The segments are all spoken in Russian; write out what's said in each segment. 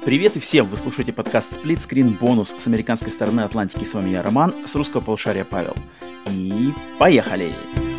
Привет и всем! Вы слушаете подкаст Split Screen Bonus с американской стороны Атлантики. С вами я, Роман, с русского полушария Павел. И поехали!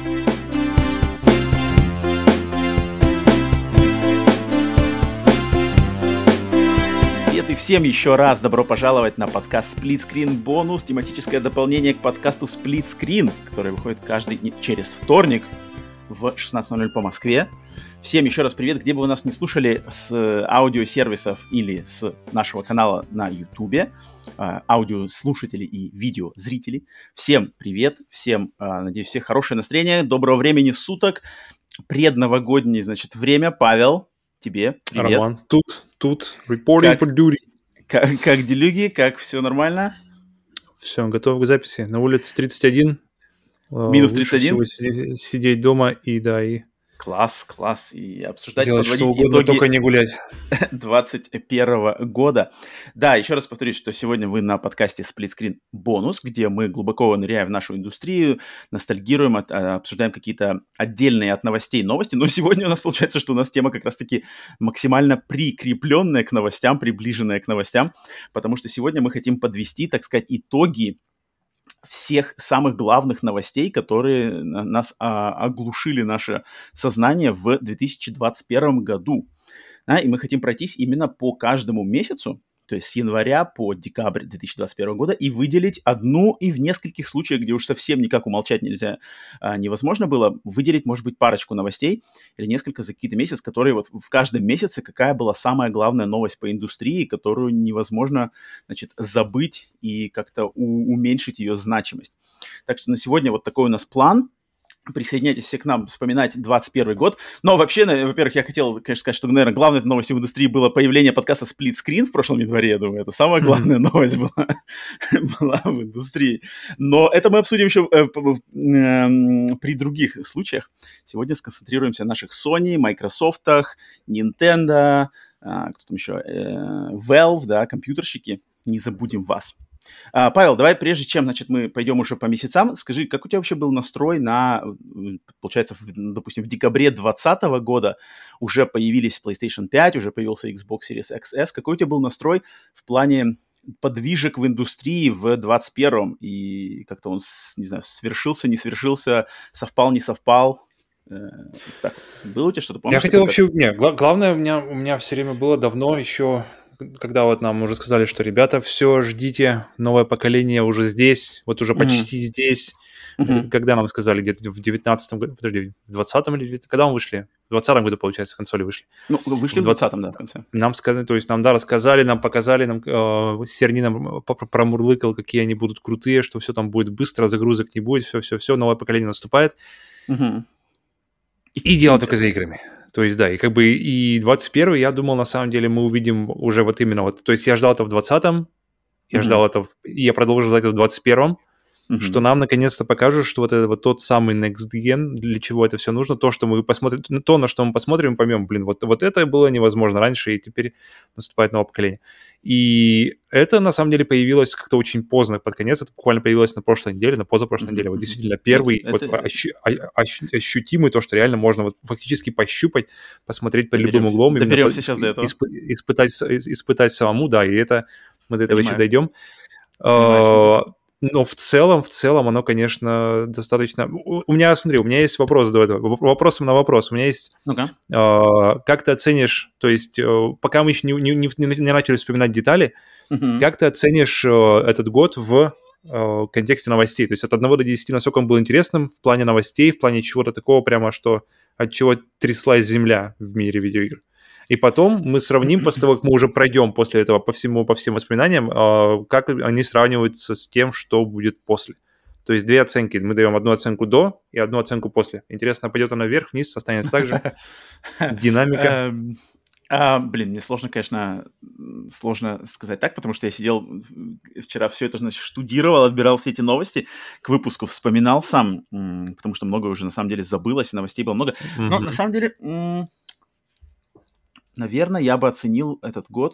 Привет и всем еще раз добро пожаловать на подкаст Split Screen Bonus, тематическое дополнение к подкасту Split Screen, который выходит через вторник в 16:00 по Москве. Всем еще раз привет, где бы вы нас не слушали, с аудиосервисов или с нашего канала на YouTube, аудиослушатели и видеозрители. Всем привет, всем, надеюсь, всех хорошее настроение, доброго времени суток, предновогоднее, значит, время. Павел, тебе привет. Роман, тут, reporting for duty. Как делюги, как все нормально? Все, готов к записи. На улице 31. Минус 31? Лучше всего сидеть дома и Класс. И обсуждать, делать подводить что угодно, итоги только не гулять. 2021 года. Да, еще раз повторюсь, что сегодня вы на подкасте Split Screen Bonus, где мы глубоко ныряем в нашу индустрию, ностальгируем, обсуждаем какие-то отдельные от новостей новости. Но сегодня у нас получается, что у нас тема как раз-таки максимально прикрепленная к новостям, приближенная к новостям, потому что сегодня мы хотим подвести, так сказать, итоги всех самых главных новостей, которые нас оглушили наше сознание в 2021 году. И мы хотим пройтись именно по каждому месяцу, то есть с января по декабрь 2021 года, и выделить одну, и в нескольких случаях, где уж совсем никак умолчать нельзя, невозможно было, выделить, может быть, парочку новостей или несколько за какие-то месяцы, которые вот в каждом месяце какая была самая главная новость по индустрии, которую невозможно, значит, забыть и как-то уменьшить ее значимость. Так что на сегодня вот такой у нас план. Присоединяйтесь все к нам, вспоминать 2021 год. Но вообще, во-первых, я хотел, конечно, сказать, что, наверное, главной новостью в индустрии было появление подкаста Split Screen в прошлом январе, я думаю. Это самая главная новость была в индустрии. Но это мы обсудим еще при других случаях. Сегодня сконцентрируемся на наших Sony, Microsoft, Nintendo, кто там еще, Valve, да, компьютерщики. Не забудем вас. Павел, давай прежде чем, значит, мы пойдем уже по месяцам, скажи, как у тебя вообще был настрой на, получается, допустим, в декабре 2020 года уже появились PlayStation 5, уже появился Xbox Series XS. Какой у тебя был настрой в плане подвижек в индустрии в 2021? И как-то он, не знаю, свершился, не свершился, совпал, не совпал? Так, было у тебя что-то, помнишь? Я хотел вообще... главное у меня все время было давно еще... Когда вот нам уже сказали, что, ребята, все, ждите, новое поколение уже здесь, вот уже почти здесь. Когда нам сказали, где-то в 19-м году, подожди, в 20-м или когда мы вышли? В 20-м году, получается, консоли вышли. Ну, вышли в 20-м, да, в конце. Нам сказали, то есть нам, да, рассказали, нам показали, нам Серни нам промурлыкал, какие они будут крутые, что все там будет быстро, загрузок не будет, все, новое поколение наступает. И дело только за играми. То есть, да, и как бы и 21-й, я думал, на самом деле, мы увидим уже вот именно вот... То есть я ждал это в 20-м, я ждал это... И я продолжил ждать это в 21-м, что нам наконец-то покажут, что вот это вот тот самый Next Gen, для чего это все нужно, то, что мы посмотрим, то, на что мы посмотрим, поймем, блин, вот это было невозможно раньше, и теперь наступает новое поколение. И это, на самом деле, появилось как-то очень поздно, под конец, это буквально появилось на прошлой неделе, на позапрошлой неделе, вот действительно первый ощутимый, то, что реально можно вот фактически пощупать, посмотреть под любым углом. Доберемся сейчас до этого. Испытать самому, да, и это мы до этого еще дойдем. Но в целом оно, конечно, достаточно... У меня есть вопрос до этого. Вопросом на вопрос. У меня есть... как ты оценишь... То есть, пока мы еще не начали вспоминать детали, как ты оценишь этот год в контексте новостей? То есть, от 1 до 10, насколько он был интересным в плане новостей, в плане чего-то такого прямо, что от чего тряслась земля в мире видеоигр? И потом мы сравним, после того, как мы уже пройдем после этого по всем воспоминаниям, как они сравниваются с тем, что будет после. То есть две оценки. Мы даем одну оценку до и одну оценку после. Интересно, пойдет она вверх, вниз, останется так же? Динамика? Блин, мне сложно, конечно, сказать так, потому что я сидел вчера, все это, значит, штудировал, отбирал все эти новости, к выпуску вспоминал сам, потому что много уже, на самом деле, забылось, и новостей было много. Но, на самом деле... Наверное, я бы оценил этот год.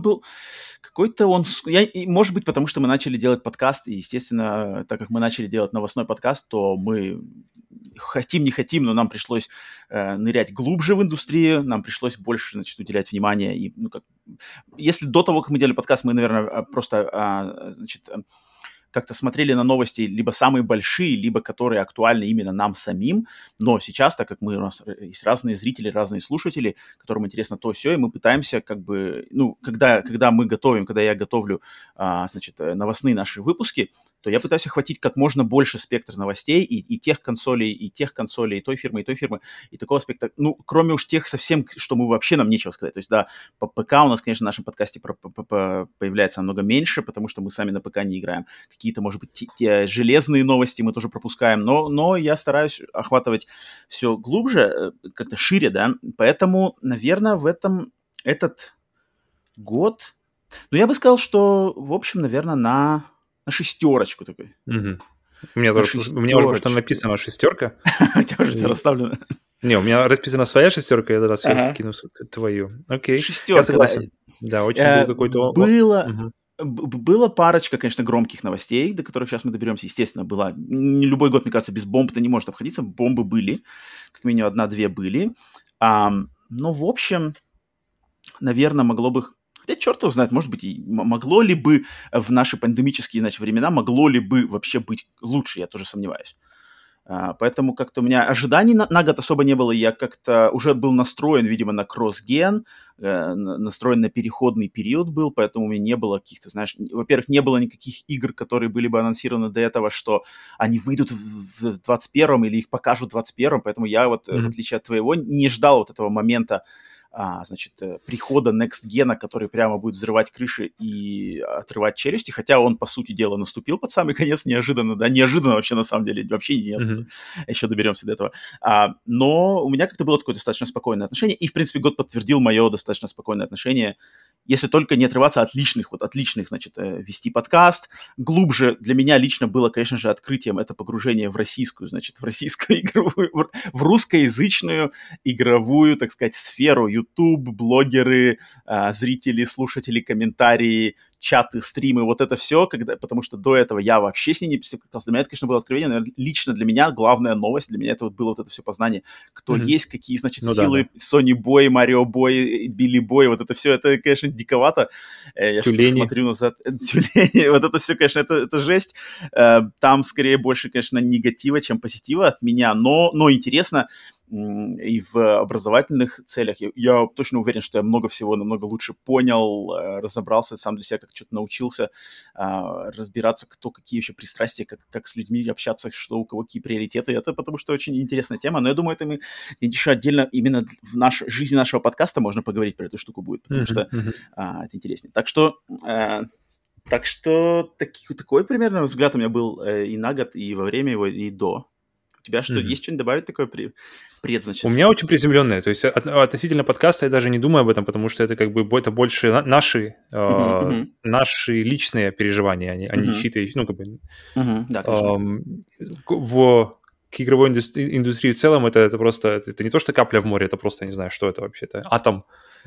Может быть, потому что мы начали делать подкаст, и, естественно, так как мы начали делать новостной подкаст, то мы хотим, не хотим, но нам пришлось нырять глубже в индустрию, нам пришлось больше, значит, уделять внимание и если до того, как мы делали подкаст, мы, наверное, просто, значит, как-то смотрели на новости либо самые большие, либо которые актуальны именно нам самим. Но сейчас, так как у нас есть разные зрители, разные слушатели, которым интересно то, сё, и мы пытаемся как бы, ну, когда мы готовим, когда я готовлю, значит, новостные наши выпуски, то я пытаюсь охватить как можно больше спектр новостей и тех консолей, и той фирмы, и такого аспекта. Ну, кроме уж тех совсем, что мы вообще нам нечего сказать. То есть, да, по ПК у нас, конечно, в нашем подкасте появляется намного меньше, потому что мы сами на ПК не играем. Какие-то, может быть, те железные новости мы тоже пропускаем, но я стараюсь охватывать все глубже, как-то шире, да, поэтому, наверное, этот год, ну, я бы сказал, что, в общем, наверное, на шестерочку такой. Угу. У меня уже потому что написано шестерка. У тебя уже все расставлено. Не, у меня расписана своя шестерка, я тогда сверху кину твою. Окей. Шестерка, я согласен. Да, очень был какой-то... Была парочка, конечно, громких новостей, до которых сейчас мы доберемся. Естественно, была. Не любой год, мне кажется, без бомб-то не может обходиться. Бомбы были. Как минимум 1-2 были. Но, в общем, наверное, могло бы... Хотя черт его знает, может быть, и могло ли бы в наши пандемические, иначе, времена, могло ли бы вообще быть лучше, я тоже сомневаюсь. Поэтому как-то у меня ожиданий на год особо не было. Я как-то уже был настроен, видимо, на кросс-ген, настроен на переходный период был, поэтому у меня не было каких-то, знаешь... Во-первых, не было никаких игр, которые были бы анонсированы до этого, что они выйдут в 21-м или их покажут в 21-м, поэтому я вот, в отличие от твоего, не ждал вот этого момента, значит, прихода Next Gen, который прямо будет взрывать крыши и отрывать челюсти, хотя он, по сути дела, наступил под самый конец неожиданно, да, неожиданно вообще, на самом деле, вообще нет, еще доберемся до этого. Но у меня как-то было такое достаточно спокойное отношение, и, в принципе, год подтвердил мое достаточно спокойное отношение, если только не отрываться от личных, значит, вести подкаст. Глубже для меня лично было, конечно же, открытием это погружение в российскую игровую, в русскоязычную игровую, так сказать, сферу. YouTube, блогеры, зрители, слушатели, комментарии, чаты, стримы, вот это все, потому что до этого я вообще с ней не пересекался. Для меня это, конечно, было откровение, наверное, лично для меня главная новость, для меня это вот было вот это все познание, кто есть, какие, значит, силы, Sony Boy, Mario Boy, Billy Boy, вот это все, это, конечно, диковато. Я что-то смотрю назад. Тюлени, вот это все, конечно, это жесть. Там, скорее, больше, конечно, негатива, чем позитива от меня, но интересно, и в образовательных целях. Я точно уверен, что я много всего намного лучше понял, разобрался сам для себя, как что-то научился разбираться, кто какие еще пристрастия, как с людьми общаться, что у кого какие приоритеты. Это потому что очень интересная тема, но я думаю, это мы еще отдельно именно в жизни нашего подкаста можно поговорить про эту штуку будет, потому что это интереснее. Так что такой примерно взгляд у меня был и на год, и во время его, и до. У тебя что, есть что-нибудь добавить такое предзначит? У меня очень приземленное. То есть относительно подкаста я даже не думаю об этом, потому что это как бы это больше наши личные переживания, а не чьи-то, ну, как бы... Да, конечно. К игровой индустрии в целом это просто... Это не то, что капля в море, это просто, не знаю, что это вообще. Это атом.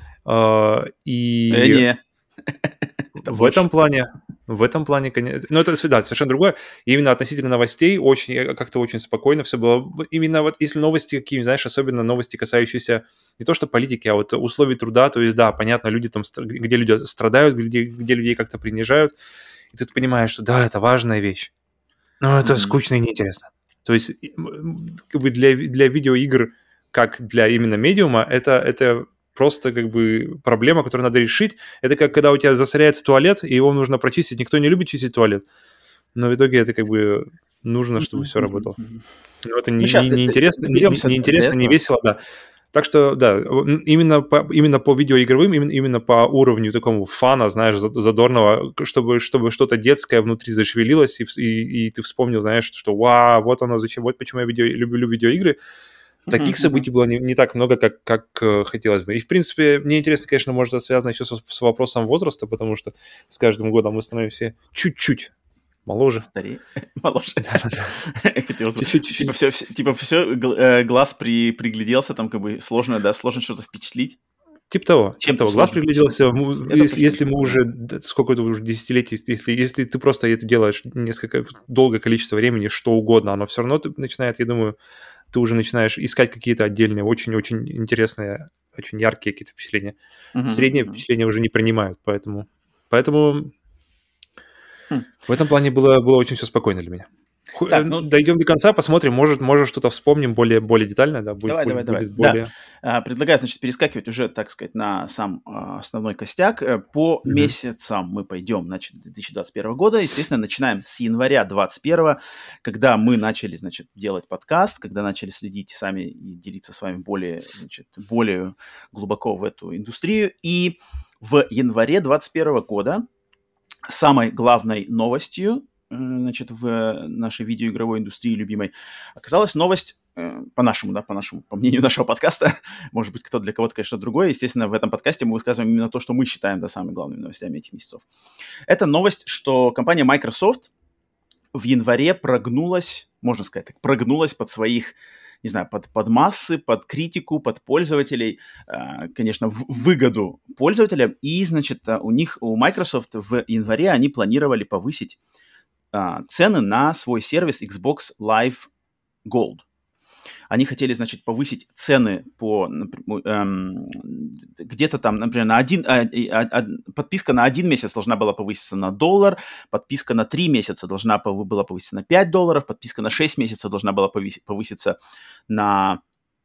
Не. В этом плане, конечно... Ну, это, да, совершенно другое. И именно относительно новостей как-то очень спокойно все было. Именно вот если новости какие-нибудь, знаешь, особенно новости, касающиеся не то что политики, а вот условий труда, то есть, да, понятно, люди там, где люди страдают, где людей как-то принижают, и ты понимаешь, что да, это важная вещь, но это скучно и неинтересно. То есть, как бы для видеоигр, как для именно медиума, это просто как бы проблема, которую надо решить. Это как когда у тебя засоряется туалет, и его нужно прочистить. Никто не любит чистить туалет, но в итоге это как бы нужно, чтобы все работало. Но это неинтересно, не весело, да. Так что, да, именно по видеоигровым, именно по уровню такому фана, знаешь, задорного, чтобы что-то детское внутри зашевелилось, и ты вспомнил, знаешь, что вау, вот оно, зачем, вот почему я люблю видеоигры. Таких событий было не так много, как хотелось бы. И, в принципе, мне интересно, конечно, может, это связано еще с вопросом возраста, потому что с каждым годом мы становимся чуть-чуть моложе. Старее. Моложе. Типа все, глаз пригляделся, там как бы сложно что-то впечатлить. Типа того. Глаз пригляделся, если мы уже, сколько-то уже десятилетий, если ты просто это делаешь долгое количество времени, что угодно, оно все равно начинает, я думаю, ты уже начинаешь искать какие-то отдельные, очень-очень интересные очень яркие какие-то впечатления. Средние впечатления уже не принимают, поэтому в этом плане было очень все спокойно для меня. Так, дойдем до конца, посмотрим, может что-то вспомним более детально, да, давай. более... Да. Предлагаю, значит, перескакивать уже, так сказать, на сам основной костяк. По месяцам мы пойдем, значит, 2021 года. Естественно, начинаем с января 2021, когда мы начали, значит, делать подкаст, когда начали следить сами и делиться с вами более глубоко в эту индустрию. И в январе 2021 года самой главной новостью, значит, в нашей видеоигровой индустрии любимой, оказалась новость, по мнению нашего подкаста, может быть, для кого-то, конечно, другое. Естественно, в этом подкасте мы высказываем именно то, что мы считаем, да, самыми главными новостями этих месяцев. Это новость, что компания Microsoft в январе прогнулась под своих, не знаю, под массы, под критику, под пользователей, конечно, в выгоду пользователям. И, значит, у Microsoft в январе они планировали повысить цены на свой сервис Xbox Live Gold. Они хотели, значит, повысить цены где-то там, например, подписка на 1 месяц должна была повыситься на $1, подписка на 3 месяца должна была повыситься на $5, подписка на 6 месяцев должна была повыситься на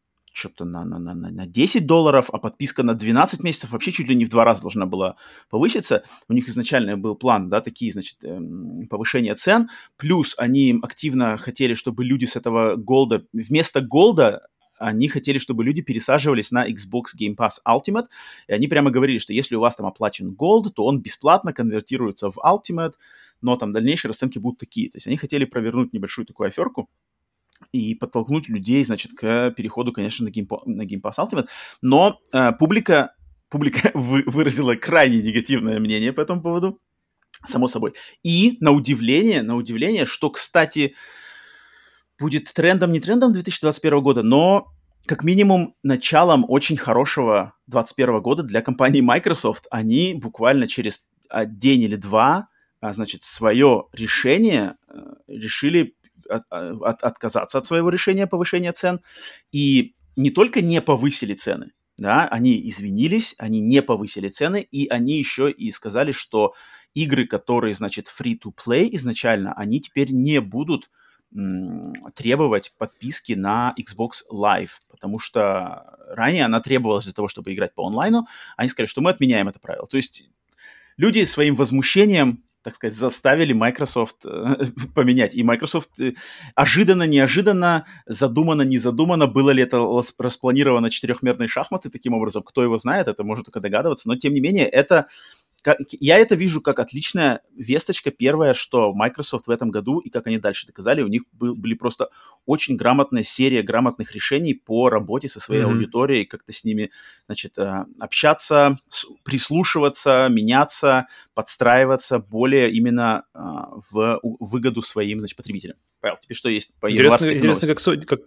$10, а подписка на 12 месяцев вообще чуть ли не в 2 раза должна была повыситься. У них изначально был план, да, такие, значит, повышения цен. Плюс они активно хотели, чтобы люди с этого голда, вместо голда, они хотели, чтобы люди пересаживались на Xbox Game Pass Ultimate. И они прямо говорили, что если у вас там оплачен Gold, то он бесплатно конвертируется в Ultimate, но там дальнейшие расценки будут такие. То есть они хотели провернуть небольшую такую аферку и подтолкнуть людей, значит, к переходу, конечно, на Game Pass Ultimate. Но публика выразила крайне негативное мнение по этому поводу, само собой. И на удивление, что, кстати, будет не трендом 2021 года, но как минимум началом очень хорошего 2021 года для компании Microsoft. Они буквально через день или два, значит, свое решение решили отказаться от своего решения повышения цен. И не только не повысили цены, да, они извинились, они не повысили цены, и они еще и сказали, что игры, которые, значит, free-to-play изначально, они теперь не будут требовать подписки на Xbox Live, потому что ранее она требовалась для того, чтобы играть по онлайну. Они сказали, что мы отменяем это правило. То есть люди своим возмущением, так сказать, заставили Microsoft поменять. И Microsoft ожиданно-неожиданно, задумано-незадумано, было ли это распланировано четырехмерные шахматы таким образом, кто его знает, это может только догадываться, но тем не менее, я это вижу как отличная весточка. Первое, что Microsoft в этом году, и как они дальше доказали, у них были просто очень грамотная серия грамотных решений по работе со своей аудиторией, как-то с ними, значит, общаться, прислушиваться, меняться, подстраиваться более именно в выгоду своим, значит, потребителям. Павел, тебе что есть по январской новости? Интересно,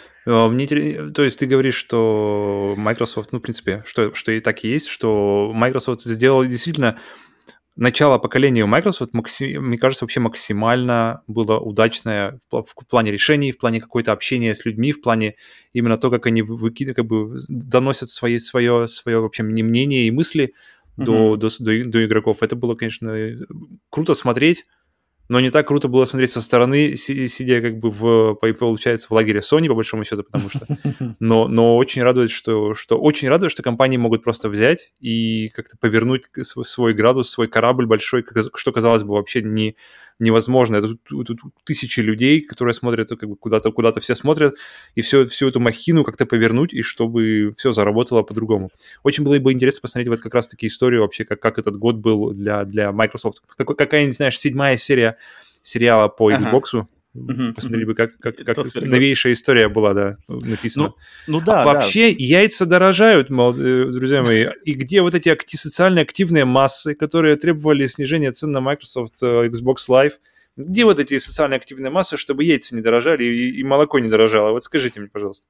то есть ты говоришь, что Microsoft, в принципе, что и так и есть, что Microsoft сделал действительно начало поколения у Microsoft, мне кажется, вообще максимально было удачное в плане решений, в плане какое-то общения с людьми, в плане именно то, как они доносят свое вообще мнение и мысли до игроков. Это было, конечно, круто смотреть. Но не так круто было смотреть со стороны, сидя как бы получается, в лагере Sony, по большому счету, потому что... Но очень радует, что компании могут просто взять и как-то повернуть свой градус, свой корабль большой, что, казалось бы, вообще невозможно. Это тут тысячи людей, которые смотрят, как бы куда-то все смотрят, и всю эту махину как-то повернуть, и чтобы все заработало по-другому. Очень было бы интересно посмотреть вот как раз-таки историю вообще, как этот год был для Microsoft. Какая-нибудь, знаешь, 7-я серия сериала по Xbox'у. Посмотрели бы, как новейшая история была, да, написана. Да. Вообще яйца дорожают, друзья мои. И где вот эти социально активные массы, которые требовали снижения цен на Microsoft Xbox Live? Где вот эти социально активные массы, чтобы яйца не дорожали и молоко не дорожало? Вот скажите мне, пожалуйста.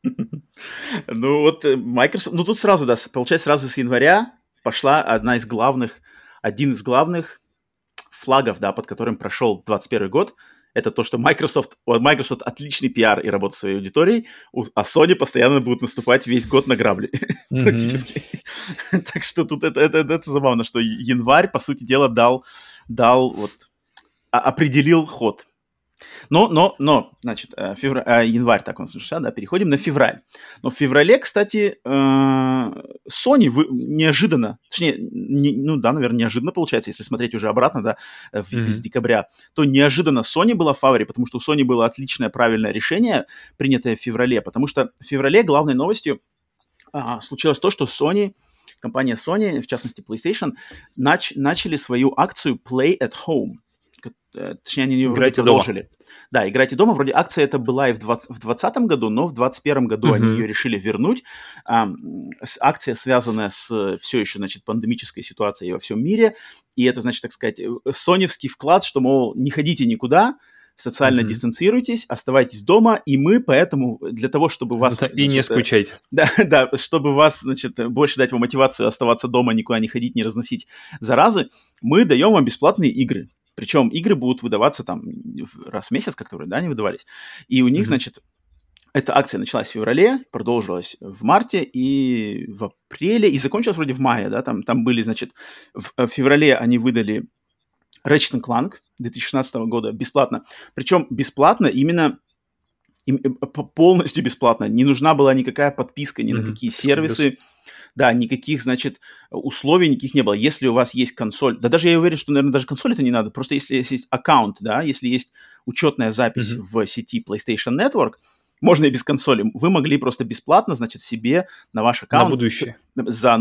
Microsoft... тут сразу, да, получается, сразу с января пошла один из главных флагов, да, под которым прошел 2021 год. это то, что у Microsoft отличный пиар и работа своей аудиторией, а Sony постоянно будут наступать весь год на грабли, практически. Так что тут это забавно, что январь, по сути дела, определил ход. Но, значит, январь, так он начался, да, переходим на февраль. Но в феврале, кстати, Sony неожиданно, точнее, наверное, неожиданно получается, если смотреть уже обратно, да, из декабря, то неожиданно Sony была в фаворе, потому что у Sony было отличное, правильное решение, принятое в феврале, потому что в феврале главной новостью случилось то, что компания Sony, в частности PlayStation, начали свою акцию Play at Home. Точнее, они ее вроде продолжили. Дома. Да, играйте дома. Вроде акция это была и в 2020 году, но в 2021 году они ее решили вернуть. Акция, связанная с все еще, значит, пандемической ситуацией во всем мире. И это, значит, так сказать, соневский вклад, что, мол, не ходите никуда, социально дистанцируйтесь, оставайтесь дома, и мы поэтому для того, чтобы вас... И значит, не скучайте. Да, чтобы вас, значит, больше дать вам мотивацию оставаться дома, никуда не ходить, не разносить заразы, мы даем вам бесплатные игры. Причем игры будут выдаваться там раз в месяц, как-то вроде, да, они выдавались. И у них, значит, эта акция началась в феврале, продолжилась в марте и в апреле, и закончилась вроде в мае, да, там были, значит, в феврале они выдали Ratchet & Clank 2016 года бесплатно. Причем бесплатно именно полностью бесплатно. Не нужна была никакая подписка ни на какие сервисы. Да, никаких, значит, условий никаких не было. Если у вас есть консоль, да даже я уверен, что, наверное, даже консоль это не надо, просто если есть аккаунт, да, если есть учетная запись в сети PlayStation Network, можно и без консоли. Вы могли просто бесплатно, значит, себе на ваш аккаунт на будущее. За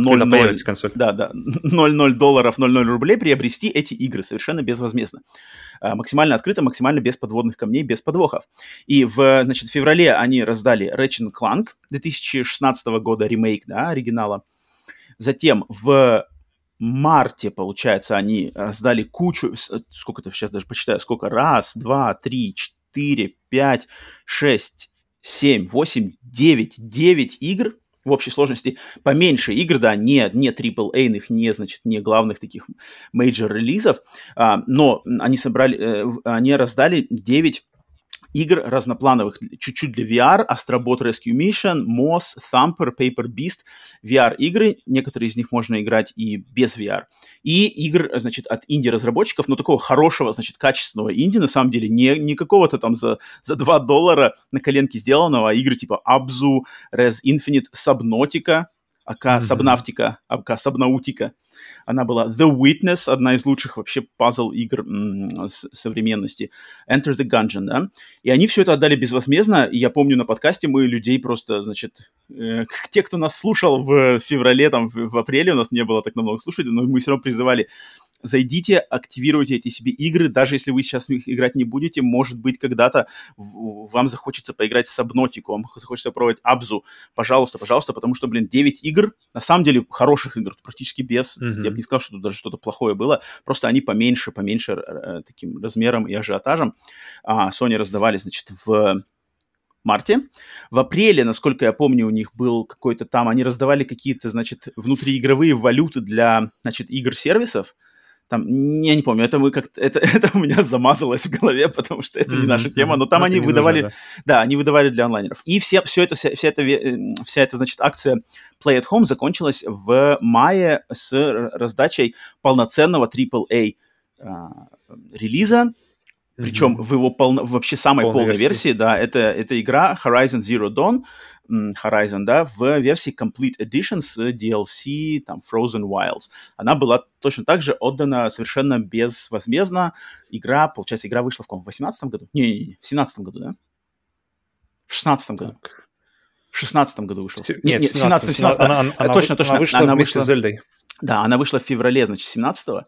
0,0 долларов, 0,0 рублей приобрести эти игры совершенно безвозмездно. Максимально открыто, максимально без подводных камней, без подвохов. И в феврале они раздали Ratchet & Clank 2016 года, ремейк, да, оригинала. Затем в марте, получается, они раздали кучу, сколько это сейчас даже посчитаю, сколько, 1, 2, 3, 4, 5, 6, 7, 8, 9 игр в общей сложности, поменьше игр, да, не AAA-ных, не главных таких мейджор-релизов, но они раздали 9 игр разноплановых, чуть-чуть для VR, Astrobot Rescue Mission, Moss, Thumper, Paper Beast, VR-игры, некоторые из них можно играть и без VR, и игр, значит, от инди-разработчиков, но такого хорошего, значит, качественного инди, на самом деле, не какого-то там за $2 на коленке сделанного, а игры типа Abzu, Res Infinite, Subnautica, АК Subnautica, она была The Witness, одна из лучших вообще пазл-игр современности, Enter the Gungeon, да, и они все это отдали безвозмездно, и я помню на подкасте мы людей просто, значит, те, кто нас слушал в феврале, там, в апреле, у нас не было так много слушателей, но мы все равно призывали: зайдите, активируйте эти себе игры, даже если вы сейчас в них играть не будете, может быть, когда-то вам захочется поиграть в Subnautica, вам захочется попробовать Abzu, пожалуйста, потому что, 9 игр, на самом деле, хороших игр, практически без, я бы не сказал, что тут даже что-то плохое было, просто они поменьше таким размером и ажиотажем. Sony раздавали, значит, в марте. В апреле, насколько я помню, у них был какой-то там, они раздавали какие-то, значит, внутриигровые валюты для, значит, игр-сервисов. Там, я не помню, это у меня замазалось в голове, потому что это не наша тема, но там они выдавали, нужно, да, они выдавали для онлайнеров. И вся эта, значит, акция Play at Home закончилась в мае с раздачей полноценного AAA релиза, причем в его вообще самой полной версии, да, это игра Horizon Zero Dawn, Horizon, да, в версии Complete Edition с DLC, там, Frozen Wilds. Она была точно так же отдана совершенно безвозмездно. Получается, игра вышла в каком? В 18-м году? Не, в 17-м году, да? В 16-м году. В 16-м году вышла. Нет, в 17-м. Точно. Она вышла вместе с Зельдой. Да, она вышла в феврале, значит, 17-го.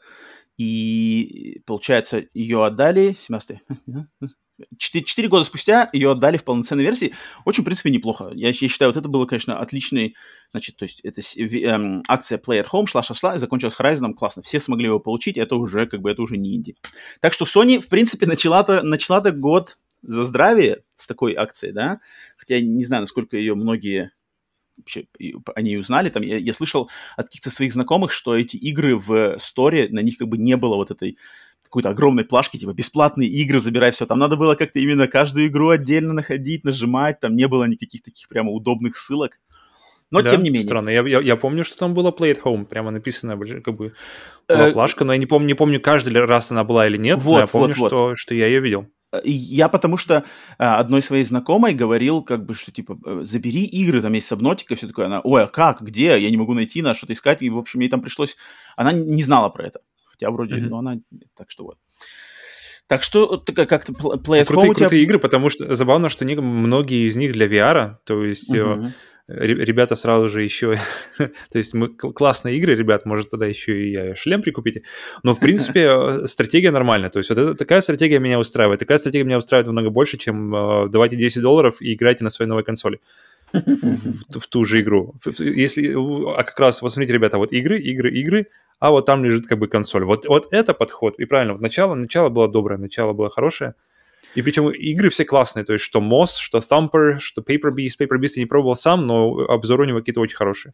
И, получается, ее отдали... 17-й. 4 года спустя ее отдали в полноценной версии. Очень, в принципе, неплохо. Я считаю, вот это было, конечно, отличный... Значит, то есть это акция Play at Home шла и закончилась Horizon. Классно. Все смогли его получить. Это уже, это уже не инди. Так что Sony, в принципе, начала-то год за здравие с такой акцией, да. Хотя не знаю, насколько ее многие... вообще они узнали, там, я слышал от каких-то своих знакомых, что эти игры в сторе, на них не было вот этой какой-то огромной плашки, типа бесплатные игры, забирай все. Там надо было как-то именно каждую игру отдельно находить, нажимать, там не было никаких таких прямо удобных ссылок. Но да? тем не менее. Странно. Я помню, что там было Play at Home, прямо написано, как бы была плашка, но я не помню, каждый раз она была или нет, но я помню, что я ее видел. Я потому что одной своей знакомой говорил, как бы, что, типа, забери игры, там есть Subnautica, все такое. Она, ой, а как, где? Я не могу найти, надо что-то искать. И, в общем, ей там пришлось... Она не знала про это. Хотя вроде, ну, она... Так что вот. Так что как-то Play at Home... Крутые игры, потому что забавно, что многие из них для VR, то есть... Ребята сразу же еще... То есть классные игры, ребят, может, тогда еще и шлем прикупите. Но, в принципе, стратегия нормальная. То есть вот такая стратегия меня устраивает. Такая стратегия меня устраивает намного больше, чем давайте $10 и играйте на своей новой консоли в ту же игру. А как раз, вот смотрите, ребята, вот игры, а вот там лежит как бы консоль. Вот это подход. И правильно, вот начало было доброе, начало было хорошее. И причем игры все классные, то есть что Moss, что Thumper, что Paper Beast. Paper Beast я не пробовал сам, но обзоры у него какие-то очень хорошие.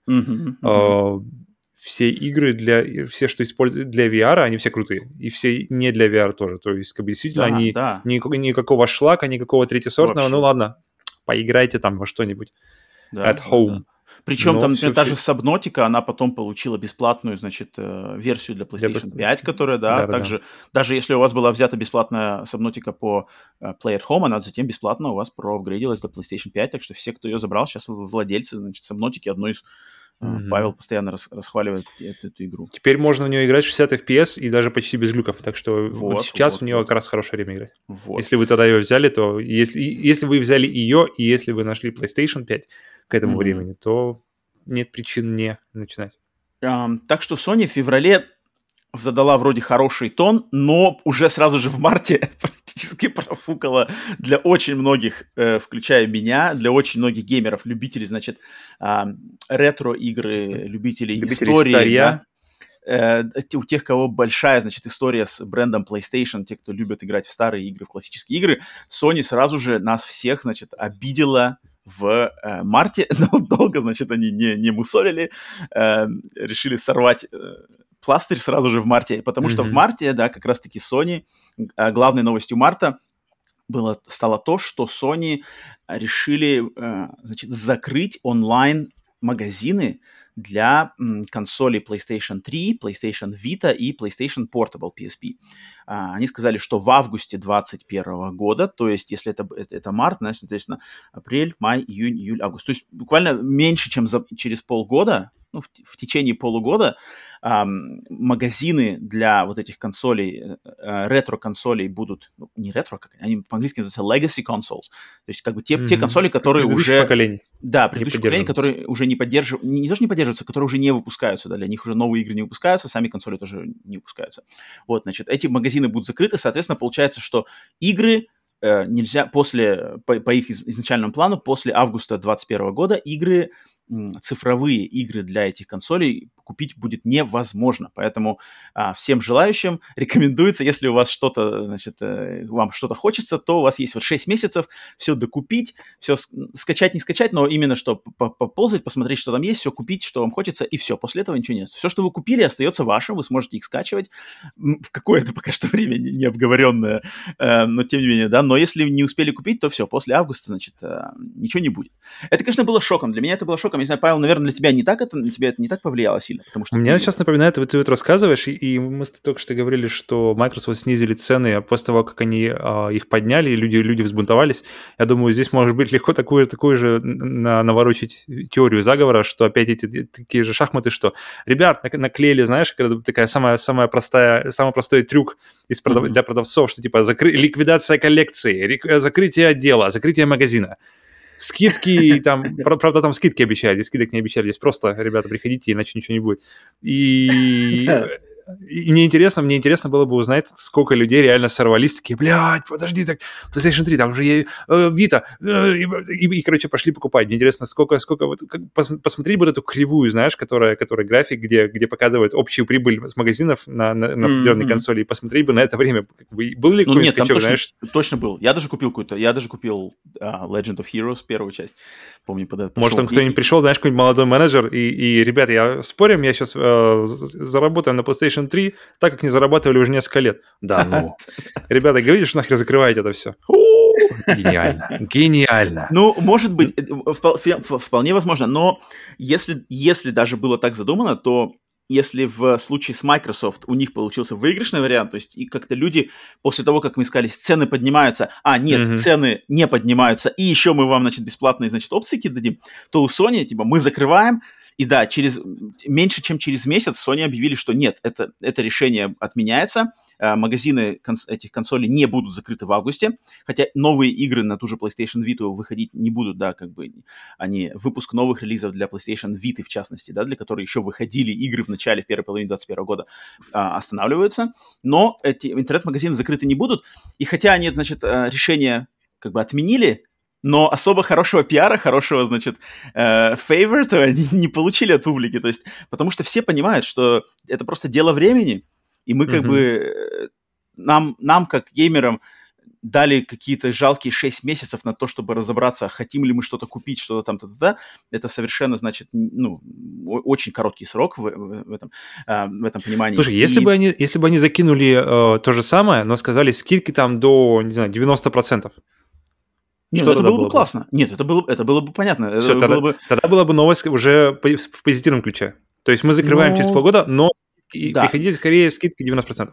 Все игры, все, что используют для VR, они все крутые. И все не для VR тоже. То есть, как бы действительно, они никакого шлака, никакого третьесортного. Вообще. Ну ладно, поиграйте там во что-нибудь. At home. Да. Причем там, например, та же Subnautica, она потом получила бесплатную, значит, версию для PlayStation 5, которая, также, даже если у вас была взята бесплатная Subnautica по Play at Home, она затем бесплатно у вас проапгрейдилась до PlayStation 5, так что все, кто ее забрал, сейчас владельцы, значит, Subnautica, одной из... Павел постоянно расхваливает эту игру. Теперь можно в нее играть 60 FPS и даже почти без глюков, так что вот сейчас в нее как раз хорошее время играть. Если вы тогда ее взяли, то если вы взяли ее, и если вы нашли PlayStation 5 к этому времени, то нет причин не начинать. Так что Sony в феврале задала вроде хороший тон, но уже сразу же в марте практически профукала для очень многих, включая меня, для очень многих геймеров, любителей, значит, ретро-игры, любителей истории. Да? У тех, кого большая, значит, история с брендом PlayStation, те, кто любят играть в старые игры, в классические игры, Sony сразу же нас всех, значит, обидела в марте, но долго, значит, они не мусолили, решили сорвать пластырь сразу же в марте, потому что в марте, да, как раз-таки Sony, главной новостью марта стало то, что Sony решили, значит, закрыть онлайн-магазины для консолей PlayStation 3, PlayStation Vita и PlayStation Portable PSP. Они сказали, что в августе 2021 года, то есть если это март, значит, соответственно, апрель, май, июнь, июль, август. То есть буквально меньше, чем через полгода, ну, в течение полугода магазины для вот этих консолей, ретро-консолей будут, ну, не ретро, как они по-английски называются legacy consoles, то есть как бы те консоли, которые уже... поколений. Да, предыдущих поколений, которые уже не поддерживаются, не то, что не поддерживаются, которые уже не выпускаются, да, для них уже новые игры не выпускаются, сами консоли тоже не выпускаются. Вот, значит, эти магазины будут закрыты, соответственно, получается, что игры нельзя по их изначальному плану, после августа 2021 года игры, цифровые игры для этих консолей купить будет невозможно. Поэтому всем желающим рекомендуется, если у вас что-то, значит, вам что-то хочется, то у вас есть вот 6 месяцев все докупить, все скачать, не скачать, но именно что поползать, посмотреть, что там есть, все купить, что вам хочется, и все. После этого ничего нет. Все, что вы купили, остается вашим, вы сможете их скачивать в какое-то пока что время необговоренное, но тем не менее, да. Но если не успели купить, то все, после августа, значит, ничего не будет. Это, конечно, было шоком. Для меня это было шоком. Я не знаю, Павел, наверное, для тебя это не так повлияло сильно, потому что... Мне сейчас напоминает, ты вот рассказываешь, и мы только что говорили, что Microsoft снизили цены после того, как они их подняли, и люди взбунтовались. Я думаю, здесь может быть легко такую же наворочить теорию заговора, что опять эти такие же шахматы, что ребят наклеили, знаешь, такая самый простой трюк для продавцов, что типа ликвидация коллекции, закрытие отдела, закрытие магазина. Скидки, там, правда, там скидки обещали, здесь скидок не обещали, здесь просто, ребята, приходите, иначе ничего не будет. И мне интересно было бы узнать, сколько людей реально сорвались, такие, блядь, подожди, так, PlayStation 3, там уже Vita, и, короче, пошли покупать. Мне интересно, сколько вот, посмотри вот эту кривую, знаешь, которая график, где показывает общую прибыль с магазинов на определенной консоли, и посмотри бы на это время, был ли какой-нибудь скачок, знаешь? Точно был. Я даже купил Legend of Heroes, первую часть, помню, может, там кто-нибудь пришел, знаешь, какой-нибудь молодой менеджер, и ребята, спорим, я сейчас заработаю на PlayStation PlayStation 3, так как не зарабатывали уже несколько лет. Да ну. Ребята, говорите, что нахер закрываете это все. Гениально. Гениально. Ну, может быть, вполне возможно, но если даже было так задумано, то если в случае с Microsoft у них получился выигрышный вариант, то есть и как-то люди после того, как мы сказали, цены поднимаются, нет, цены не поднимаются, и еще мы вам, значит, бесплатные, значит, опции дадим, то у Sony, типа, мы закрываем, и да, меньше чем через месяц Sony объявили, что нет, это решение отменяется, магазины этих консолей не будут закрыты в августе, хотя новые игры на ту же PlayStation Vita выходить не будут, да, как бы выпуск новых релизов для PlayStation Vita, в частности, да, для которой еще выходили игры в первой половине 2021 года, останавливаются, но эти интернет-магазины закрыты не будут, и хотя они, значит, решение как бы отменили, но особо хорошего пиара, хорошего, значит, фейворта они не получили от публики, то есть, потому что все понимают, что это просто дело времени, и мы как бы, нам как геймерам дали какие-то жалкие 6 месяцев на то, чтобы разобраться, хотим ли мы что-то купить, что-то там, та-та-та. Это совершенно, значит, очень короткий срок в этом понимании. Слушай, если бы они закинули то же самое, но сказали скидки там до, не знаю, 90%. Нет, это было бы классно. Нет, это было бы понятно. Все, тогда была бы новость уже в позитивном ключе. То есть мы закрываем через полгода, но приходите скорее скидки 90%.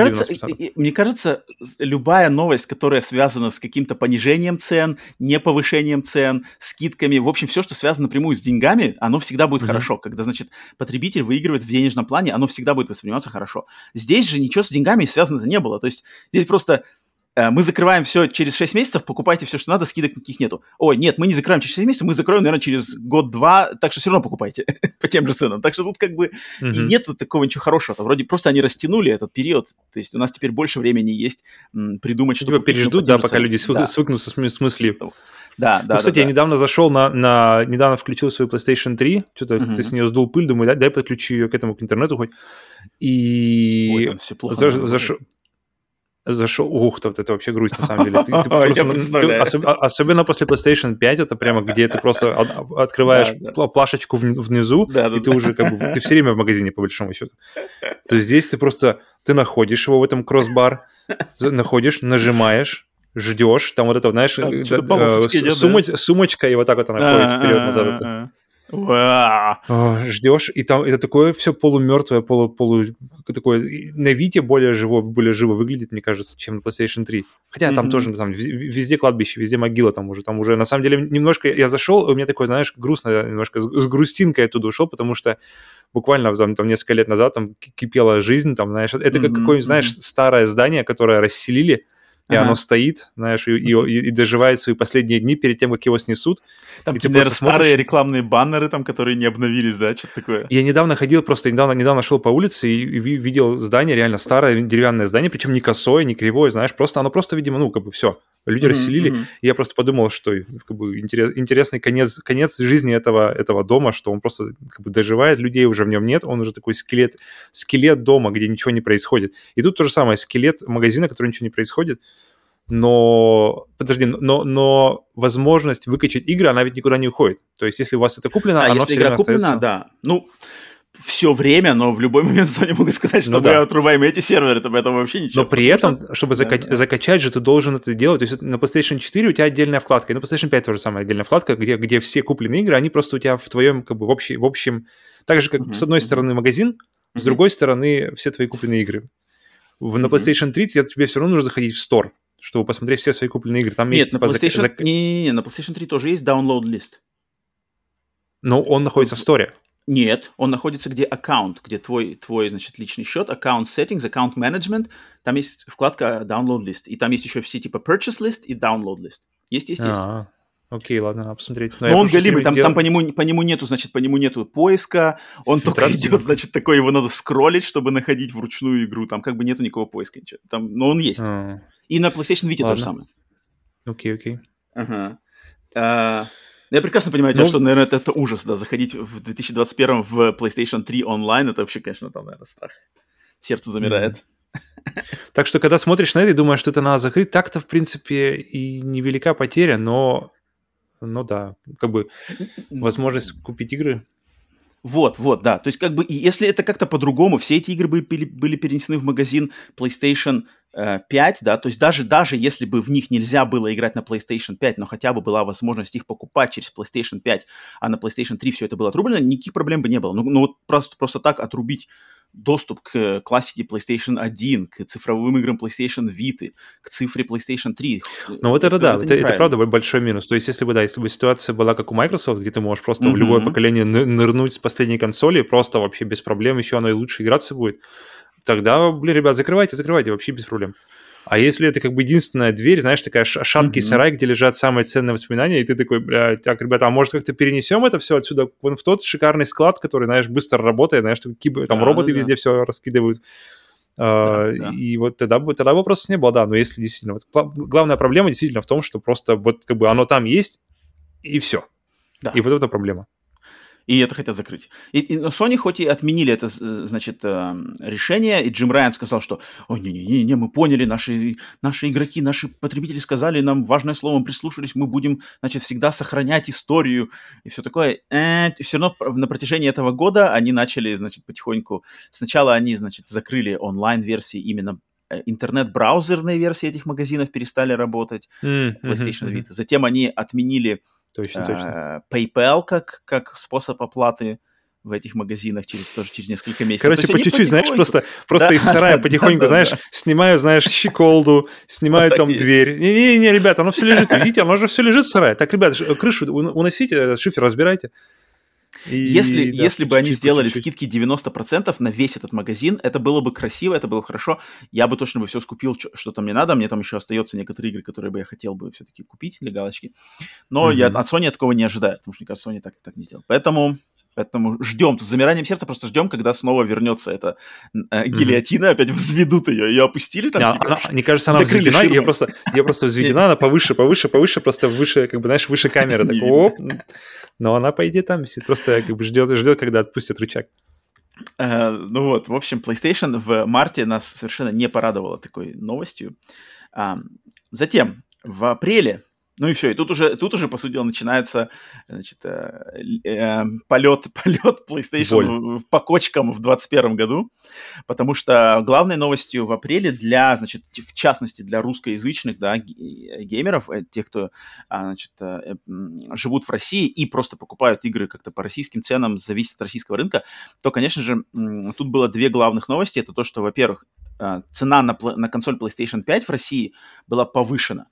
Мне кажется, любая новость, которая связана с каким-то понижением цен, не повышением цен, скидками, в общем, все, что связано напрямую с деньгами, оно всегда будет хорошо. Когда, значит, потребитель выигрывает в денежном плане, оно всегда будет восприниматься хорошо. Здесь же ничего с деньгами связано не было. То есть здесь просто... Мы закрываем все через 6 месяцев, покупайте все, что надо, скидок никаких нету. Ой, нет, мы не закрываем через 6 месяцев, мы закроем, наверное, через год-два, так что все равно покупайте по тем же ценам. Так что тут как бы и нет такого ничего хорошего. Вроде просто они растянули этот период, то есть у нас теперь больше времени есть придумать, что купить. Переждут, да, пока люди свыкнутся с мыслью. Да. Кстати, я недавно зашел недавно включил свою PlayStation 3, что-то ты с нее сдул пыль, думаю, дай подключу ее к этому, к интернету хоть. И ой, там все плохо. Зашел, это вообще грусть, на самом деле. Особенно после PlayStation 5, это прямо где ты просто открываешь плашечку внизу, и ты уже как бы, ты все время в магазине, по большому счету. То есть здесь ты находишь его в этом кроссбар, находишь, нажимаешь, ждешь, там вот это, знаешь, сумочка, и вот так вот она ходит вперед-назад. Ждешь, и там это такое все полумертвое, такое на Вите более живо выглядит, мне кажется, чем на PlayStation 3. Хотя там тоже, там, везде кладбище, везде могила, там уже, на самом деле, немножко я зашел, и у меня такое, знаешь, грустно, немножко с грустинкой оттуда ушел, потому что буквально там несколько лет назад там кипела жизнь, там, знаешь, это как какое-нибудь, знаешь, старое здание, которое расселили, и оно стоит, знаешь, и доживает свои последние дни перед тем, как его снесут. Там какие-то старые рекламные баннеры, там, которые не обновились, да, что-то такое. Я недавно шел по улице и видел здание, реально старое деревянное здание, причем не косое, не кривое, знаешь, оно просто, видимо, как бы все. Люди расселили, и я просто подумал, что как бы интересный конец жизни этого дома, что он просто как бы доживает, людей уже в нем нет, он уже такой скелет дома, где ничего не происходит. И тут то же самое, скелет магазина, который ничего не происходит, но возможность выкачать игры, она ведь никуда не уходит. То есть если у вас это куплено, оно все время остается. Да, все время, но в любой момент Sony могут сказать, что мы отрубаем эти серверы, то поэтому вообще ничего. Но при этом, чтобы закачать же, ты должен это делать. То есть на PlayStation 4 у тебя отдельная вкладка, и на PlayStation 5 тоже самая отдельная вкладка, где все купленные игры, они просто у тебя в твоем, как бы, в общем, так же, как с одной стороны магазин, с другой стороны все твои купленные игры. На PlayStation 3 тебе все равно нужно заходить в Store, чтобы посмотреть все свои купленные игры. Там нет, есть, на PlayStation 3 тоже есть download list. Но он находится в Store. Нет, он находится где аккаунт, где твой, значит, личный счет, аккаунт settings, аккаунт management, там есть вкладка download list, и там есть еще все типа purchase list и download list. Есть. Окей, ладно, надо посмотреть. Но он галимый, там по нему нету поиска, он только идет, значит, такой, его надо скроллить, чтобы находить вручную игру, там как бы нету никакого поиска, ничего. Но он есть. И на PlayStation Vita то же самое. Окей. Ага. Я прекрасно понимаю, что, наверное, это ужас, да, заходить в 2021 в PlayStation 3 онлайн, это вообще, конечно, там, наверное, страх. Сердце замирает. Так что, когда смотришь на это и думаешь, что это надо закрыть, так-то, в принципе, и невелика потеря, но да, как бы возможность купить игры. Вот, да. То есть, как бы, если это как-то по-другому, все эти игры были перенесены в магазин PlayStation 5, да, то есть даже если бы в них нельзя было играть на PlayStation 5, но хотя бы была возможность их покупать через PlayStation 5, а на PlayStation 3 все это было отрублено, никаких проблем бы не было. Ну вот просто так отрубить доступ к классике PlayStation 1, к цифровым играм PlayStation Vita, к цифре PlayStation 3. Ну вот это да, это правда большой минус. То есть если бы ситуация была как у Microsoft, где ты можешь просто в любое поколение нырнуть с последней консоли, просто вообще без проблем, еще оно и лучше играться будет, тогда, ребят, закрывайте, вообще без проблем. А если это как бы единственная дверь, знаешь, такая шаткий сарай, где лежат самые ценные воспоминания, и ты такой, так, ребята, а может как-то перенесем это все отсюда вон в тот шикарный склад, который, знаешь, быстро работает, знаешь, там роботы везде все раскидывают. И вот тогда вопросов не было, да, но если действительно... Главная проблема действительно в том, что просто вот как бы оно там есть, и все. Да. И вот это проблема. И это хотят закрыть. И Sony хоть и отменили это, значит, решение, и Джим Райан сказал, что «Ой, не, мы поняли, наши игроки, наши потребители сказали нам важное слово, мы прислушались, мы будем, значит, всегда сохранять историю», и все такое. Все равно на протяжении этого года они начали, значит, потихоньку... Сначала они, значит, закрыли онлайн-версии именно интернет-браузерные версии этих магазинов перестали работать, PlayStation Vita. Затем они отменили Точно. PayPal как способ оплаты в этих магазинах через несколько месяцев. Короче, по чуть-чуть, знаешь, просто из сарая потихоньку, знаешь, снимаю, знаешь, щеколду, снимаю там дверь. Не, ребята, оно все лежит, видите, оно же все лежит в сарае. Так, ребята, крышу уносите, шифер разбирайте. Если бы они сделали скидки 90% на весь этот магазин, это было бы красиво, это было бы хорошо. Я бы точно все скупил, что-то мне надо. Мне там еще остается некоторые игры, которые бы я хотел бы все-таки купить для галочки. Но я от Sony такого не ожидаю, потому что, мне кажется, Sony так не сделает. Поэтому ждем, тут с замиранием сердца просто ждем, когда снова вернется эта гильотина, опять взведут ее опустили там. Мне кажется, она взведена, я просто взведена, она повыше, просто выше, как бы, знаешь, выше камеры. Так, оп. Но она, по идее, там висит, просто как бы ждет, когда отпустят рычаг. Ну вот, в общем, PlayStation в марте нас совершенно не порадовала такой новостью. Затем, в апреле, ну и все, и тут уже, по сути дела, начинается, значит, полет PlayStation по кочкам в 2021 году, потому что главной новостью в апреле для, значит, в частности, для русскоязычных, да, геймеров, тех, кто, значит, живут в России и просто покупают игры как-то по российским ценам, зависит от российского рынка, то, конечно же, тут было две главных новости. Это то, что, во-первых, цена на консоль PlayStation 5 в России была повышена.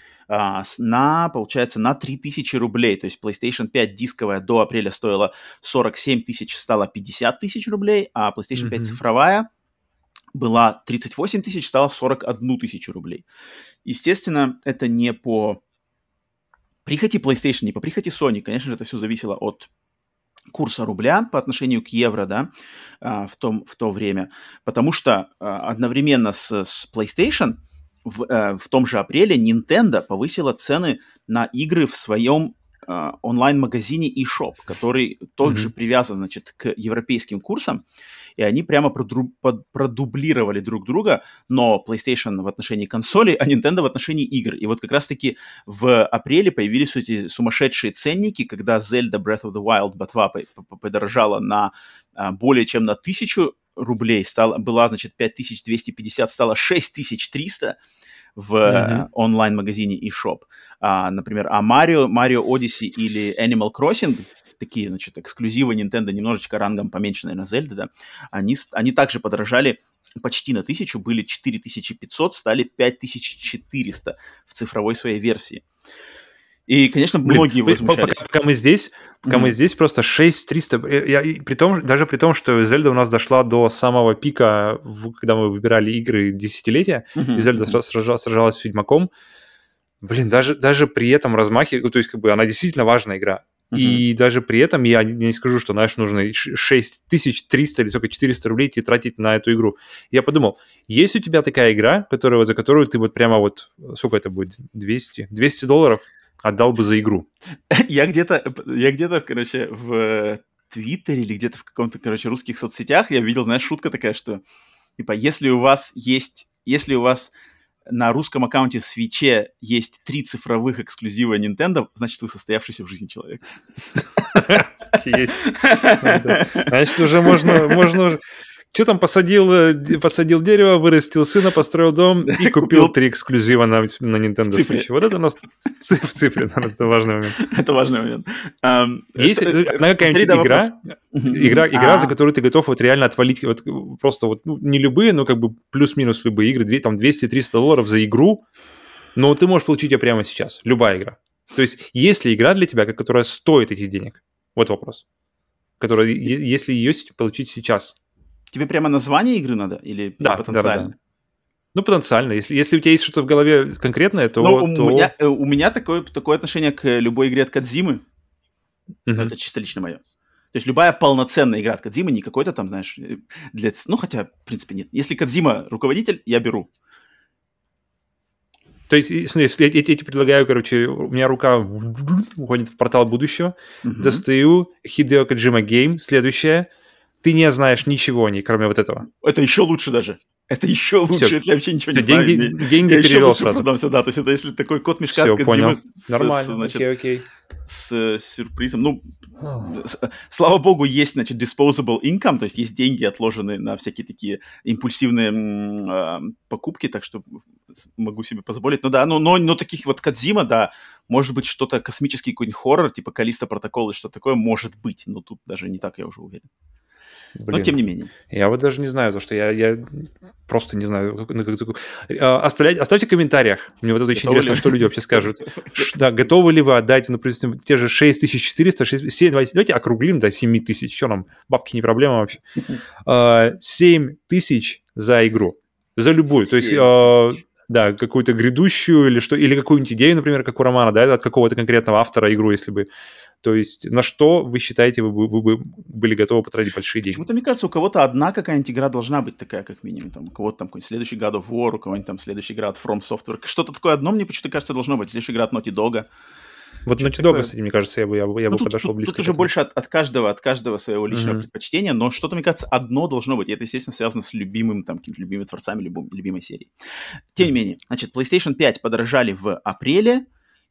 Получается, на 3000 рублей. То есть PlayStation 5 дисковая до апреля стоила 47 тысяч, стала 50 тысяч рублей, а PlayStation 5 цифровая была 38 тысяч, стала 41 тысячу рублей. Естественно, это не по прихоти PlayStation, не по прихоти Sony. Конечно же, это все зависело от курса рубля по отношению к евро, да, в то время. Потому что одновременно с PlayStation в том же апреле Nintendo повысила цены на игры в своем онлайн-магазине eShop, который также привязан, значит, к европейским курсам, и они прямо продублировали друг друга, но PlayStation в отношении консолей, а Nintendo в отношении игр. И вот как раз-таки в апреле появились эти сумасшедшие ценники, когда Zelda Breath of the Wild ботва подорожала на более чем на 1000 рублей, была, значит, 5250, стала 6300 в онлайн-магазине eShop. Например, Mario Odyssey или Animal Crossing, такие, значит, эксклюзивы Nintendo, немножечко рангом поменьше, наверное, Zelda, да, они также подорожали почти на 1000, были 4500, стали 5400 в цифровой своей версии. И, конечно, многие возмущались. Пока мы здесь просто 6300, даже при том, что Zelda у нас дошла до самого пика, когда мы выбирали игры десятилетия, и Zelda сражалась с Ведьмаком. Блин, даже при этом размахе, то есть как бы она действительно важная игра. И даже при этом я не скажу, что, знаешь, нужно 6300 или сколько, 400 рублей тебе тратить на эту игру. Я подумал, есть у тебя такая игра, за которую ты вот прямо вот, сколько это будет, $200 отдал бы за игру? Я где-то, короче, в Твиттере или где-то в каком-то, короче, русских соцсетях я видел, знаешь, шутка такая, что, типа, если у вас на русском аккаунте в Switch есть 3 цифровых эксклюзива Nintendo, значит, вы состоявшийся в жизни человек. Есть. Значит, уже можно уже... Что там, посадил дерево, вырастил сына, построил дом и купил 3 эксклюзива на Nintendo Switch. Вот это у нас в цифре, это важный момент. Это важный момент. Есть какая-нибудь игра, за которую ты готов вот реально отвалить вот просто вот, ну, не любые, но как бы плюс-минус любые игры, там $200-300 за игру, но ты можешь получить ее прямо сейчас, любая игра. То есть есть ли игра для тебя, которая стоит этих денег? Вот вопрос. Которая, если ее получить сейчас. Тебе прямо название игры надо или потенциально? Да. Ну, потенциально. Если у тебя есть что-то в голове конкретное, то... У меня такое отношение к любой игре от Кодзимы. Это чисто лично мое. То есть любая полноценная игра от Кодзимы, не какой-то там, знаешь, ну, хотя, в принципе, нет. Если Кодзима руководитель, я беру. То есть, смотри, я тебе предлагаю, короче, у меня рука уходит в портал будущего, достаю Hideo Kojima Game, следующее. Ты не знаешь ничего о ней, кроме вот этого. Это еще лучше даже. Это еще лучше, если я вообще ничего не знаю. Деньги перевел сразу. Продамся, да, то есть это если такой кот мешка от Кодзимы с сюрпризом. Ну, слава богу, есть, значит, disposable income, то есть есть деньги, отложенные на всякие такие импульсивные покупки, так что могу себе позволить. Ну да, но таких вот Кодзима, да, может быть, что-то космический какой-нибудь хоррор, типа Каллисто Протокол и что такое, может быть, но тут даже не так, я уже уверен. Блин, но тем не менее. Я вот даже не знаю, потому что я просто не знаю. Оставьте в комментариях. Мне вот это очень интересно, что люди вообще скажут. Да, готовы ли вы отдать, например, те же 6400, 7, давайте округлим до 7000. Что нам? Бабки не проблема вообще. 7000 за игру. За любую. То есть... Да, какую-то грядущую или что, или какую-нибудь идею, например, как у Романа, да, от какого-то конкретного автора игру, если бы. То есть на что вы считаете, вы бы были готовы потратить большие деньги? Почему-то, мне кажется, у кого-то одна какая-нибудь игра должна быть такая, как минимум. Там, у кого-то там какой-нибудь следующий God of War, у кого-нибудь там следующий игра от From Software. Что-то такое одно, мне почему-то кажется, должно быть. Следующая игра от Naughty Dog. Вот Naughty Dog, кстати, мне кажется, я бы подошел близко. Тут уже больше от каждого своего личного предпочтения, но что-то, мне кажется, одно должно быть. И это, естественно, связано с любимым, там, какими-то любимыми творцами, любимой серией. Тем не менее, значит, PlayStation 5 подорожали в апреле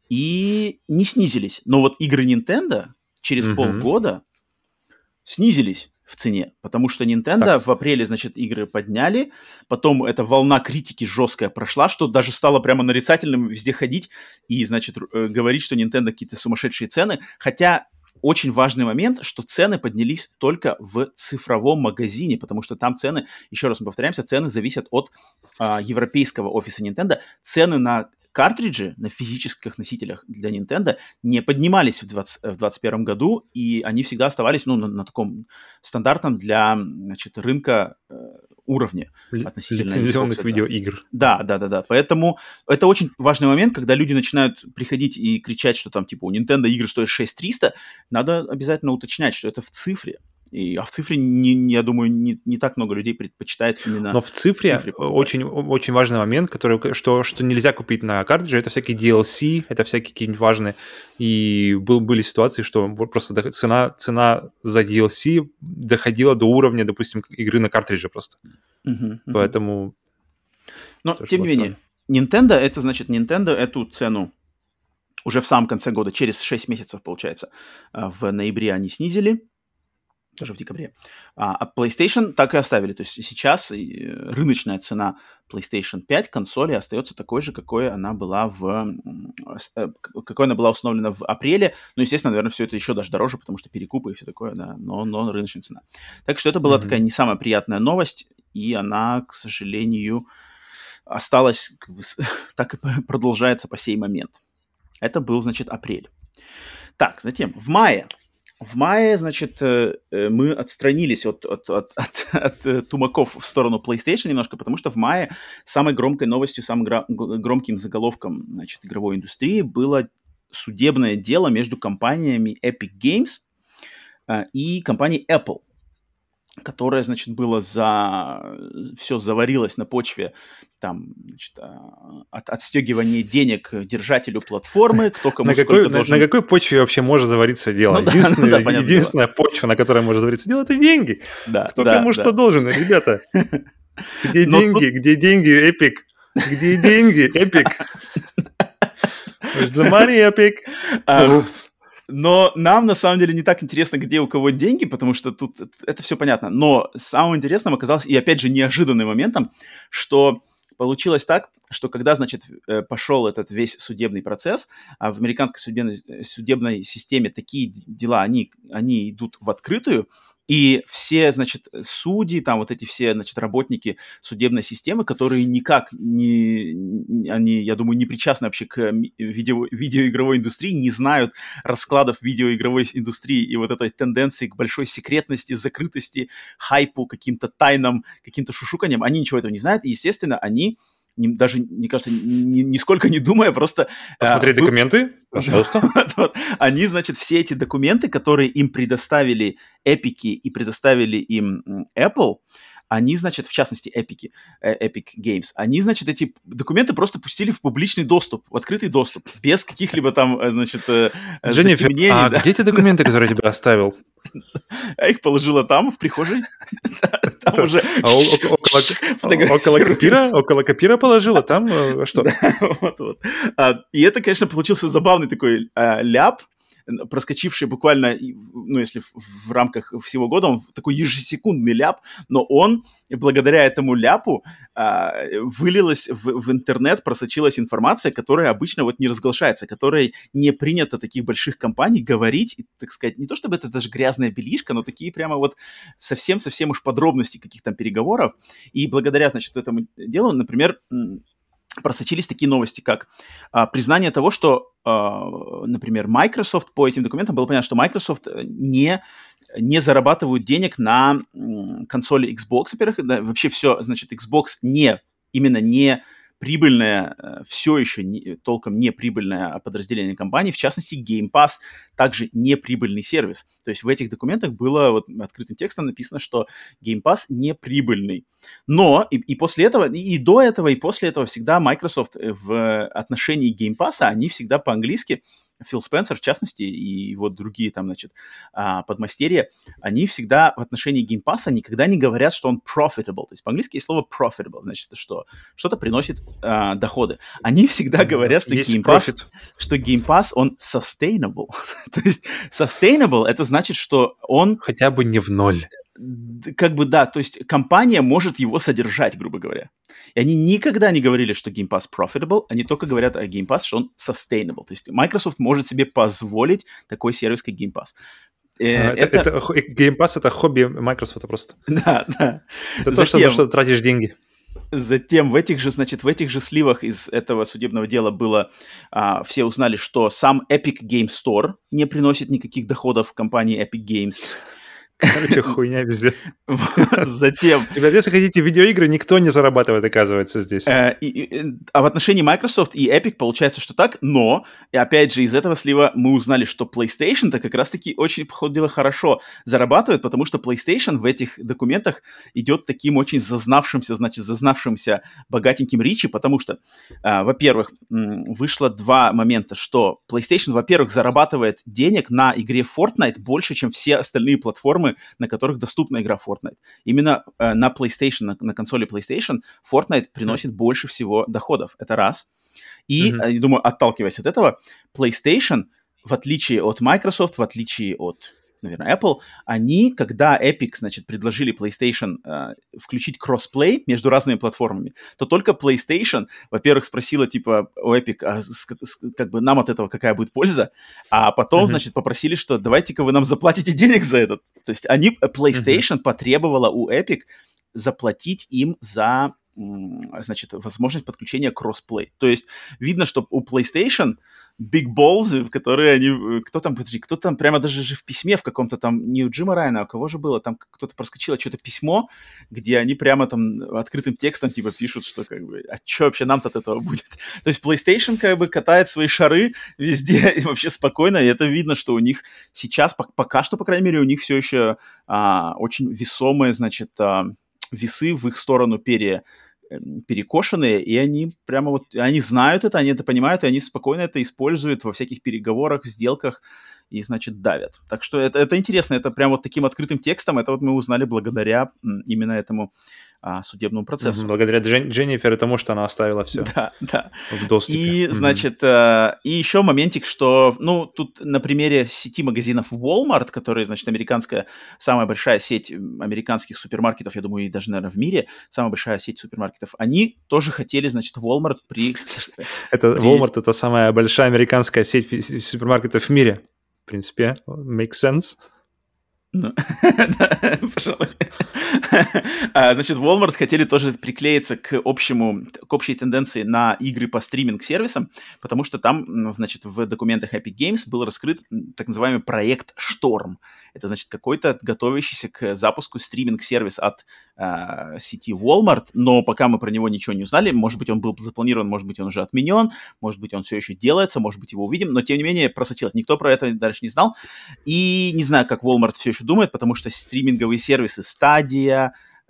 и не снизились. Но вот игры Nintendo через полгода снизились в цене, потому что Nintendo в апреле, значит, игры подняли, потом эта волна критики жесткая прошла, что даже стало прямо нарицательным везде ходить и, значит, говорить, что Nintendo какие-то сумасшедшие цены, хотя очень важный момент, что цены поднялись только в цифровом магазине, потому что там цены, еще раз мы повторяемся, цены зависят от европейского офиса Nintendo, цены на картриджи на физических носителях для Nintendo не поднимались в 2021 году, и они всегда оставались на таком стандартном для, значит, рынка уровне относительно лицензионных видеоигр. Да. Поэтому это очень важный момент, когда люди начинают приходить и кричать, что там типа у Nintendo игры стоят 6300, надо обязательно уточнять, что это в цифре. А в цифре, я думаю, не так много людей предпочитает именно... Но в цифре очень, очень важный момент, что нельзя купить на картридже, это всякие DLC, это всякие какие-нибудь важные. И были ситуации, что просто цена за DLC доходила до уровня, допустим, игры на картридже просто. Поэтому... Но, тем не менее, Nintendo эту цену уже в самом конце года, через 6 месяцев, получается, в ноябре они снизили, даже в декабре. А PlayStation так и оставили. То есть сейчас рыночная цена PlayStation 5 консоли остается такой же, какой она была установлена в апреле. Ну, естественно, наверное, все это еще даже дороже, потому что перекупы и все такое, да, но рыночная цена. Так что это была такая не самая приятная новость, и она, к сожалению, осталась, так и продолжается по сей момент. Это был, значит, апрель. Так, затем в мае, значит, мы отстранились от тумаков в сторону PlayStation немножко, потому что в мае самой громкой новостью, самым громким заголовком, значит, игровой индустрии было судебное дело между компаниями Epic Games и компанией Apple, которая, значит, все заварилось на почве там, значит, отстегивания денег держателю платформы, кто кому сколько должен... На какой почве вообще может завариться дело? Единственная почва, на которой может завариться дело, это деньги. Кто кому что должен, ребята. Где деньги, Epic? Где деньги, Epic? Where's the money, Epic? Но нам, на самом деле, не так интересно, где у кого деньги, потому что тут это все понятно. Но самым интересным оказалось, и опять же неожиданным моментом, что получилось так, что когда, значит, пошел этот весь судебный процесс, а в американской судебной системе такие дела, они идут в открытую, и все, значит, судьи, там вот эти все, значит, работники судебной системы, которые никак они, я думаю, не причастны вообще к видеоигровой индустрии, не знают раскладов видеоигровой индустрии и вот этой тенденции к большой секретности, закрытости, хайпу, каким-то тайнам, каким-то шушуканиям, они ничего этого не знают, и, естественно, они даже, мне кажется, нисколько не думая, просто... Посмотреть документы? Пожалуйста. Они, значит, все эти документы, которые им предоставили Epic и предоставили им Apple, они, значит, в частности, Epic Games, они, значит, эти документы просто пустили в публичный доступ, в открытый доступ, без каких-либо там, значит, Дженнифер, где эти документы, которые я тебе оставил? Я их положила там, в прихожей. Там уже... Около копира положила? Там что? И это, конечно, получился забавный такой ляп, проскочивший буквально, ну, если в рамках всего года, он такой ежесекундный ляп, но он, благодаря этому ляпу, вылилась в интернет, просочилась информация, которая обычно вот не разглашается, которой не принято таких больших компаний говорить, так сказать, не то чтобы это даже грязная бельишка, но такие прямо вот совсем-совсем уж подробности каких-то переговоров, и благодаря, значит, этому делу, например, просочились такие новости, как признание того, что, например, Microsoft по этим документам было понятно, что Microsoft не зарабатывают денег на консоли Xbox, во-первых, да, вообще все, значит, Xbox именно не прибыльное, все еще толком не прибыльное подразделение компании, в частности, Game Pass также не прибыльный сервис. То есть в этих документах было вот открытым текстом написано, что Game Pass не прибыльный. Но и после этого, и до этого, и после этого всегда Microsoft в отношении Game Pass, они всегда по-английски, Фил Спенсер, в частности, и вот другие там, значит, подмастерья, они всегда в отношении Game Pass никогда не говорят, что он profitable. То есть по-английски есть слово profitable, значит, что что-то приносит доходы. Они всегда говорят, что Game Pass, он sustainable. То есть sustainable, это значит, что он... Хотя бы не в ноль. Как бы, да, то есть компания может его содержать, грубо говоря. И они никогда не говорили, что Game Pass profitable, они только говорят о Game Pass, что он sustainable. То есть Microsoft может себе позволить такой сервис, как Game Pass. Game Pass — это хобби Microsoft просто. Да. Это то, что ты тратишь деньги. Затем в этих же сливах из этого судебного дела было, все узнали, что сам Epic Game Store не приносит никаких доходов в компании Epic Games. Короче, хуйня везде. Затем... Ребят, если хотите видеоигры, никто не зарабатывает, оказывается, здесь. А в отношении Microsoft и Epic получается, что так, но, и опять же, из этого слива мы узнали, что PlayStation-то как раз-таки очень, по ходу дела, хорошо зарабатывает, потому что PlayStation в этих документах идет таким очень зазнавшимся богатеньким ричи, потому что, во-первых, вышло два момента, что PlayStation, во-первых, зарабатывает денег на игре Fortnite больше, чем все остальные платформы, на которых доступна игра Fortnite. Именно на PlayStation, на консоли PlayStation Fortnite приносит больше всего доходов. Это раз. И, я думаю, отталкиваясь от этого, PlayStation, в отличие от Microsoft, в отличие от, наверное, Apple, они, когда Epic, значит, предложили PlayStation включить кроссплей между разными платформами, то только PlayStation, во-первых, спросила, типа, у Epic, как бы нам от этого какая будет польза, а потом, значит, попросили, что давайте-ка вы нам заплатите денег за это. То есть PlayStation потребовала у Epic заплатить им за, значит, возможность подключения кроссплей. То есть видно, что у PlayStation big balls, которые они... Кто там прямо даже же в письме в каком-то там, не у Джима Райана, а у кого же было? Там кто-то проскочило что-то письмо, где они прямо там открытым текстом типа пишут, что как бы, а что вообще нам-то от этого будет? То есть PlayStation как бы катает свои шары везде и вообще спокойно, и это видно, что у них сейчас, пока что, по крайней мере, у них все еще очень весомые, значит, весы в их сторону перекошенные, и они прямо вот, они знают это, они это понимают, и они спокойно это используют во всяких переговорах, сделках и, значит, давят. Так что это интересно, это прям вот таким открытым текстом, это вот мы узнали благодаря именно этому судебному процессу. Благодаря Дженнифер и тому, что она оставила все да. в доступе. И, значит, и еще моментик, что, ну, тут на примере сети магазинов Walmart, которая, значит, американская, самая большая сеть американских супермаркетов, я думаю, и даже, наверное, в мире, самая большая сеть супермаркетов, они тоже хотели, значит, Walmart Walmart — это самая большая американская сеть супермаркетов в мире. В принципе, makes sense. Пожалуй. Значит, Walmart хотели тоже приклеиться к общей тенденции на игры по стриминг-сервисам, потому что там, значит, в документах Epic Games был раскрыт так называемый проект Storm. Это, значит, какой-то готовящийся к запуску стриминг-сервис от сети Walmart, но пока мы про него ничего не узнали. Может быть, он был запланирован, может быть, он уже отменен, может быть, он все еще делается, может быть, его увидим, но, тем не менее, просочилось. Никто про это дальше не знал. И не знаю, как Walmart все еще думает, потому что стриминговые сервисы Stadia,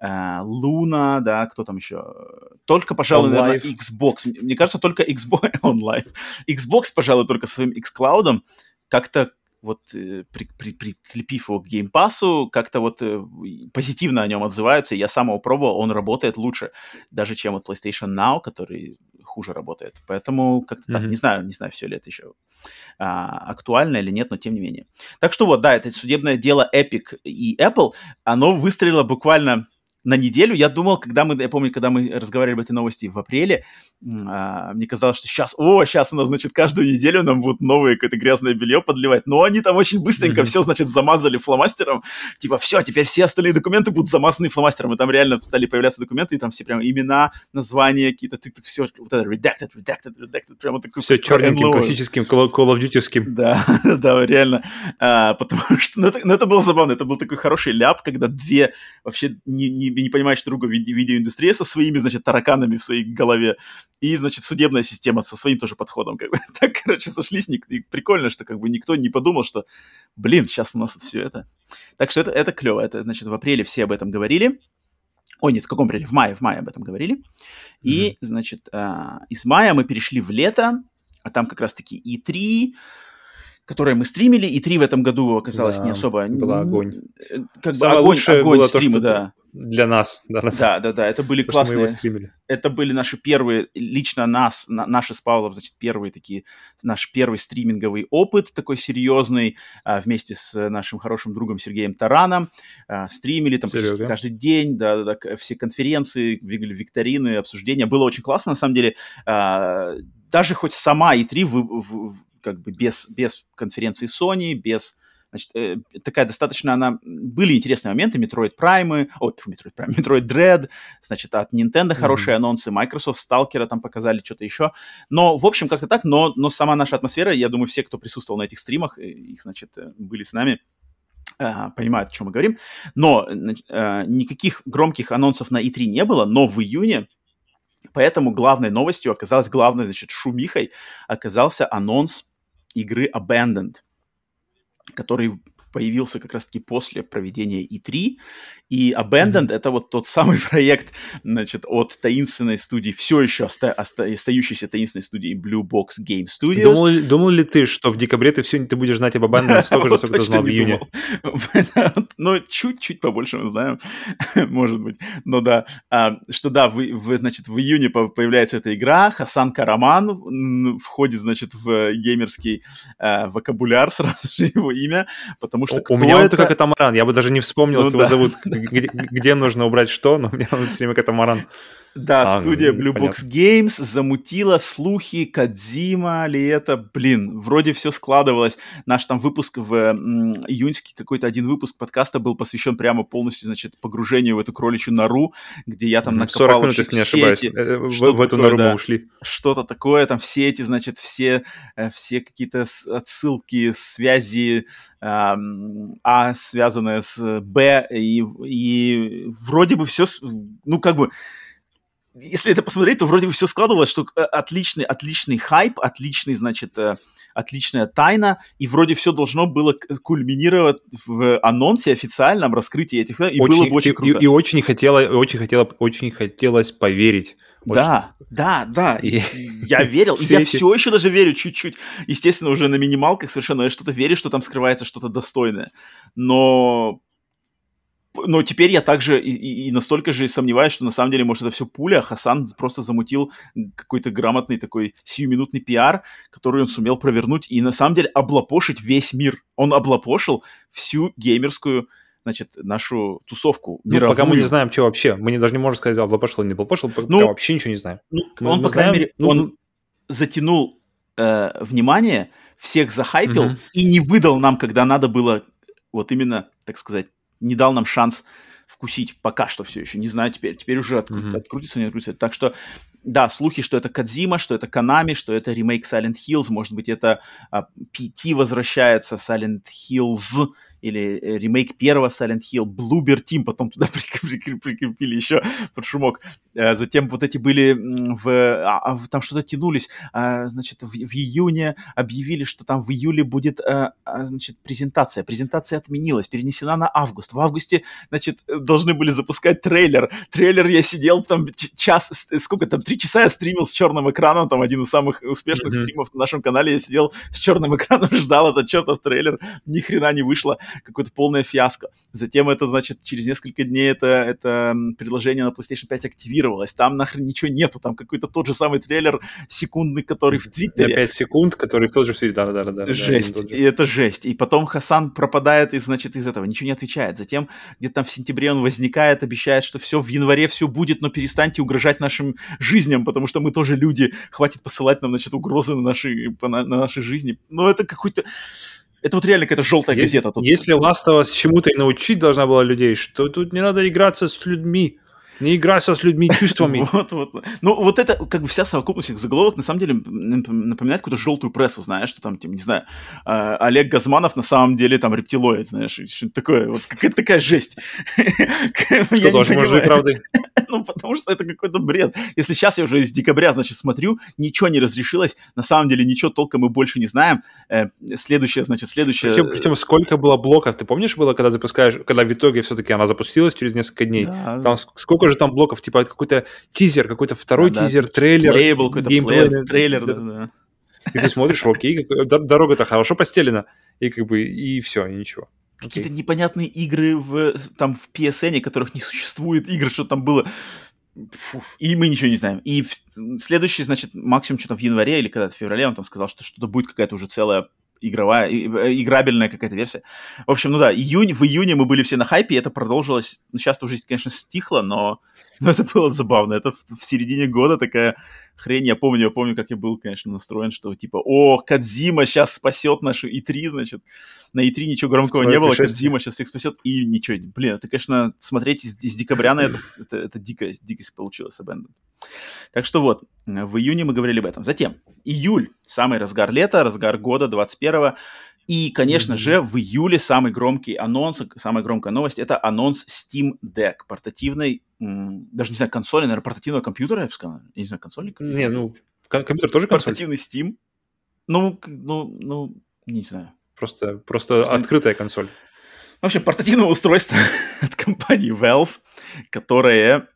Luna, да, кто там еще? Только, пожалуй, наверное, Xbox. Мне кажется, только Xbox Online. Xbox, пожалуй, только своим xCloud как-то вот прикрепив его к Game Pass'у, как-то вот позитивно о нем отзываются. Я сам его пробовал, он работает лучше, даже чем вот PlayStation Now, который хуже работает. Поэтому как-то так, не знаю, все ли это еще актуально или нет, но тем не менее. Так что вот, да, это судебное дело Epic и Apple, оно выстрелило буквально на неделю. Я думал, я помню, когда мы разговаривали об этой новости в апреле, мне казалось, что сейчас у нас, значит, каждую неделю нам будут новое какое-то грязное белье подливать. Но они там очень быстренько все, значит, замазали фломастером. Типа, все, теперь все остальные документы будут замазаны фломастером. И там реально стали появляться документы, и там все прям имена, названия какие-то, все, вот это redacted, прямо такой... Все черненьким, классическим, Call of Duty-ским. Да, реально. Потому что, это было забавно. Это был такой хороший ляп, когда две вообще не понимающие друг друга видеоиндустрия со своими, значит, тараканами в своей голове, и, значит, судебная система со своим тоже подходом. Как бы. Так, короче, сошлись. И прикольно, что как бы никто не подумал, что, сейчас у нас все это. Так что это клево. Это, значит, в апреле все об этом говорили. Ой, нет, в каком апреле? В мае об этом говорили. И, значит, из мая мы перешли в лето, а там как раз-таки E3, которое мы стримили. E3 в этом году оказалось не особо... Была огонь. Как бы огонь было стримы, то, что для нас. Да, это были классные... Мы его стримили. Это были наши первые, лично наши с Павлом, значит, наш первый стриминговый опыт, такой серьезный, вместе с нашим хорошим другом Сергеем Тараном. Стримили там каждый день, все конференции, викторины, обсуждения. Было очень классно, на самом деле. Даже хоть сама E3 как бы без конференции Sony, без, значит, такая достаточно были интересные моменты, Metroid Dread, значит, от Nintendo хорошие анонсы, Microsoft Stalker там показали, что-то еще. Но, в общем, как-то так, но сама наша атмосфера, я думаю, все, кто присутствовал на этих стримах, их, значит, были с нами, понимают, о чем мы говорим. Но никаких громких анонсов на E3 не было, но в июне. Поэтому главной новостью главной, значит, шумихой оказался анонс игры Abandoned, который появился как раз-таки после проведения E3. И Abandoned — это вот тот самый проект, значит, от таинственной студии, все еще остающейся таинственной студии Blue Box Game Studios. Думал ли ты, что в декабре ты будешь знать об Abandoned столько же, сколько ты знал в июне? Ну, чуть-чуть побольше мы знаем, может быть. Но да, значит, в июне появляется эта игра, Хасан Караман входит, значит, в геймерский вокабуляр, сразу же его имя, потому что у меня он только катамаран, я бы даже не вспомнил, как его зовут, где нужно убрать что, но у меня он все время катамаран. Да, студия Blue Box Games замутила слухи, Кодзима ли это, вроде все складывалось. Наш там выпуск июньский, какой-то один выпуск подкаста был посвящен прямо полностью, значит, погружению в эту кроличью нору, где я там накопал 40 минут, если не ошибаюсь, в эту нору мы ушли. Что-то такое, там все эти, значит, все какие-то отсылки, связи, связанные с Б, и вроде бы все, как бы, если это посмотреть, то вроде бы все складывалось, что отличный хайп, отличная тайна, и вроде все должно было кульминировать в анонсе официальном, раскрытии этих, и было бы очень круто. И очень хотелось поверить Да. Я верил, и я все еще даже верю чуть-чуть. Естественно, уже на минималках совершенно я что-то верю, что там скрывается что-то достойное. Но теперь я также и настолько же сомневаюсь, что на самом деле, может, это все пуля, а Хасан просто замутил какой-то грамотный такой сиюминутный пиар, который он сумел провернуть и на самом деле облапошить весь мир. Он облапошил всю геймерскую, значит, нашу тусовку мировую. Пока мы не знаем, что вообще. Мы даже не можем сказать, облапошил или не облапошил, пока вообще ничего не знаем. Он, по крайней мере, он затянул внимание, всех захайпил и не выдал нам, когда надо было, вот именно, так сказать, не дал нам шанс вкусить. Пока что все еще. Не знаю теперь. Теперь уже открутится, не открутится. Так что, да, слухи, что это Кодзима, что это Konami, что это ремейк Silent Hills. Может быть, это PT возвращается, Silent Hills, или ремейк первого Silent Hill, Bloober Team, потом туда прикрепили еще под шумок. Затем вот эти были там что-то тянулись. Значит, в июне объявили, что там в июле будет, значит, презентация. Презентация отменилась, перенесена на август. В августе, значит, должны были запускать трейлер. Трейлер я сидел там час, сколько там, 3 часа я стримил с черным экраном, там один из самых успешных стримов на нашем канале. Я сидел с черным экраном, ждал этот чертов трейлер, ни хрена не вышло. Какое-то полное фиаско. Затем это, значит, через несколько дней это предложение на PlayStation 5 активировалось. Там нахрен ничего нету. Там какой-то тот же самый трейлер секундный, который в Твиттере. На 5 секунд, который в тот же в Твиттере. Да. Жесть. И это жесть. И потом Хасан пропадает из этого. Ничего не отвечает. Затем где-то там в сентябре он возникает, обещает, что все, в январе все будет, но перестаньте угрожать нашим жизням, потому что мы тоже люди. Хватит посылать нам, значит, угрозы на наши жизни. Но это какой-то... Это вот реально какая-то желтая газета. Если Last of Us чему-то и научить должна была людей, что тут не надо играться с людьми. Не играйся с людьми чувствами. Ну, вот это, как бы вся совокупность их заголовок, на самом деле, напоминает какую-то желтую прессу, знаешь, что там, не знаю, Олег Газманов на самом деле там рептилоид, знаешь, что-то такое, вот какая-то такая жесть. Что должно быть правдой? Ну, потому что это какой-то бред. Если сейчас я уже из декабря, значит, смотрю, ничего не разрешилось, на самом деле ничего толком мы больше не знаем. Следующее. Причем сколько было блоков, ты помнишь, было, когда запускаешь, когда в итоге все-таки она запустилась через несколько дней? Да. Там сколько же там блоков, типа какой-то тизер, какой-то второй тизер, трейлер, геймплей, трейлер, да. И ты смотришь, окей, дорога-то хорошо постелена, и как бы, и все, и ничего. Какие-то непонятные игры в PSN, которых не существует игр, что там было. И мы ничего не знаем. И следующий, значит, максимум что-то в январе или когда-то в феврале он там сказал, что что-то будет какая-то уже целая играбельная какая-то версия. В общем, ну да, в июне мы были все на хайпе, и это продолжилось. Ну, сейчас уже, конечно, стихло, но это было забавно. Это в середине года такая хрень. Я помню, как я был, конечно, настроен, что типа, Кодзима сейчас спасет нашу E3, значит. На E3 ничего громкого не было, Кодзима сейчас всех спасет, и ничего. Блин, это, конечно, смотреть из декабря на это дикость получилась, Abandoned. Так что вот, в июне мы говорили об этом. Затем, июль, самый разгар лета, разгар года 21-го. И, конечно же, в июле самый громкий анонс, самая громкая новость – это анонс Steam Deck, портативной, даже не знаю, консоли, наверное, портативного компьютера, я бы сказал. Я не знаю, консоли? Не, ну, компьютер тоже консоль. Портативный Steam. Ну, не знаю. Просто открытая консоль. В общем, портативного устройства от компании Valve, которое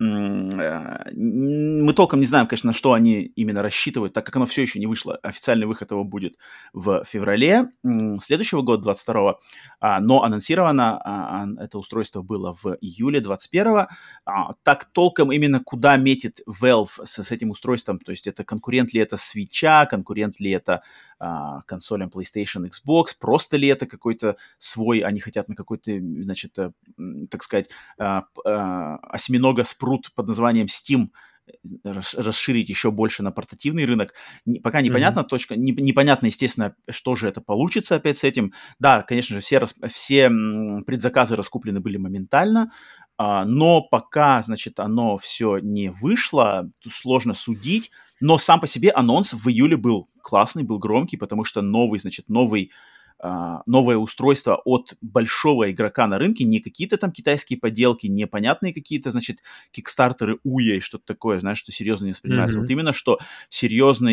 мы толком не знаем, конечно, на что они именно рассчитывают, так как оно все еще не вышло. Официальный выход его будет в феврале следующего года, 22-го, но анонсировано это устройство было в июле 21-го. Так толком именно куда метит Valve с этим устройством, то есть это конкурент ли это Switch'а, конкурент ли это консолям PlayStation, Xbox, просто ли это какой-то свой, они хотят на какой-то, значит, так сказать, осьминога-спрут под названием Steam расширить еще больше на портативный рынок. Пока непонятно, непонятно, естественно, что же это получится опять с этим. Да, конечно же, все предзаказы раскуплены были моментально, но пока, значит, оно все не вышло, сложно судить, но сам по себе анонс в июле был классный, был громкий, потому что новое устройство от большого игрока на рынке, не какие-то там китайские поделки, непонятные какие-то, значит, кикстартеры Уя и что-то такое, знаешь, что серьезно не воспринимается. Вот именно что серьезный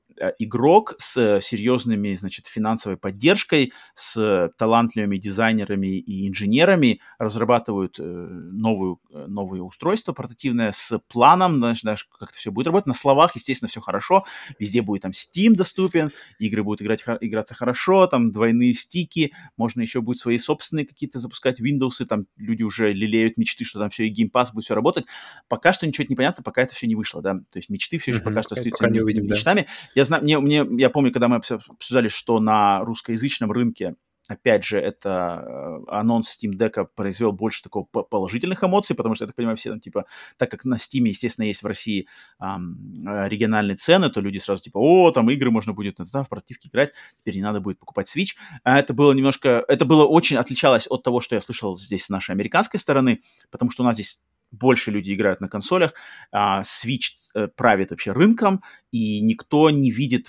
игрок с серьезными, значит, финансовой поддержкой, с талантливыми дизайнерами и инженерами разрабатывают новые устройства портативное с планом, знаешь, как это все будет работать. На словах, естественно, все хорошо, везде будет там Steam доступен, игры будут играться хорошо, там двойные стики, можно еще будет свои собственные какие-то запускать Windows, там люди уже лелеют мечты, что там все и Game Pass будет все работать. Пока что ничего не понятно, пока это все не вышло, да, то есть мечты все еще пока что остаются мечтами. Да. Я помню, когда мы обсуждали, что на русскоязычном рынке, опять же, это анонс Steam Deck произвел больше такого положительных эмоций, потому что, я так понимаю, все там, типа, так как на Steam, естественно, есть в России региональные цены, то люди сразу, типа, там игры можно будет в портативке играть, теперь не надо будет покупать Switch. Это было очень отличалось от того, что я слышал здесь с нашей американской стороны, потому что у нас здесь больше людей играют на консолях, Switch правит вообще рынком, и никто не видит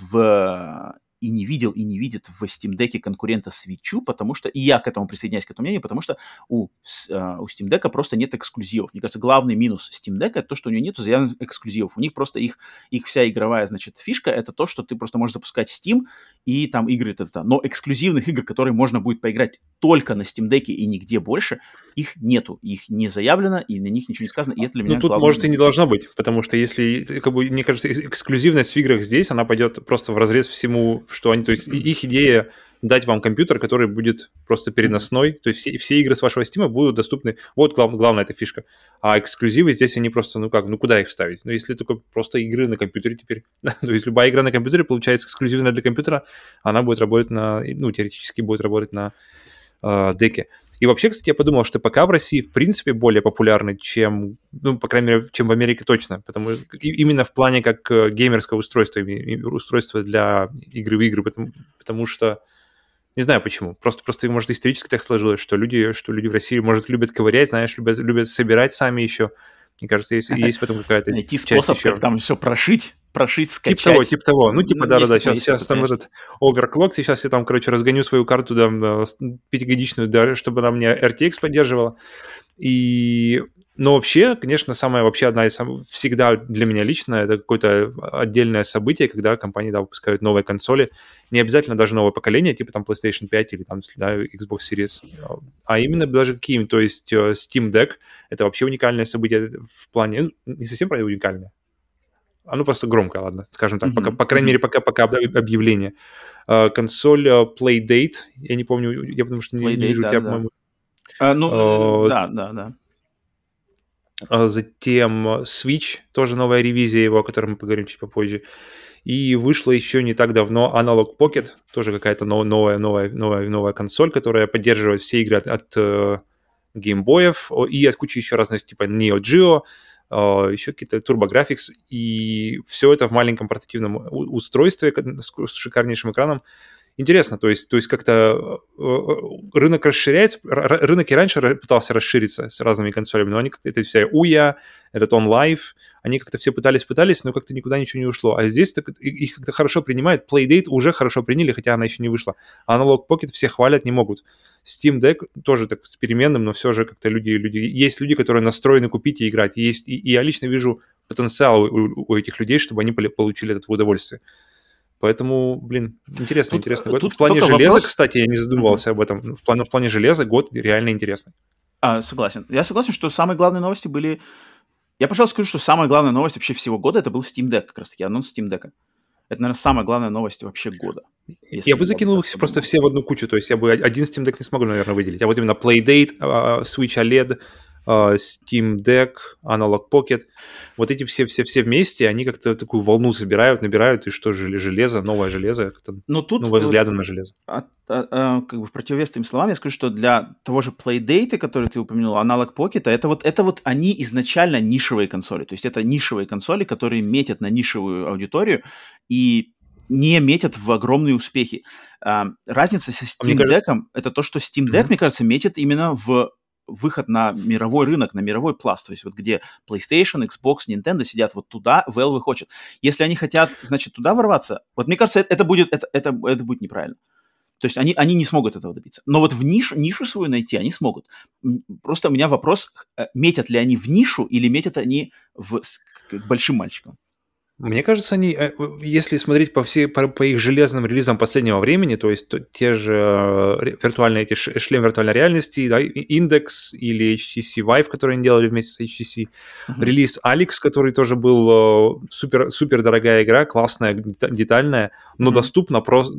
не видит в Steam Deck конкурента Switch'у, потому что, и я к этому присоединяюсь, к этому мнению, потому что у Steam Deck просто нет эксклюзивов. Мне кажется, главный минус Steam Deck это то, что у него нету заявленных эксклюзивов. У них просто их вся игровая, значит, фишка это то, что ты просто можешь запускать Steam и там игры, но эксклюзивных игр, которые можно будет поиграть только на Steam Deck и нигде больше, их нету. Их не заявлено, и на них ничего не сказано, и это для меня тут, может, и не должно быть, потому что если, мне кажется, эксклюзивность в играх здесь, она пойдет просто вразрез всему, что они, то есть их идея дать вам компьютер, который будет просто переносной, то есть все игры с вашего Steam будут доступны, вот главная эта фишка, а эксклюзивы здесь они просто, куда их вставить? Если только просто игры на компьютере теперь, то есть любая игра на компьютере получается эксклюзивная для компьютера, она будет работать теоретически будет работать на деке. И вообще, кстати, я подумал, что ПК в России, в принципе, более популярны, чем, по крайней мере, чем в Америке точно. Именно в плане как геймерского устройства, устройства для игры в игры, потому что, не знаю почему, просто может, исторически так сложилось, что люди в России, может, любят ковырять, знаешь, любят собирать сами еще. Мне кажется, есть в этом какая-то найти способ, еще. Как там все прошить, скачать. Типа того. Да. Сейчас там этот overclock, сейчас я там, разгоню свою карту 5-годичную, да, чтобы она мне RTX поддерживала. Но вообще, конечно, одна из всегда для меня лично, это какое-то отдельное событие, когда компании, выпускают новые консоли. Не обязательно даже новое поколение, типа там PlayStation 5 или там, Xbox Series, а именно даже какие-нибудь, то есть Steam Deck, это вообще уникальное событие в плане, не совсем, правда, уникальное. Оно просто громкое, ладно, скажем так, по крайней мере, пока объявление. Консоль Playdate, я не помню, я потому что не вижу тебя, по-моему. Да. Затем Switch, тоже новая ревизия его, о которой мы поговорим чуть попозже. И вышла еще не так давно Analog Pocket, тоже какая-то новая консоль, которая поддерживает все игры от геймбоев и от кучи еще разных, типа Neo Geo, еще какие-то TurboGrafx, и все это в маленьком портативном устройстве с шикарнейшим экраном. Интересно, то есть как-то рынок расширяется, рынок и раньше пытался расшириться с разными консолями, но они как-то, это вся Ouya, этот OnLive, они как-то все пытались, но как-то никуда ничего не ушло. А здесь их как-то хорошо принимают, Playdate уже хорошо приняли, хотя она еще не вышла. Analog Pocket все хвалят не могут. Steam Deck тоже так с переменным, но все же как-то есть люди, которые настроены купить и играть. И я лично вижу потенциал у этих людей, чтобы они получили это удовольствие. Поэтому, интересный год. В плане железа, кстати, я не задумывался об этом. В плане железа год реально интересный. Согласен. Я согласен, что самые главные новости были... Я, пожалуй, скажу, что самая главная новость вообще всего года это был Steam Deck, как раз-таки, анонс Steam Deck. Это, наверное, самая главная новость вообще года. Я бы закинул их просто все в одну кучу, то есть я бы один Steam Deck не смогу, наверное, выделить. А вот именно Playdate, Switch OLED, Steam Deck, Analog Pocket, вот эти все вместе, они как-то такую волну набирают, и что железо, новое железо, новые взгляды на железо. Как бы в противовес твоим словам я скажу, что для того же Playdate, который ты упомянул, Analog Pocket, это вот они изначально нишевые консоли, то есть это нишевые консоли, которые метят на нишевую аудиторию и не метят в огромные успехи. Разница со Steam Deck'ом это то, что Steam Deck, мне кажется, метит именно в выход на мировой рынок, на мировой пласт, то есть вот где PlayStation, Xbox, Nintendo сидят, вот туда Valve хочет. Если они хотят, значит, туда ворваться, вот мне кажется, это будет неправильно. То есть они не смогут этого добиться. Но вот в нишу свою найти они смогут. Просто у меня вопрос, метят ли они в нишу или метят они к большим мальчикам? Мне кажется, они, если смотреть по их железным релизам последнего времени, то есть те же виртуальные шлем виртуальной реальности, да, Index или HTC Vive, которые они делали вместе с HTC, релиз Alex, который тоже был супер дорогая игра, классная, детальная, но доступна просто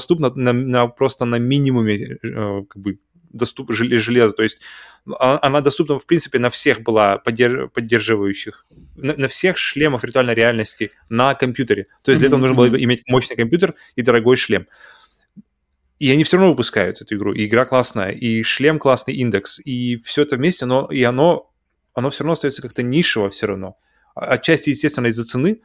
на минимуме как бы железа, то есть она доступна, в принципе, на всех была поддерживающих, на всех шлемах виртуальной реальности на компьютере. То есть для этого нужно было иметь мощный компьютер и дорогой шлем. И они все равно выпускают эту игру. И игра классная, и шлем классный, индекс, и все это вместе, но и оно все равно остается как-то нишево все равно. Отчасти, естественно, из-за цены,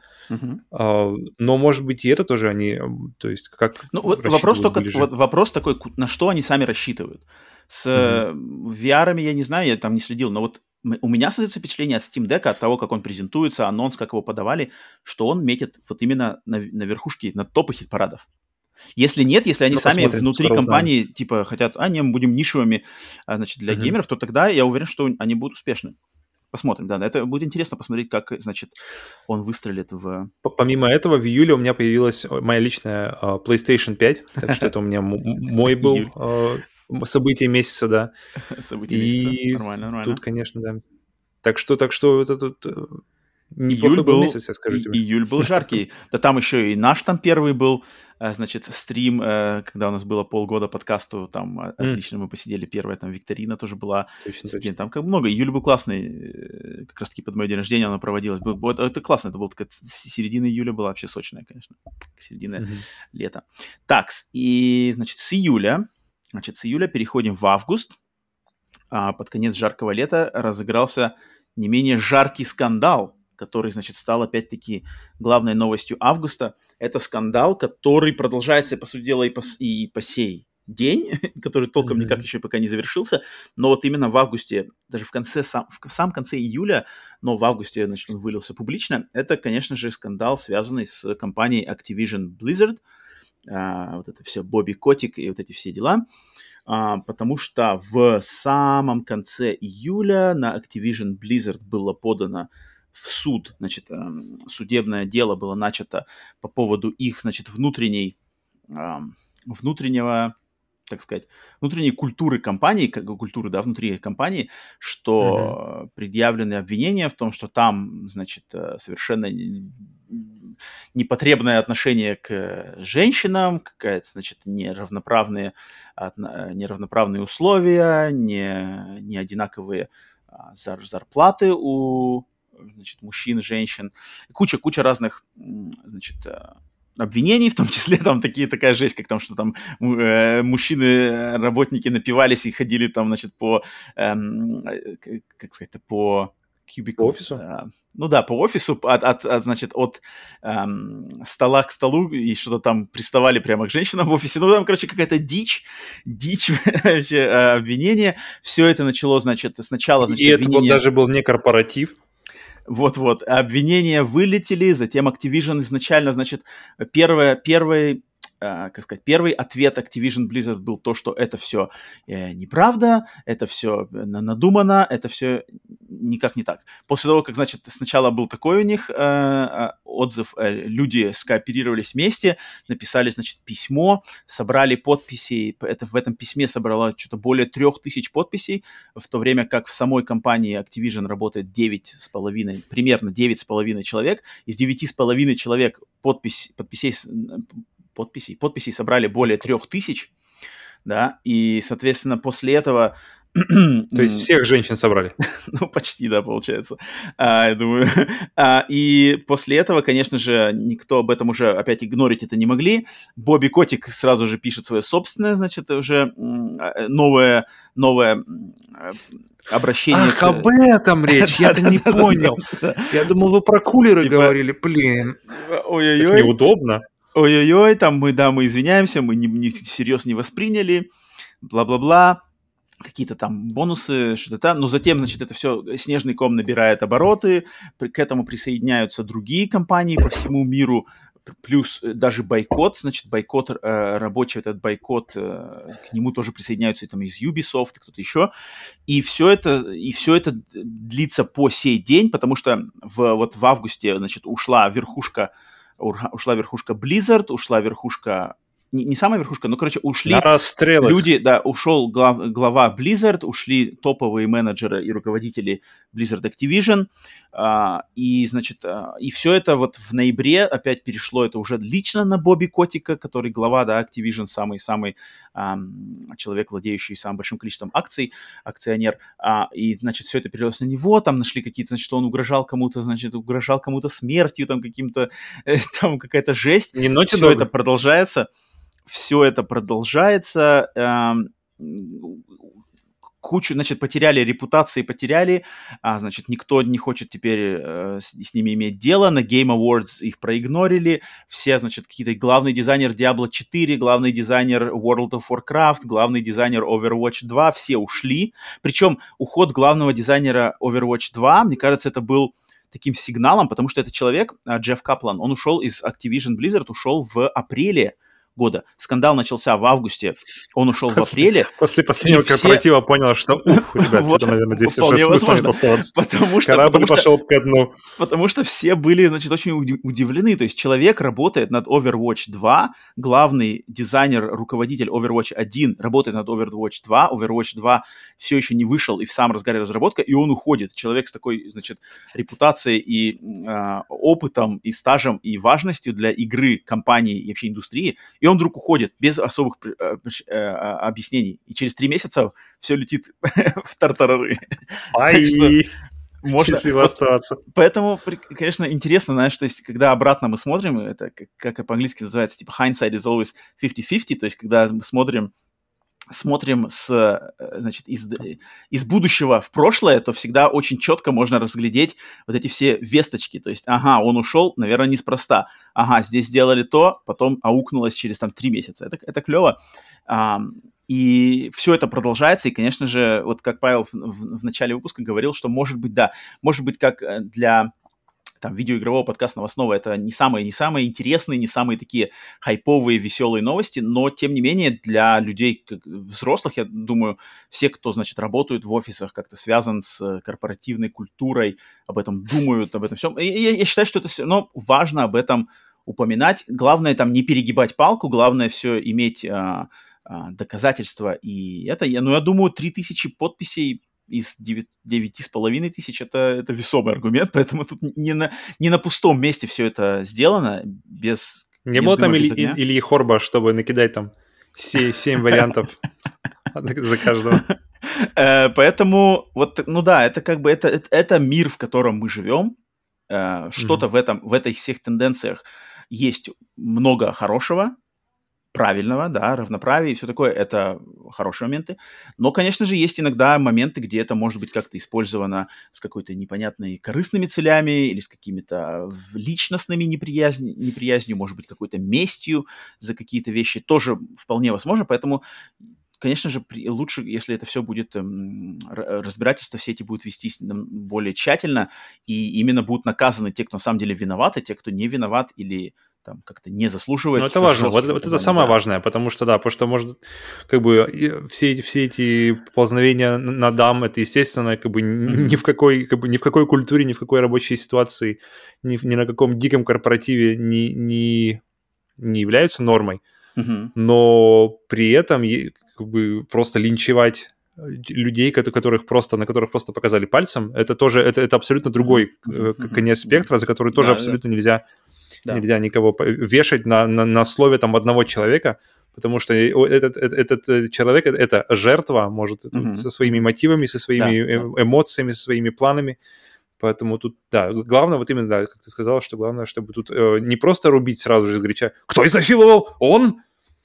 но, может быть, и это тоже они, то есть, как вопрос такой, на что они сами рассчитывают. С VR я не знаю, я там не следил, но вот у меня создается впечатление от Steam Deck, от того, как он презентуется, анонс, как его подавали, что он метит вот именно на верхушке, на топы хит-парадов. Если нет, если они сами внутри компании типа хотят, мы будем нишевыми, значит, для геймеров, то тогда я уверен, что они будут успешны. Посмотрим, да. Это будет интересно посмотреть, как, значит, он выстрелит в... Помимо этого, в июле у меня появилась моя личная PlayStation 5, так что это у меня мой был событие месяца, да. Событие месяца, нормально. Тут, конечно, да. Так что это тут... Неплохой был месяц, я скажу тебе. Июль был жаркий. Да там еще и наш там первый был, значит, стрим, когда у нас было полгода подкасту, там отлично мы посидели, первая там викторина тоже была. Точно. Там как много. Июль был классный, как раз-таки под мой день рождения она проводилась. Это классно, это была такая середина июля была вообще сочная, конечно. Середина лета. Так, и, значит, с июля переходим в август. Под конец жаркого лета разыгрался не менее жаркий скандал, который, значит, стал, опять-таки, главной новостью августа. Это скандал, который продолжается, по сути дела, и по сей день, который толком никак еще пока не завершился. Но вот именно в августе, даже в самом конце июля, но в августе, значит, он вылился публично. Это, конечно же, скандал, связанный с компанией Activision Blizzard. Вот это все Бобби Котик и вот эти все дела. Потому что в самом конце июля на Activision Blizzard было подано в суд, значит, судебное дело было начато по поводу их, значит, внутренней культуры компании, культуры, да, внутри компании, что предъявлены обвинения в том, что там, значит, совершенно непотребное отношение к женщинам, какая-то, значит, неравноправные условия, не одинаковые зарплаты у, значит, мужчин, женщин, куча разных, значит, обвинений, в том числе там такая жесть, как там, что там мужчины, работники напивались и ходили там, значит, по офису? По офису, значит, от стола к столу, и что-то там приставали прямо к женщинам в офисе. Ну, там, короче, какая-то дичь вообще, обвинение. Все это начало, значит, сначала... Значит, и это вот даже был не корпоратив. Вот, обвинения вылетели, затем Activision изначально, значит, первый ответ Activision Blizzard был то, что это все неправда, это все надумано, это все никак не так. После того, как, значит, сначала был такой у них отзыв, люди скооперировались вместе, написали, значит, письмо, собрали подписи, в этом письме собрало что-то более 3000 подписей, в то время как в самой компании Activision работает примерно 9,5 человек, из 9,5 человек подписей собрали более 3000, да, и, соответственно, после этого... То есть всех женщин собрали? Ну, почти, да, получается, я думаю. И после этого, конечно же, никто об этом уже опять игнорить это не могли. Бобби Котик сразу же пишет свое собственное, значит, уже новое обращение. Ах, об этом речь, я-то не понял. Я думал, вы про кулеры говорили, блин. Ой-ой-ой. Неудобно. Ой-ой-ой, там мы извиняемся, мы всерьез не восприняли, бла-бла-бла, какие-то там бонусы, что-то там, но затем, значит, это все снежный ком набирает обороты, к этому присоединяются другие компании по всему миру, плюс даже бойкот, значит, бойкот рабочий, этот бойкот, к нему тоже присоединяются там из Ubisoft и кто-то еще. И все это длится по сей день, потому что вот в августе, значит, ушла верхушка Blizzard, ушла верхушка, не самая верхушка, но, короче, ушли люди, да, ушел глава Blizzard, ушли топовые менеджеры и руководители Blizzard Activision, и, значит, и все это вот в ноябре опять перешло, это уже лично на Бобби Котика, который глава, да, Activision, самый-самый человек, владеющий самым большим количеством акций, акционер, и, значит, все это перелилось на него, там нашли какие-то, значит, что он угрожал кому-то смертью, там каким-то, там какая-то жесть, все это продолжается. Все это продолжается, кучу, значит, потеряли репутации, значит, никто не хочет теперь с ними иметь дело, на Game Awards их проигнорили, все, значит, какие-то главный дизайнер Diablo 4, главный дизайнер World of Warcraft, главный дизайнер Overwatch 2, все ушли, причем уход главного дизайнера Overwatch 2, мне кажется, это был таким сигналом, потому что этот человек, Джефф Каплан, он ушел из Activision Blizzard, ушел в апреле года. Скандал начался в августе, он ушел в апреле. После последнего корпоратива понял, что ребят, что-то, наверное, здесь уже смысла нет оставаться. Корабль пошел ко дну. Потому что все были, значит, очень удивлены. То есть человек работает над Overwatch 2, главный дизайнер, руководитель Overwatch 1 работает над Overwatch 2, Overwatch 2 все еще не вышел и в самом разгаре разработка, и он уходит. Человек с такой, значит, репутацией и опытом, и стажем, и важностью для игры, компании и вообще индустрии, и он вдруг уходит без особых объяснений. И через 3 месяца все летит в тартарары. Можно счастливо оставаться. Поэтому, конечно, интересно, знаешь, то есть, когда обратно мы смотрим, это как по-английски называется, типа hindsight is always 50-50, то есть, когда мы смотрим значит, из будущего в прошлое, то всегда очень четко можно разглядеть вот эти все весточки. То есть, ага, он ушел, наверное, неспроста. Ага, здесь сделали то, потом аукнулось через там 3 месяца. Это клево. И все это продолжается. И, конечно же, вот как Павел в начале выпуска говорил, что может быть, как для там видеоигрового подкаста новостного, это не самые интересные, не самые такие хайповые, веселые новости, но, тем не менее, для людей взрослых, я думаю, все, кто, значит, работают в офисах, как-то связан с корпоративной культурой, об этом думают, об этом всем. Я считаю, что это все равно важно об этом упоминать. Главное там не перегибать палку, главное все иметь доказательства. И это, я думаю, 3000 подписей из 9,5 тысяч это весомый аргумент, поэтому тут не на пустом месте все это сделано, без... Не было там Ильи Хорба, чтобы накидать там 7 вариантов за каждого. Поэтому, вот, ну да, это как бы, это мир, в котором мы живем, что-то в этих всех тенденциях есть много хорошего, правильного, да, равноправия и все такое, это хорошие моменты. Но, конечно же, есть иногда моменты, где это может быть как-то использовано с какой-то непонятной корыстными целями или с какими-то личностными неприязнью, может быть, какой-то местью за какие-то вещи. Тоже вполне возможно, поэтому, конечно же, лучше, если это все будет, разбирательства все эти будут вестись более тщательно, и именно будут наказаны те, кто на самом деле виноваты, те, кто не виноват или там как-то не заслуживает. Ну, это важно. Вот это самое важное, потому что может, как бы, все эти поползновения на дам, это, естественно, как бы ни в какой культуре, ни в какой рабочей ситуации, ни на каком диком корпоративе не являются нормой. Но при этом как бы просто линчевать людей, на которых просто показали пальцем, это тоже это абсолютно другой конец спектра, за который тоже абсолютно нельзя никого вешать на слове там одного человека, потому что этот человек, это жертва, может, со своими мотивами, со своими эмоциями, со своими планами. Поэтому тут, да, главное, вот именно, да, как ты сказал, что главное, чтобы тут не просто рубить сразу же сгоряча, кто изнасиловал? Он?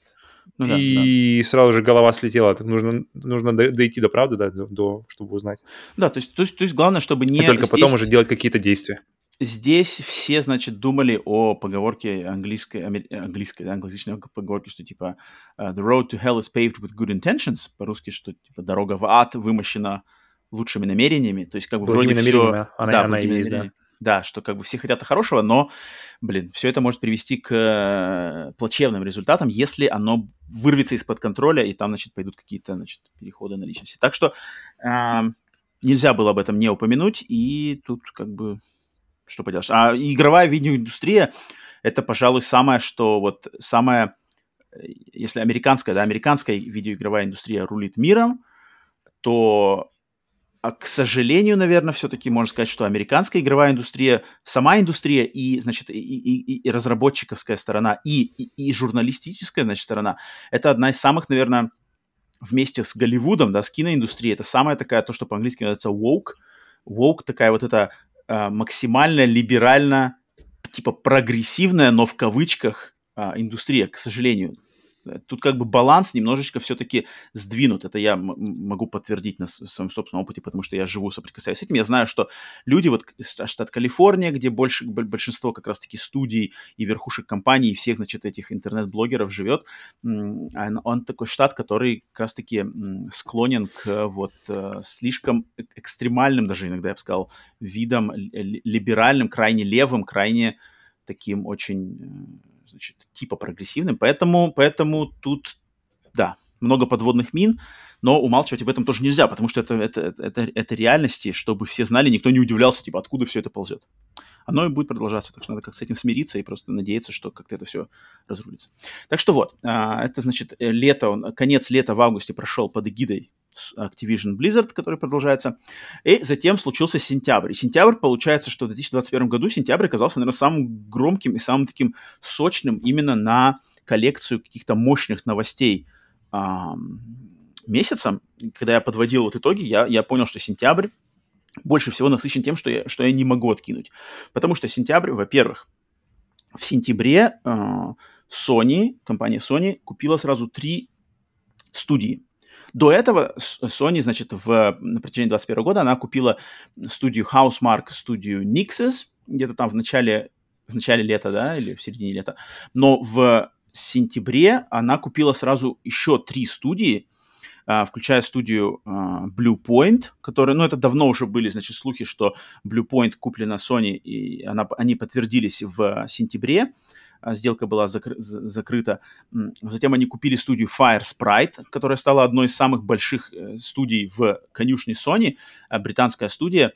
Сразу же голова слетела. Так нужно дойти до правды, да, чтобы узнать. Да, то есть главное, чтобы не... И только потом уже делать какие-то действия. Здесь все, значит, думали о поговорке англоязычной поговорке, что типа «The road to hell is paved with good intentions», по-русски, что типа дорога в ад вымощена лучшими намерениями, то есть как бы вроде все... Она и есть, да. Да, что как бы все хотят хорошего, но, все это может привести к плачевным результатам, если оно вырвется из-под контроля, и там, пойдут какие-то, переходы на личности. Так что нельзя было об этом не упомянуть, и тут как бы что поделаешь. А игровая видеоиндустрия — это, пожалуй, если американская видеоигровая индустрия рулит миром, то, к сожалению, наверное, все-таки можно сказать, что американская игровая индустрия, сама индустрия и разработчиковская сторона, и журналистическая, сторона, это одна из самых, наверное, вместе с Голливудом, да, с киноиндустрией, это самая такая, то, что по-английски называется woke. Woke такая вот эта максимально либерально, типа прогрессивная, но в кавычках индустрия, к сожалению. Тут как бы баланс немножечко все-таки сдвинут. Это я могу подтвердить на своем собственном опыте, потому что я соприкасаюсь с этим. Я знаю, что люди, вот штат Калифорния, где большинство как раз-таки студий и верхушек компаний, и всех, этих интернет-блогеров живет, он такой штат, который как раз-таки склонен к слишком экстремальным, даже иногда я бы сказал, видам, либеральным, крайне левым, крайне таким очень... типа прогрессивным, поэтому тут, да, много подводных мин, но умалчивать об этом тоже нельзя, потому что это реальности, чтобы все знали, никто не удивлялся, типа, откуда все это ползет. Оно и будет продолжаться, так что надо как с этим смириться и просто надеяться, что как-то это все разрулится. Так что это, конец лета в августе прошел под эгидой Activision Blizzard, который продолжается, и затем случился сентябрь. И сентябрь, получается, что в 2021 году сентябрь оказался, наверное, самым громким и самым таким сочным именно на коллекцию каких-то мощных новостей месяцем. Когда я подводил итоги, я понял, что сентябрь больше всего насыщен тем, что я не могу откинуть. Потому что сентябрь, во-первых, в сентябре компания Sony купила сразу 3 студии. До этого Sony, на протяжении 2021 года она купила студию Housemarque, студию Nixxes, где-то там в начале лета, да, или в середине лета. Но в сентябре она купила сразу еще 3 студии, включая студию Bluepoint, которая, это давно уже были, слухи, что Bluepoint куплена Sony, и они подтвердились в сентябре. Сделка была закрыта. Затем они купили студию FireSprite, которая стала одной из самых больших студий в конюшне Sony, британская студия,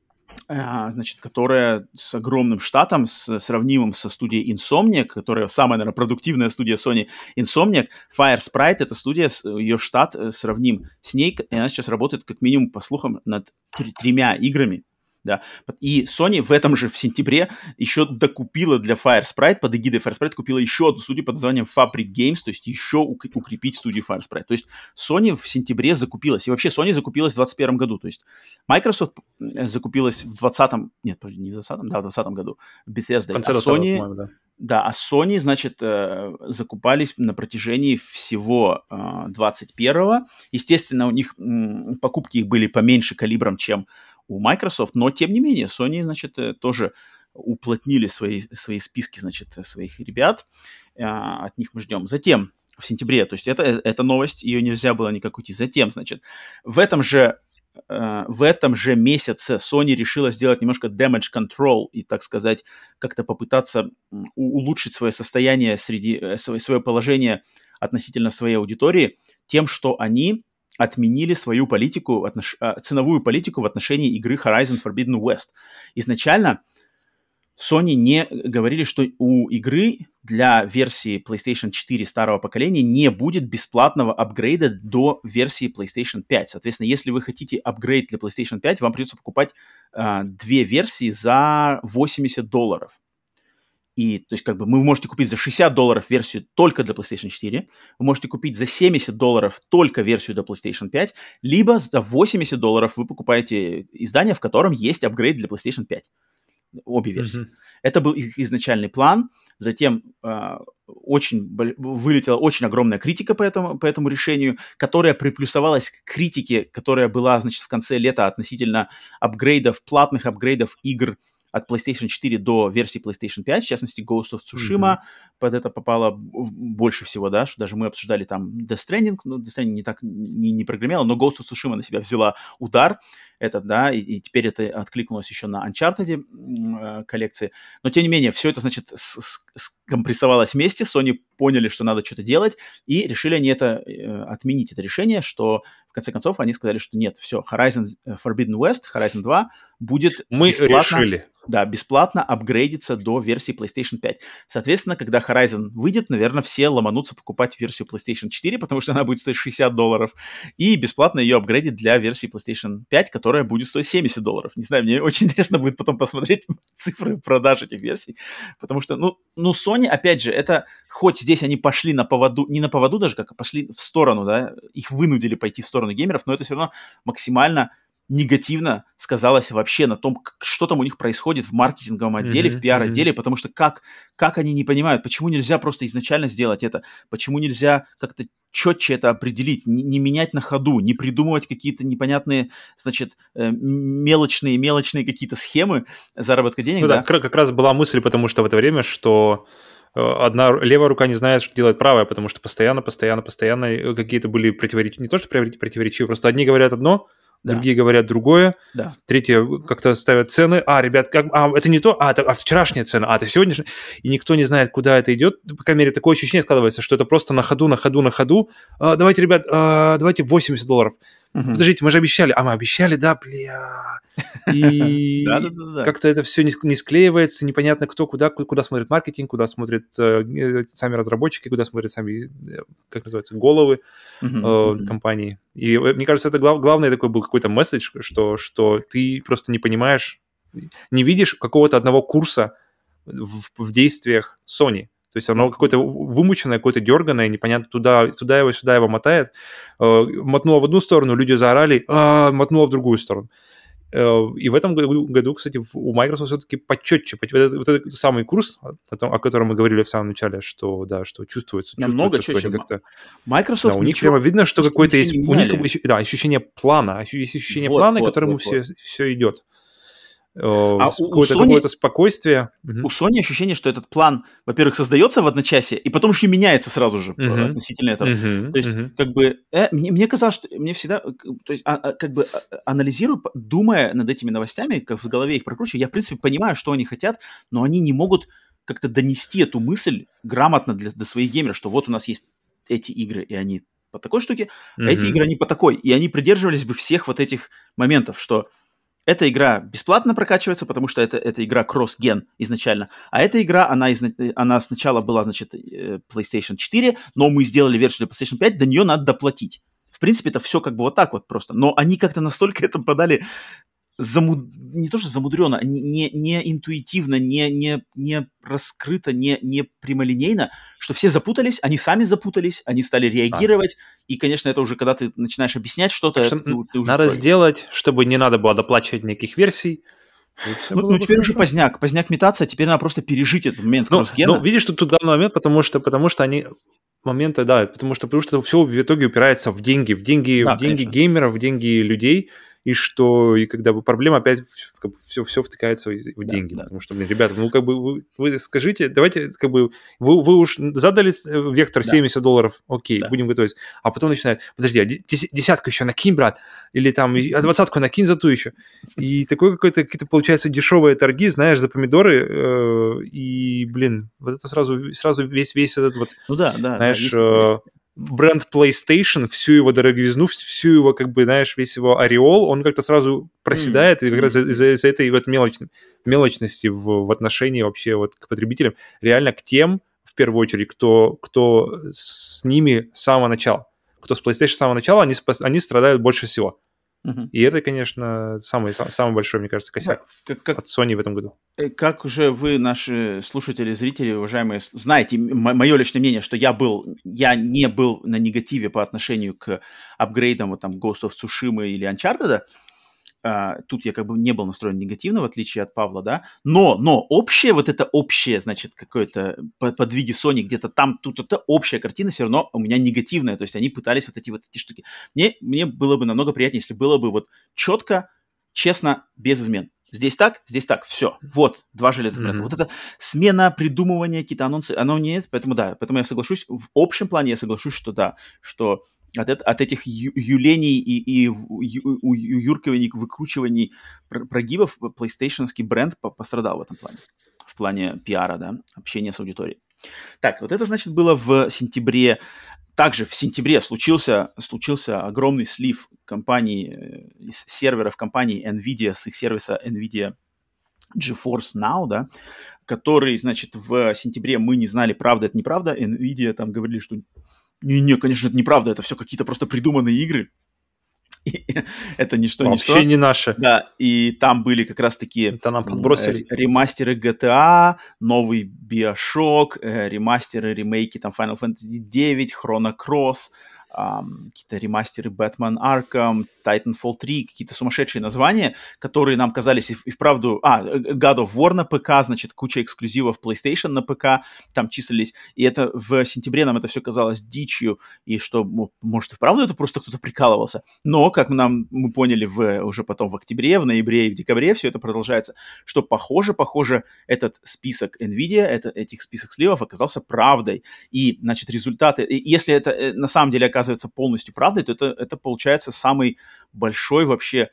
которая с огромным штатом, сравнимым со студией Insomniac, которая самая, наверное, продуктивная студия Sony, Insomniac. FireSprite — это студия, ее штат сравним с ней, и она сейчас работает, как минимум, по слухам, над 3 играми. Да. И Sony в сентябре еще докупила для FireSprite, под эгидой FireSprite купила еще одну студию под названием Fabric Games, то есть еще укрепить студию FireSprite. То есть Sony в сентябре закупилась. И вообще Sony закупилась в 2021 году. То есть Microsoft закупилась в 2020, нет, не в 2020, да, в 2020 году Bethesda. В конце 2020, по-моему, да. Да, а Sony, закупались на протяжении всего 21-го. Естественно, у них покупки их были поменьше калибром, чем у Microsoft, но, тем не менее, Sony, тоже уплотнили свои списки, своих ребят. От них мы ждем. Затем, в сентябре, то есть это новость, ее нельзя было никак уйти. Затем, в этом же месяце Sony решила сделать немножко damage control и, так сказать, как-то попытаться улучшить свое состояние свое положение относительно своей аудитории тем, что они отменили свою ценовую политику в отношении игры Horizon Forbidden West. Изначально Sony не говорили, что у игры для версии PlayStation 4 старого поколения не будет бесплатного апгрейда до версии PlayStation 5. Соответственно, если вы хотите апгрейд для PlayStation 5, вам придется покупать 2 версии за $80. И, то есть, вы можете купить за $60 версию только для PlayStation 4, вы можете купить за $70 только версию для PlayStation 5, либо за $80 вы покупаете издание, в котором есть апгрейд для PlayStation 5. Обе версии. Mm-hmm. Это был их изначальный план. Затем вылетела очень огромная критика по этому решению, которая приплюсовалась к критике, которая была, в конце лета относительно платных апгрейдов игр от PlayStation 4 до версии PlayStation 5, в частности, Ghost of Tsushima под это попало больше всего, да, что даже мы обсуждали там Death Stranding, Death Stranding не прогремела, но Ghost of Tsushima на себя взяла удар, этот, да, и теперь это откликнулось еще на Uncharted коллекции. Но, тем не менее, все это, значит, скомпрессовалось вместе, Sony поняли, что надо что-то делать, и решили они отменить это решение, что, в конце концов, они сказали, что нет, все, Horizon Forbidden West, Horizon 2 будет бесплатно апгрейдиться до версии PlayStation 5. Соответственно, когда Horizon выйдет, наверное, все ломанутся покупать версию PlayStation 4, потому что она будет стоить $60, и бесплатно ее апгрейдить для версии PlayStation 5, которая будет стоить $70. Не знаю, мне очень интересно будет потом посмотреть цифры продаж этих версий, потому что, Sony, опять же, это, хоть здесь они пошли на поводу, не на поводу даже, как пошли в сторону, да, их вынудили пойти в сторону геймеров, но это все равно максимально негативно сказалось вообще на том, что там у них происходит в маркетинговом отделе, в пиар-отделе, потому что как они не понимают, почему нельзя просто изначально сделать это, почему нельзя как-то четче это определить, не менять на ходу, не придумывать какие-то непонятные, значит, мелочные какие-то схемы заработка денег. Ну да, как раз была мысль, потому что в это время, что одна левая рука не знает, что делает правая, потому что постоянно какие-то были противоречивые, не то что противоречивые, просто одни говорят одно, другие говорят другое, третьи как-то ставят цены. Ребят, это не то, это вчерашняя цена, это сегодняшняя. И никто не знает, куда это идет. По крайней мере, такое ощущение складывается, что это просто на ходу. Давайте, ребят, давайте $80. Подождите, мы же обещали. Мы обещали, да, бля. И как-то это все не склеивается, непонятно кто, куда смотрит маркетинг, куда смотрят сами разработчики, куда смотрят сами, как называется, головы компании. И мне кажется, это главный такой был какой-то месседж, что ты просто не понимаешь, не видишь какого-то одного курса в действиях Sony. То есть оно какое-то вымученное, какое-то дерганое, непонятно, туда его, сюда его мотает. Мотнуло в одну сторону, люди заорали, мотнуло в другую сторону. И в этом году, кстати, у Microsoft все-таки почетче. Вот этот самый курс, о котором мы говорили в самом начале, что чувствуется, намного что четче. Они как-то... Microsoft у них прямо видно, что какое-то есть... У них ощущение плана. Есть ощущение плана, к которому все идет. Какое-то спокойствие. У Sony ощущение, что этот план, во-первых, создается в одночасье, и потом еще меняется сразу же относительно этого. То есть, как бы, мне казалось, что мне всегда, то есть, как бы, анализируя, думая над этими новостями, как в голове их прокручиваю, я, в принципе, понимаю, что они хотят, но они не могут как-то донести эту мысль грамотно до своих геймеров, что вот у нас есть эти игры, и они по такой штуке, а эти игры, они по такой. И они придерживались бы всех вот этих моментов, что эта игра бесплатно прокачивается, потому что это игра кросс-ген изначально. А эта игра, она сначала была, значит, PlayStation 4, но мы сделали версию для PlayStation 5, до нее надо доплатить. В принципе, это все как бы вот так вот просто. Но они как-то настолько это подали не то что замудренно, не интуитивно, не раскрыто, не прямолинейно, что все запутались, они сами запутались, они стали реагировать, и, конечно, это уже, когда ты начинаешь объяснять что-то, ты уже надо сделать, чтобы не надо было доплачивать никаких версий. Теперь уже поздняк метаться, теперь надо просто пережить этот момент кросс-гена. Видишь, тут главный момент, потому что они... Моменты, да, потому что все в итоге упирается в деньги геймеров, в деньги людей, и когда бы проблема опять все втыкается в деньги. Потому что, ребята, вы скажите, давайте, вы уж задали вектор $70, окей, будем готовить. А потом начинает, подожди, десятку еще накинь, брат, или там 20-ку накинь за ту еще. И такое какие-то получаются дешевые торги, знаешь, за помидоры, и, вот это сразу весь этот вот, знаешь, бренд PlayStation, всю его дороговизну, всю его, весь его ореол, он как-то сразу проседает, и как раз из-за этой вот мелочности в отношении вообще вот к потребителям, реально к тем, в первую очередь, кто с ними с самого начала. Кто с PlayStation с самого начала, они страдают больше всего. И это, конечно, самый большой, мне кажется, косяк от Sony в этом году. Как уже вы, наши слушатели, зрители, уважаемые, знаете, мое личное мнение, что я не был на негативе по отношению к апгрейдам вот, там, Ghost of Tsushima или Uncharted. Тут я не был настроен негативно, в отличие от Павла, да, но общее, значит, какое-то подвиги Sony где-то там, тут это общая картина все равно у меня негативная, то есть они пытались вот эти штуки. Мне было бы намного приятнее, если было бы вот четко, честно, без измен. Здесь так, все, вот, 2 железных бренда. Вот эта смена, придумывание, какие-то анонсы, оно нет, поэтому я соглашусь, в общем плане я соглашусь, что от этих юлений и уюркиваний, выкручиваний, прогибов PlayStation-ский бренд пострадал в этом плане. В плане пиара, да, общения с аудиторией. Так, вот это, значит, было в сентябре. Также в сентябре случился огромный слив компании, из серверов компании NVIDIA с их сервиса NVIDIA GeForce Now, да, который, значит, в сентябре мы не знали, правда это неправда. NVIDIA там говорили, что не, конечно, это неправда, это все какие-то просто придуманные игры. И это ничто. Вообще не наше. Да, и там были как раз-таки это нам подбросили. Ремастеры GTA, новый BioShock, ремастеры, ремейки там Final Fantasy 9, Chrono Cross, какие-то ремастеры Batman Arkham, Titanfall 3, какие-то сумасшедшие названия, которые нам казались и вправду... God of War на ПК, значит, куча эксклюзивов PlayStation на ПК там числились, и это в сентябре нам это все казалось дичью, и что, может, и вправду это просто кто-то прикалывался. Но, как мы поняли уже потом в октябре, в ноябре и в декабре все это продолжается, что похоже, этот список NVIDIA, этих список сливов оказался правдой. И, значит, результаты... Если это на самом деле оказывается полностью правдой, то это получается самая большая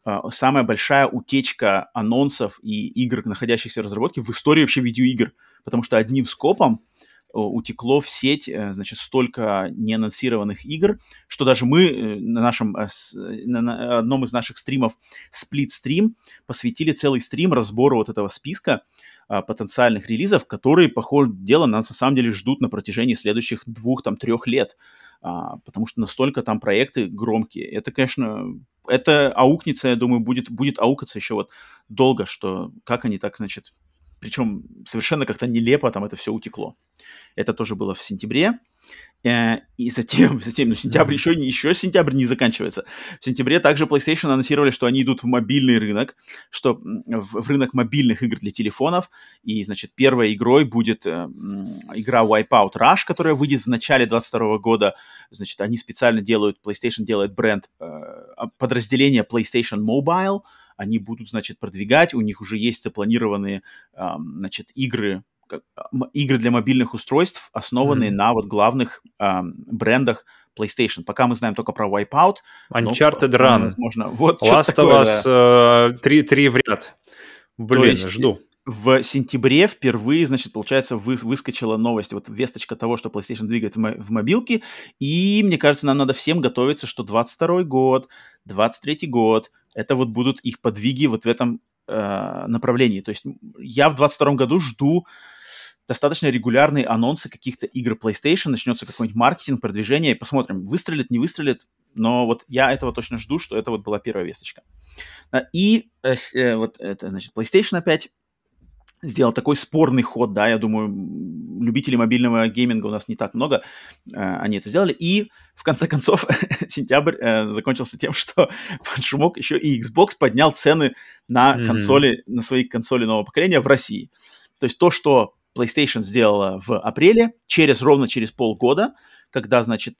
утечка анонсов и игр, находящихся в разработке, в истории вообще видеоигр. Потому что одним скопом утекло в сеть, значит, столько неанонсированных игр, что даже мы на одном из наших стримов Split Stream посвятили целый стрим разбору вот этого списка потенциальных релизов, которые, по ходу дела, нас на самом деле ждут на протяжении следующих 2-3 лет. Потому что настолько там проекты громкие. Это, конечно, это аукнется, я думаю, будет аукаться еще вот долго, что как они так, значит, причем совершенно как-то нелепо там это все утекло. Это тоже было в сентябре. И затем сентябрь, еще сентябрь не заканчивается. В сентябре также PlayStation анонсировали, что они идут в мобильный рынок, что в рынок мобильных игр для телефонов. И, значит, первой игрой будет игра Wipeout Rush, которая выйдет в начале 2022 года. Значит, они специально PlayStation делает бренд подразделения PlayStation Mobile. Они будут, значит, продвигать. У них уже есть запланированные, значит, игры для мобильных устройств, основанные на вот главных брендах PlayStation. Пока мы знаем только про Wipeout. Uncharted Run. Возможно, вот Last of Us 3 в ряд. Блин, жду. В сентябре впервые, значит, получается, выскочила новость, вот весточка того, что PlayStation двигает в мобилке, и, мне кажется, нам надо всем готовиться, что 22 год, 23 год, это вот будут их подвиги вот в этом направлении. То есть я в 22 году жду достаточно регулярные анонсы каких-то игр PlayStation, начнется какой-нибудь маркетинг, продвижение, и посмотрим, выстрелит, не выстрелит, но вот я этого точно жду, что это вот была первая весточка. И вот это, значит, PlayStation опять сделал такой спорный ход, да, я думаю, любителей мобильного гейминга у нас не так много, они это сделали, и в конце концов сентябрь закончился тем, что под шумок еще и Xbox поднял цены на консоли, на свои консоли нового поколения в России. То есть то, что PlayStation сделала в апреле, ровно через полгода, когда, значит,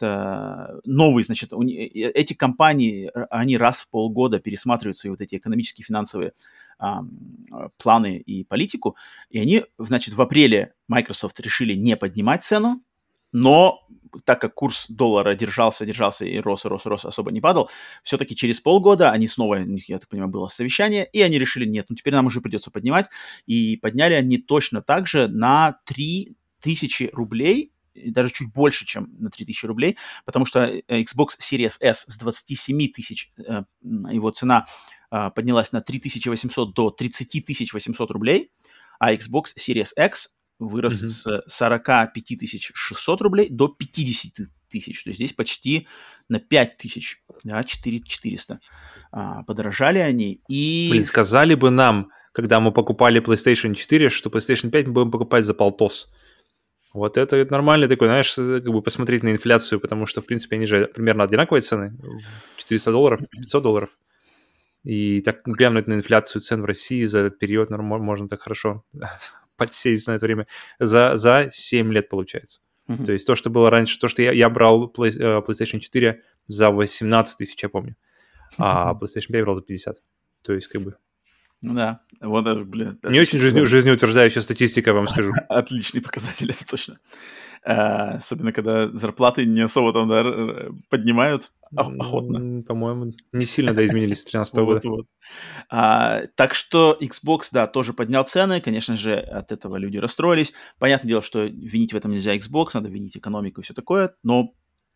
эти компании, они раз в полгода пересматривают свои вот эти экономические, финансовые планы и политику, и они, значит, в апреле Microsoft решили не поднимать цену, но так как курс доллара держался и рос, особо не падал, все-таки через полгода они снова, у них, я так понимаю, было совещание, и они решили, нет, теперь нам уже придется поднимать, и подняли они точно так же на 3000 рублей, даже чуть больше, чем на 3000 рублей, потому что Xbox Series S с 27 тысяч, его цена поднялась на 3800 до 30 800 рублей, а Xbox Series X вырос с 45 600 рублей до 50 тысяч. То есть здесь почти на 5 тысяч, да, 4400 подорожали они. И... Блин, сказали бы нам, когда мы покупали PlayStation 4, что PlayStation 5 мы будем покупать за полтос. Вот это нормальный такой, знаешь, как бы посмотреть на инфляцию, потому что, в принципе, они же примерно одинаковые цены. $400, $500. И так глянуть на инфляцию цен в России за этот период можно так хорошо подсесть на это время. За 7 лет получается. То есть то, что было раньше, то, что я брал PlayStation 4 за 18 тысяч, я помню, а PlayStation 5 брал за 50. То есть как бы Ну да, вот это, блин. Не очень жизнеутверждающая статистика, вам скажу. Отличный показатель, это точно. Особенно, когда зарплаты не особо там поднимают охотно. По-моему, не сильно изменились с 2013 года. Вот. Так что Xbox, да, тоже поднял цены. Конечно же, от этого люди расстроились. Понятное дело, что винить в этом нельзя Xbox, надо винить экономику и все такое, но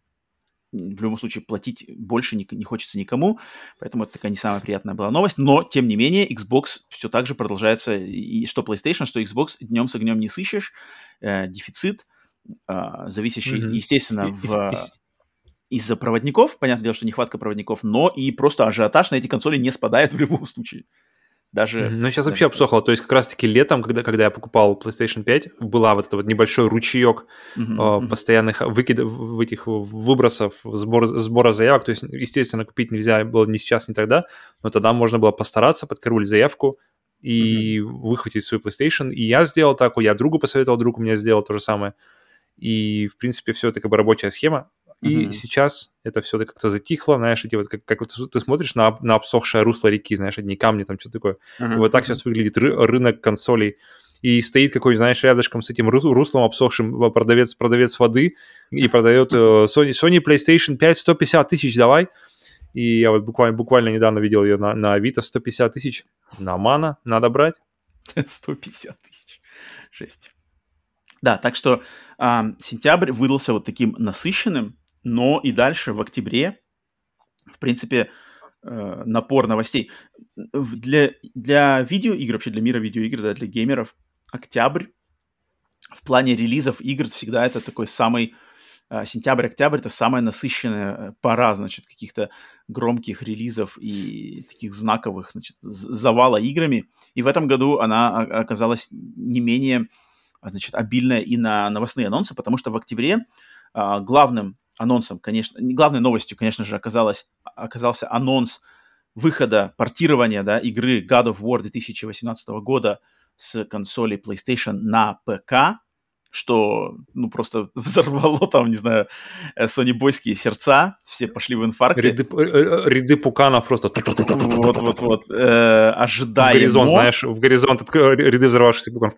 в любом случае платить больше не хочется никому, поэтому это такая не самая приятная была новость. Но, тем не менее, Xbox все так же продолжается, и что PlayStation, что Xbox днем с огнем не сыщешь. Дефицит, зависящий, естественно, из-за проводников, понятное дело, что нехватка проводников, но и просто ажиотаж на эти консоли не спадает в любом случае. Ну, сейчас вообще обсохло. То есть как раз-таки летом, когда я покупал PlayStation 5, была вот этот вот небольшой ручеек постоянных выбросов, сбора заявок. То есть, естественно, купить нельзя было ни сейчас, ни тогда, но тогда можно было постараться, подкарулить заявку и выхватить свой PlayStation. И я сделал так, я другу посоветовал, друг у меня сделал то же самое. И, в принципе, все это как бы рабочая схема. И сейчас это все как-то затихло, знаешь, эти вот, как вот ты смотришь на обсохшее русло реки, знаешь, одни камни, там что-то такое. И вот так сейчас выглядит рынок консолей. И стоит какой-нибудь, знаешь, рядышком с этим руслом обсохшим продавец воды и продает Sony PlayStation 5 150 тысяч, давай. И я вот буквально недавно видел ее на Авито, 150 тысяч. Намана, надо брать. 150 тысяч. Жесть. Да, так что сентябрь выдался вот таким насыщенным, но и дальше, в октябре, в принципе, напор новостей. Для видеоигр, вообще для мира видеоигр, да, для геймеров, октябрь в плане релизов игр всегда это такой самый... Сентябрь-октябрь — это самая насыщенная пора, значит, каких-то громких релизов и таких знаковых, значит, завала играми. И в этом году она оказалась не менее, значит, обильная и на новостные анонсы, потому что в октябре главным анонсом, конечно, главной новостью, конечно же, оказался анонс выхода, портирования, да, игры God of War 2018 года с консоли PlayStation на ПК, что, ну, просто взорвало там, не знаю, сонибойские сердца, все пошли в инфаркты. Ряды пуканов просто... Вот. Ожидаемо... В горизонт, знаешь, в горизонт ряды взорвавшихся пуканов.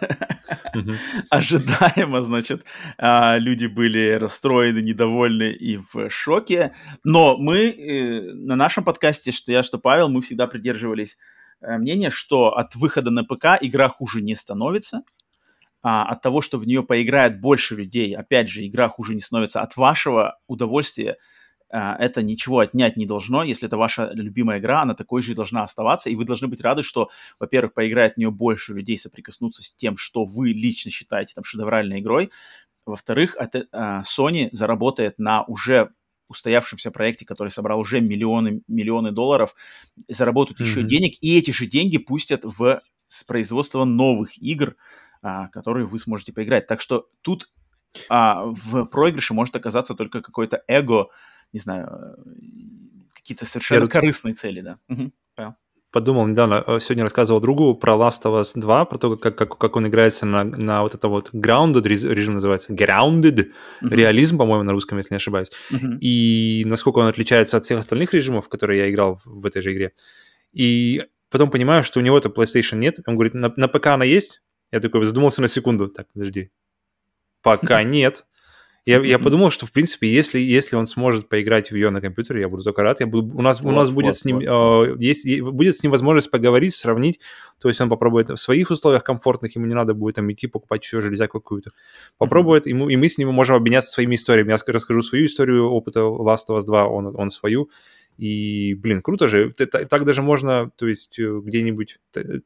Ожидаемо, значит, люди были расстроены, недовольны и в шоке. Но мы на нашем подкасте, что я, что Павел, мы всегда придерживались мнения, что от выхода на ПК игра хуже не становится. От того, что в нее поиграет больше людей, опять же, игра хуже не становится. От вашего удовольствия это ничего отнять не должно. Если это ваша любимая игра, она такой же и должна оставаться. И вы должны быть рады, что, во-первых, поиграет в нее больше людей, соприкоснуться с тем, что вы лично считаете там шедевральной игрой. Во-вторых, Sony заработает на уже устоявшемся проекте, который собрал уже миллионы долларов, заработают еще денег, и эти же деньги пустят в производство новых игр, которые вы сможете поиграть. Так что тут в проигрыше может оказаться только какое-то эго, не знаю, какие-то совершенно корыстные цели, да. Подумал недавно, сегодня рассказывал другу про Last of Us 2, про то, как он играется на вот это вот grounded режим называется, grounded реализм, по-моему, на русском, если не ошибаюсь, и насколько он отличается от всех остальных режимов, в которые я играл в этой же игре. И потом понимаю, что у него-то PlayStation нет, он говорит, на ПК она есть? Я такой задумался на секунду. Так, подожди. Пока нет. Я подумал, что, в принципе, если он сможет поиграть в ее на компьютере, я буду только рад. У нас будет с ним будет с ним возможность поговорить, сравнить. То есть он попробует в своих условиях комфортных, ему не надо будет там идти покупать еще железяку какую-то. Попробует, и мы с ним можем обменяться своими историями. Я расскажу свою историю опыта Last of Us 2, он свою. И, блин, круто же. Так даже можно, то есть где-нибудь...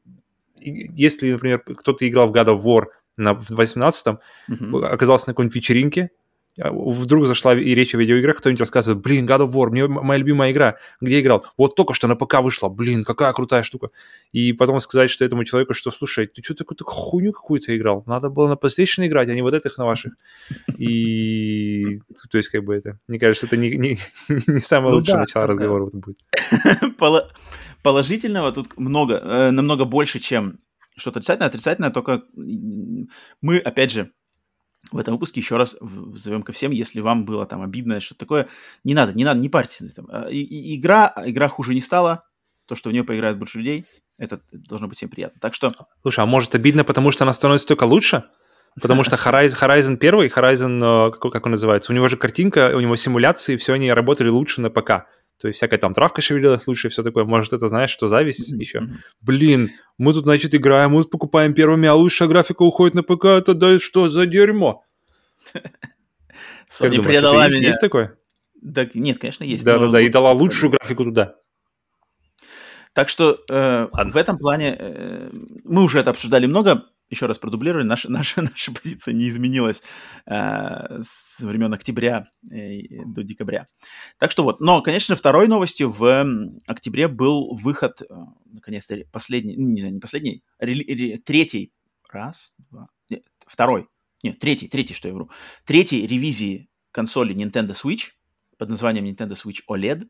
Если, например, кто-то играл в God of War в 18-м, оказался на какой-нибудь вечеринке, вдруг зашла и речь о видеоиграх, кто-нибудь рассказывает, блин, God of War, моя любимая игра, где играл? Вот только что на ПК вышла, блин, какая крутая штука. И потом сказать, что этому человеку, что, слушай, ты что такую хуйню какую-то играл? Надо было на PlayStation играть, а не вот этих на ваших. И, то есть, как бы это, мне кажется, это не самое лучшее начало разговора будет. Положительного тут много, намного больше, чем что-то отрицательное. Отрицательное только мы, опять же, в этом выпуске еще раз зовем ко всем, если вам было там обидно, что-то такое, не надо, не парьтесь. Игра хуже не стала, то, что в нее поиграет больше людей, Это должно быть всем приятно. Так что... Слушай, а может обидно, потому что она становится только лучше? Потому что Horizon 1, Horizon, как он называется, у него же картинка, у него симуляции, все они работали лучше на ПК. То есть всякая там травка шевелилась лучше, все такое. Может, это знаешь, что зависть еще? Блин, мы тут, значит, играем, мы тут покупаем первыми, а лучшая графика уходит на ПК, это да что за дерьмо? Sony предала меня. Есть такое? Да, нет, конечно, есть. Да, и дала лучшую графику туда. Так что в этом плане мы уже это обсуждали много. Еще раз продублировали, наша позиция не изменилась с времен октября до декабря. Так что вот. Но, конечно, второй новостью в октябре был выход, наконец-то, последний, не последний, третий, третий, что я вру, третьей ревизии консоли Nintendo Switch под названием Nintendo Switch OLED.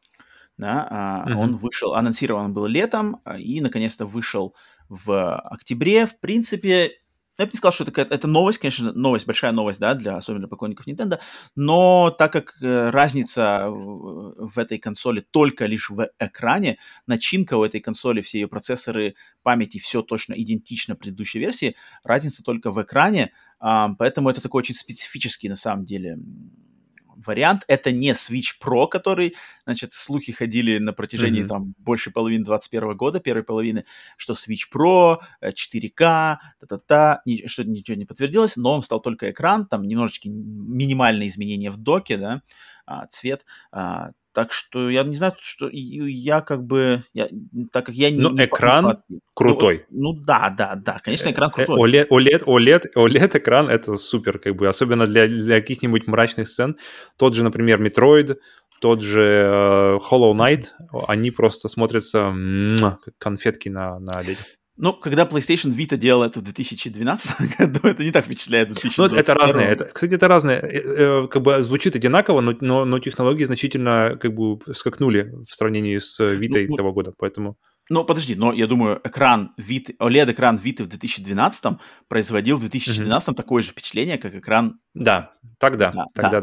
Да, он вышел, анонсирован был летом и, наконец-то, вышел в октябре. В принципе, я бы не сказал, что это новость, конечно, большая новость, да, особенно для поклонников Nintendo, но так как разница в этой консоли только лишь в экране, начинка у этой консоли, все ее процессоры, памяти, все точно идентично предыдущей версии, разница только в экране, поэтому это такой очень специфический, на самом деле, вариант. Это не Switch Pro, который, значит, слухи ходили на протяжении там больше половины 2021 года, первой половины, что Switch Pro, 4K, что ничего не подтвердилось, но он стал только экран, там немножечко минимальные изменения в доке, да, цвет, так что я не знаю, что я как бы, так как я не... Но экран крутой. Да, конечно, экран крутой. OLED экран это супер, как бы, особенно для каких-нибудь мрачных сцен. Тот же, например, Metroid, тот же Hollow Knight, они просто смотрятся как конфетки на OLED. Ну, когда PlayStation Vita делала это в 2012 году, это не так впечатляет в 2021. Ну, это разное. Кстати, это разное. Как бы звучит одинаково, но технологии значительно как бы скакнули в сравнении с Vita того года, поэтому... Ну, подожди, но я думаю, OLED-экран Vita в 2012 производил в 2012 такое же впечатление, как экран... Да, тогда.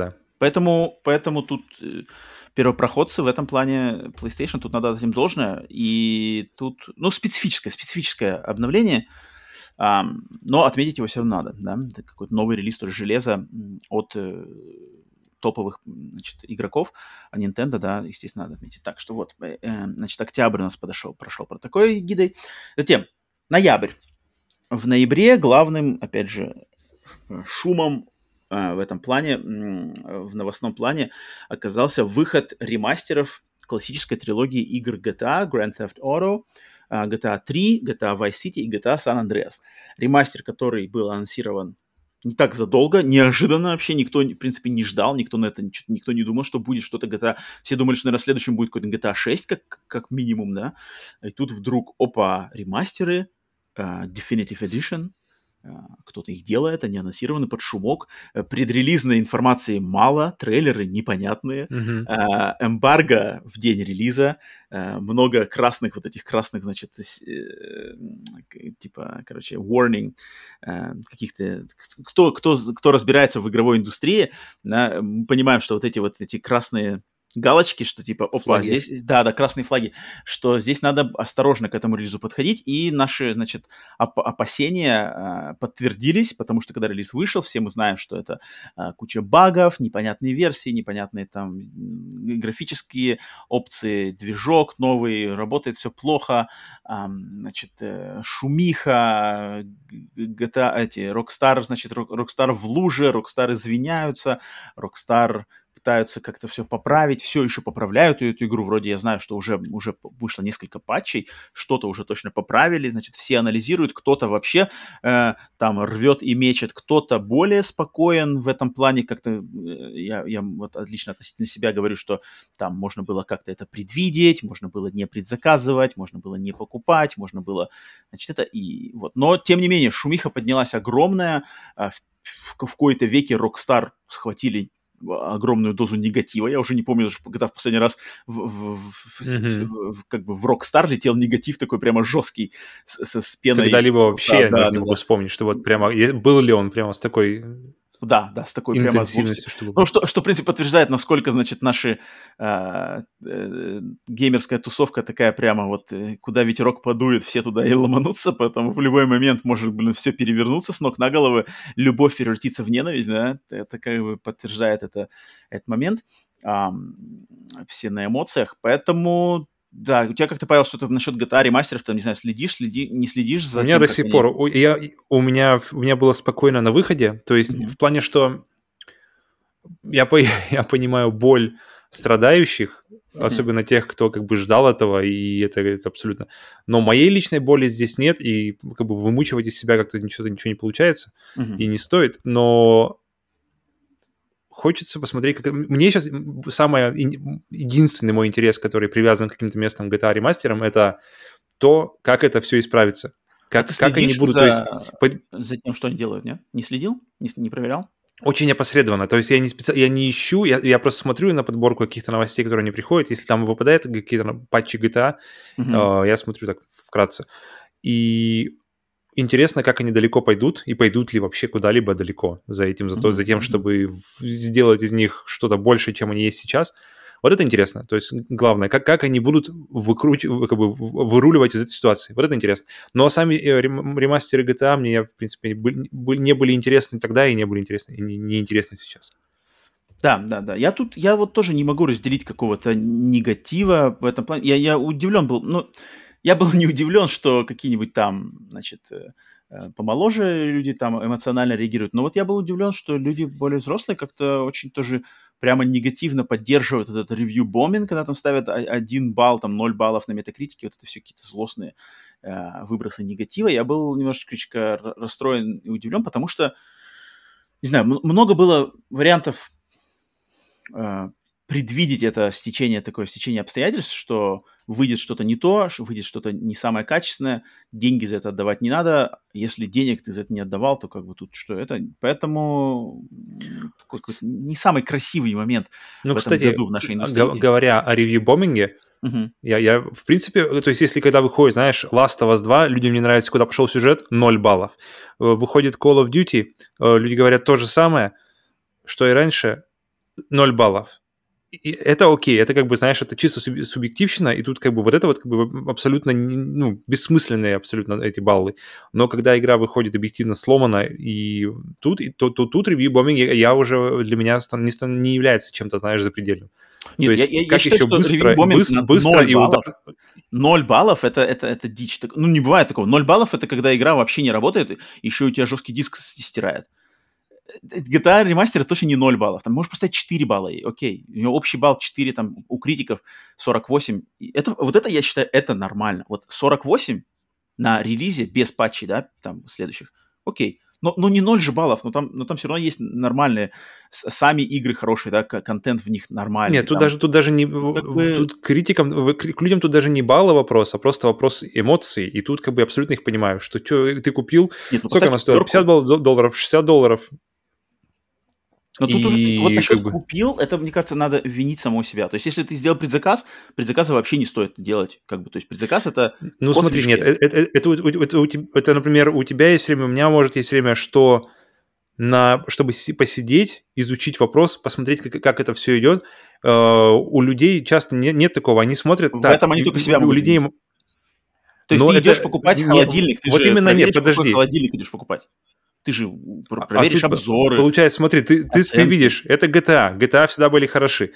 Поэтому тут... Первопроходцы в этом плане PlayStation, тут надо дать им должное, и тут, ну, специфическое обновление, но отметить его все равно надо, да, это какой-то новый релиз тоже железа от топовых, значит, игроков, а Nintendo, да, естественно, надо отметить. Так что вот, значит, октябрь у нас прошел про такой гидой. Затем, ноябрь. В ноябре главным, опять же, шумом в этом плане, в новостном плане, оказался выход ремастеров классической трилогии игр GTA, Grand Theft Auto, GTA 3, GTA Vice City и GTA San Andreas. Ремастер, который был анонсирован не так задолго, неожиданно вообще, никто, в принципе, не ждал, никто не думал, что будет что-то GTA. Все думали, что, наверное, следующим будет какой-то GTA 6, как минимум, да. И тут вдруг, ремастеры, Definitive Edition, кто-то их делает, они анонсированы под шумок, предрелизной информации мало, трейлеры непонятные, эмбарго в день релиза, много красных, значит, типа, короче, warning каких-то, кто разбирается в игровой индустрии, да, мы понимаем, что вот эти красные галочки, что типа, флаги. Здесь, да, красные флаги, что здесь надо осторожно к этому релизу подходить, и наши, значит, опасения подтвердились, потому что когда релиз вышел, все мы знаем, что это куча багов, непонятные версии, непонятные там графические опции, движок новый, работает все плохо, значит, шумиха, GTA, Rockstar, значит, Rockstar в луже, Rockstar извиняются, Rockstar пытаются как-то все поправить, все еще поправляют эту игру. Вроде я знаю, что уже вышло несколько патчей, что-то уже точно поправили, значит, все анализируют, кто-то вообще там рвет и мечет, кто-то более спокоен в этом плане, как-то я вот отлично относительно себя говорю, что там можно было как-то это предвидеть, можно было не предзаказывать, можно было не покупать, можно было, значит, это и вот. Но, тем не менее, шумиха поднялась огромная, в какой-то веке Rockstar схватили огромную дозу негатива. Я уже не помню, когда в последний раз как бы в Rockstar летел негатив такой прямо жесткий с пеной. Когда-либо вообще я не могу вспомнить, что вот прямо был ли он прямо с такой Да, с такой прямо злостью. чтобы Ну, быть. что, в принципе, подтверждает, насколько, значит, наша геймерская тусовка такая прямо вот, куда ветерок подует, все туда и ломанутся, поэтому в любой момент может, все перевернуться с ног на голову, любовь превратиться в ненависть, да, это как бы подтверждает этот момент, все на эмоциях, поэтому... Да, у тебя как-то, Павел, что-то насчет GTA ремастеров, там, не знаю, не следишь У за меня тем, до как сих они... пор, у меня было спокойно на выходе, то есть в плане, что я понимаю боль страдающих, особенно тех, кто как бы ждал этого, и это абсолютно... Но моей личной боли здесь нет, и как бы вымучивать из себя как-то ничего не получается, и не стоит, но хочется посмотреть, как... Мне сейчас единственный мой интерес, который привязан к каким-то местным GTA ремастерам, это то, как это все исправится. А ты Как они следишь будут... То есть, за тем, что они делают, нет? Не следил? Не проверял? очень опосредованно. То есть я не ищу, я просто смотрю на подборку каких-то новостей, которые не приходят. Если там выпадают какие-то патчи GTA, я смотрю так вкратце. И интересно, как они далеко пойдут, и пойдут ли вообще куда-либо далеко за тем, чтобы сделать из них что-то больше, чем они есть сейчас. Вот это интересно. То есть главное, как они будут выруливать из этой ситуации. Вот это интересно. Но сами ремастеры GTA мне, в принципе, не были интересны тогда и не были интересны, и не интересны сейчас. Да. Я вот тоже не могу разделить какого-то негатива в этом плане. Я удивлен был, ну, я был не удивлен, что какие-нибудь там, значит, помоложе люди там эмоционально реагируют. Но вот я был удивлен, что люди более взрослые как-то очень тоже прямо негативно поддерживают этот ревью-бомбинг, когда там ставят 1 балл, там 0 баллов на метакритике, вот это все какие-то злостные выбросы негатива. Я был немножечко расстроен и удивлен, потому что, не знаю, много было вариантов предвидеть такое стечение обстоятельств, что выйдет что-то не то, что выйдет что-то не самое качественное, деньги за это отдавать не надо, если денег ты за это не отдавал, то как бы тут что это, поэтому такой какой-то не самый красивый момент в этом Кстати, году в нашей индустрии. говоря о ревью-бомбинге, я, в принципе, то есть если когда выходит, знаешь, Last of Us 2, людям не нравится, куда пошел сюжет, 0 баллов. Выходит Call of Duty, люди говорят то же самое, что и раньше, 0 баллов. И это окей, это как бы, знаешь, это чисто субъективщина, и тут как бы вот это вот как бы абсолютно, бессмысленные абсолютно эти баллы. Но когда игра выходит объективно сломана, и тут ревью-бомбинг для меня не является чем-то, знаешь, запредельным. Нет, То есть я как считаю, еще что быстро ревью-бомбинг и удар... 0 баллов это дичь. Ну, не бывает такого. 0 баллов это когда игра вообще не работает, еще у тебя жесткий диск стирает. GTA ремастер точно не 0 баллов. Там можешь поставить 4 балла. Окей. У него общий балл 4, там у критиков 48. Вот это, я считаю, это нормально. Вот 48 на релизе без патчей, да, там следующих. Окей. Но не 0 же баллов, но там все равно есть нормальные, сами игры хорошие, да, контент в них нормальный. Нет, тут даже не... Тут к людям тут даже не балла вопрос, а просто вопрос эмоций. И тут как бы абсолютно их понимаю, что ты купил... Нет, сколько она стоит? $50, $60? Но тут уже, вот насчет как бы... купил, это, мне кажется, надо винить самого себя. То есть, если ты сделал предзаказа вообще не стоит делать. Как бы, то есть, предзаказ это... Ну, смотри, нет, это, например, у тебя есть время, у меня, может, есть время, чтобы посидеть, изучить вопрос, посмотреть, как это все идет. У людей часто нет такого. Они смотрят... В этом они только себя могут винить. То есть, ты идешь покупать холодильник, ты вот же именно проверишь, подожди. какой холодильник идешь покупать. Ты же проверишь обзоры. Получается, смотри, ты видишь, это GTA. GTA всегда были хороши.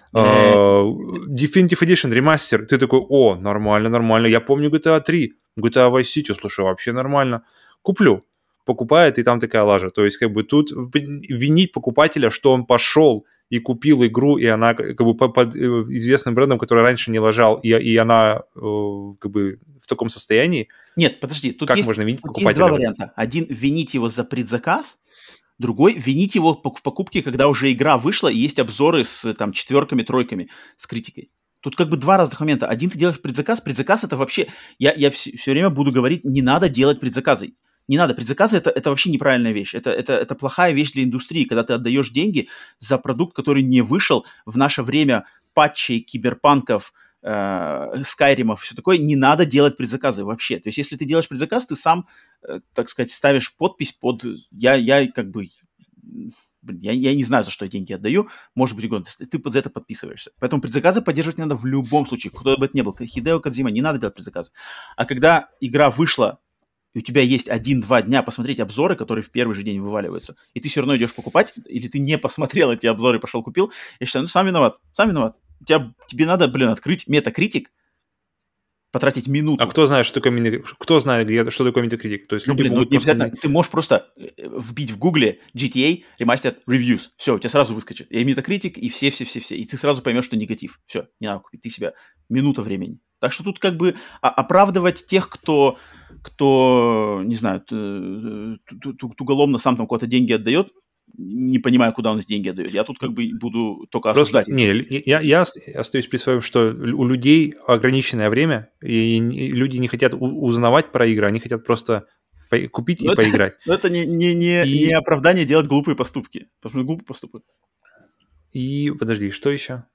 Definitive Edition, ремастер. Ты такой, нормально. Я помню GTA 3, GTA Vice City, слушай, вообще нормально. Куплю. Покупает, и там такая лажа. То есть, как бы тут винить покупателя, что он пошел и купил игру, и она как бы под известным брендом, который раньше не лажал, и она как бы в таком состоянии. Нет, подожди, тут можно винить покупателя? Есть два варианта. Один — винить его за предзаказ, другой — винить его в покупке, когда уже игра вышла, и есть обзоры с там 4, 3 с критикой. Тут как бы два разных момента. Один — ты делаешь предзаказ это вообще... Я все время буду говорить, не надо делать предзаказы. Не надо. Предзаказы это вообще неправильная вещь. Это плохая вещь для индустрии, когда ты отдаешь деньги за продукт, который не вышел в наше время патчей, киберпанков, скайримов, все такое. Не надо делать предзаказы вообще. То есть, если ты делаешь предзаказ, ты сам, так сказать, ставишь подпись под... Я как бы я не знаю, за что я деньги отдаю, может быть, ты за это подписываешься. Поэтому предзаказы поддерживать надо в любом случае, кто бы это ни был. Хидео Кодзима, не надо делать предзаказы. А когда игра вышла, и у тебя есть 1-2 дня посмотреть обзоры, которые в первый же день вываливаются, и ты все равно идешь покупать, или ты не посмотрел эти обзоры и пошел купил, я считаю, сам виноват. Тебе надо, открыть Metacritic, потратить минуту. А кто знает, что такое что такое Metacritic? То есть люди могут не обязательно. Ты можешь просто вбить в Гугле GTA Remastered Reviews. Все, у тебя сразу выскочит. И Metacritic, и все. И ты сразу поймешь, что негатив. Все, не надо купить. Ты себя минута времени. Так что тут оправдывать тех, кто не знаю, уголовно сам там куда-то деньги отдает, не понимаю, куда он эти деньги отдает. Я тут буду только осуждать. Я остаюсь при своем, что у людей ограниченное время, и люди не хотят узнавать про игры, они хотят просто купить и поиграть. Но это не оправдание делать глупые поступки. Потому что глупый поступок. И, подожди, что еще?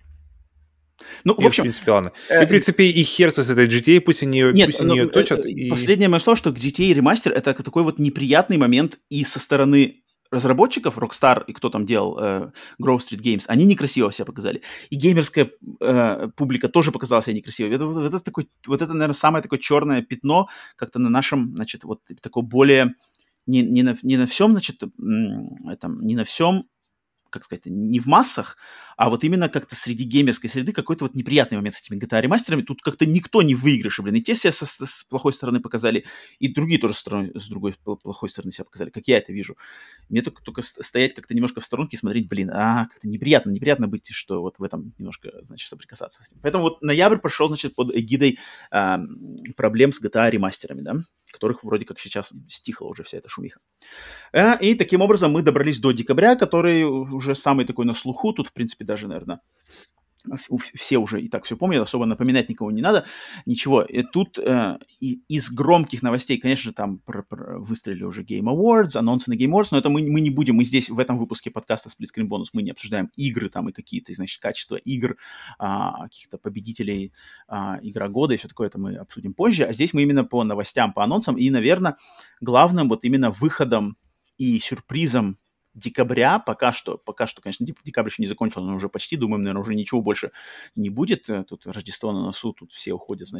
В общем... В принципе, ладно. И, в принципе, и хер с этой GTA, пусть они ее точат. Последнее мое слово, что GTA Remaster — это такой неприятный момент и со стороны разработчиков, Rockstar и кто там делал Grove Street Games, они некрасиво себя показали. И геймерская публика тоже показала себя некрасиво. Это, наверное, самое такое черное пятно как-то на нашем, такое более... Не на всем, не на всем, как сказать, не в массах, а именно как-то среди геймерской среды какой-то неприятный момент с этими GTA ремастерами. Тут как-то никто не в выигрыше, И те себя с плохой стороны показали, и другие тоже с другой плохой стороны себя показали, как я это вижу. Мне только стоять как-то немножко в сторонке и смотреть, как-то неприятно быть, что в этом немножко, соприкасаться с ним. Поэтому ноябрь прошел, под эгидой проблем с GTA ремастерами, да, которых вроде как сейчас стихла уже вся эта шумиха. И таким образом мы добрались до декабря, который уже самый такой на слуху. Тут, в принципе, даже, наверное, все уже и так все помнят, особо напоминать никого не надо. Ничего. И тут из громких новостей, конечно же, там выстрелили уже Game Awards, анонсы на Game Awards, но это мы не будем, мы здесь в этом выпуске подкаста Split Screen Bonus мы не обсуждаем игры там и какие-то, качества игр, каких-то победителей игра года и все такое, это мы обсудим позже. А здесь мы именно по новостям, по анонсам и, наверное, главным именно выходом и сюрпризом декабря, пока что, конечно, декабрь еще не закончился, но уже почти, думаем, наверное, уже ничего больше не будет. Тут Рождество на носу, тут все уходят,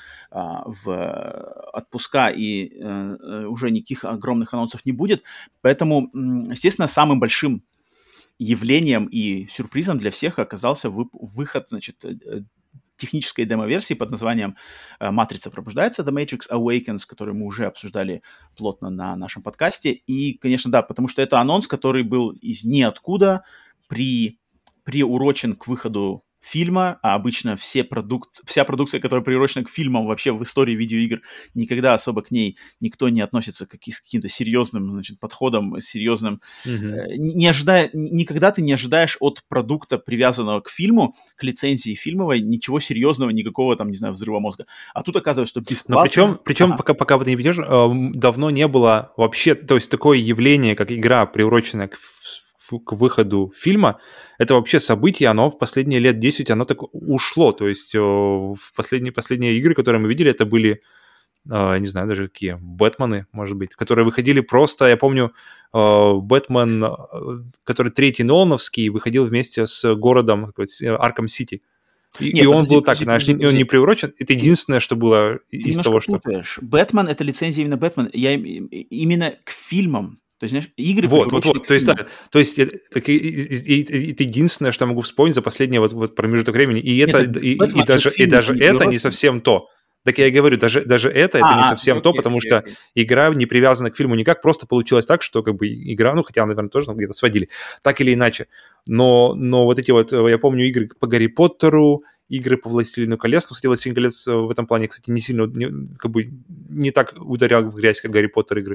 в отпуска, и уже никаких огромных анонсов не будет. Поэтому, естественно, самым большим явлением и сюрпризом для всех оказался выход, технической демо-версии под названием «Матрица пробуждается», The Matrix Awakens, который мы уже обсуждали плотно на нашем подкасте. И, конечно, да, потому что это анонс, который был из ниоткуда, приурочен к выходу фильма, а обычно вся продукция, которая приурочена к фильмам вообще в истории видеоигр, никогда особо к ней никто не относится как с каким-то серьезным, подходом, серьезным. Никогда ты не ожидаешь от продукта, привязанного к фильму, к лицензии фильмовой, ничего серьезного, никакого взрыва мозга. А тут оказывается, что бесплатно. Но причем пока ты не ведешь, давно не было вообще, то есть такое явление, как игра, приуроченная к выходу фильма, это вообще событие, оно в последние лет 10, оно так ушло, то есть в последние игры, которые мы видели, это были, не знаю даже какие, Бэтмены, может быть, которые выходили просто, я помню, Бэтмен, который третий Нолановский, выходил вместе с городом Аркхем Сити. И он был так, знаешь, он не приурочен. Это единственное, что было из того, что... Ты немножко путаешь. Бэтмен — это лицензия именно Бэтмен. Я именно к фильмам. То есть, знаешь, игры... Вот. То есть это единственное, что я могу вспомнить за последний промежуток времени. И даже это не совсем то. Так я и говорю, даже это не совсем то, потому что игра не привязана к фильму никак, просто получилось так, что игра, хотя, наверное, тоже где-то сводили, так или иначе. Но я помню игры по Гарри Поттеру, игры по Властелину колец. Кстати, Властелин колец в этом плане, не сильно, не так ударял в грязь, как Гарри Поттер игры.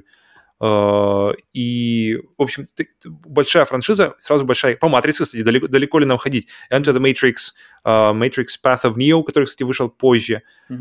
И, в общем, большая франшиза, сразу большая. По Матрице, кстати, далеко ли нам ходить? Enter the Matrix, Matrix Path of Neo, который, кстати, вышел позже.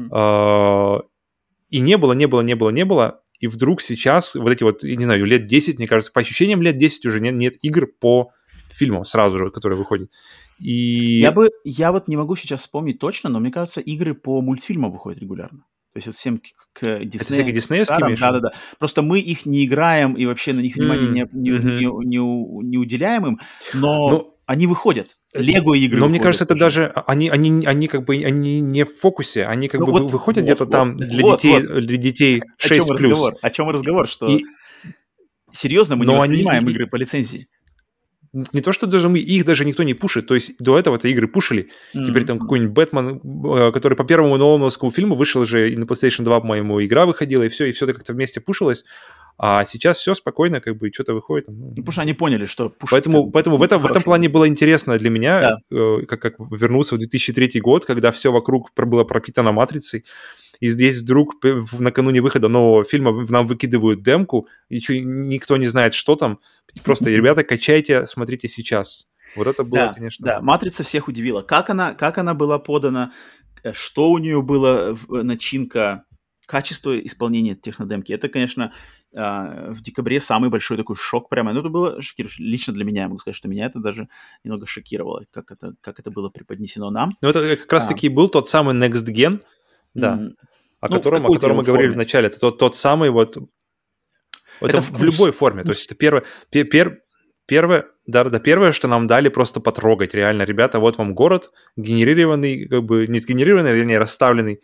И не было. И вдруг сейчас, не знаю, лет 10, мне кажется, по ощущениям лет 10 уже нет игр по фильмам сразу же, которые выходят. И... Я не могу сейчас вспомнить точно, но мне кажется, игры по мультфильмам выходят регулярно. То есть вот всем к Это всякие диснеевские, Pixar, имеешь в виду? да-да-да. Просто мы их не играем и вообще на них внимания не уделяем им, но Ну, они выходят. Лего-игры но мне выходят кажется, это уже. даже они как бы они не в фокусе, они как Ну бы вот, выходят вот, где-то вот, там вот, вот. для детей О чем 6+. разговор? О чем разговор, что И, серьезно мы не но они воспринимаем игры по лицензии. не то, что даже их даже никто не пушит. То есть до этого-то игры пушили. Теперь там какой-нибудь Бэтмен, который по первому Нолановскому фильму вышел уже, и на PlayStation 2, по-моему, игра выходила, и все это как-то вместе пушилось. А сейчас все спокойно, как бы что-то выходит. Ну, потому что они поняли, что пушить Поэтому в этом плане было интересно для меня, да. как вернуться в 2003 год, когда все вокруг было пропитано матрицей. И здесь вдруг накануне выхода нового фильма нам выкидывают демку, и никто не знает, что там. Просто, ребята, качайте, смотрите сейчас. Вот это было, конечно... Да, «Матрица» всех удивила. Как она была подана, что у нее была начинка, качество исполнения технодемки. Это, конечно, в декабре самый большой такой шок прямо. Ну, это было шокирующе. Лично для меня, я могу сказать, что меня это даже немного шокировало, как это было преподнесено нам. Ну, это как раз-таки был тот самый Next Gen, да, о котором мы говорили в начале. Это тот самый вот... Это в любой форме. То есть это первое, что нам дали просто потрогать. Реально, ребята, вот вам город, генерированный, как бы не сгенерированный, вернее, расставленный.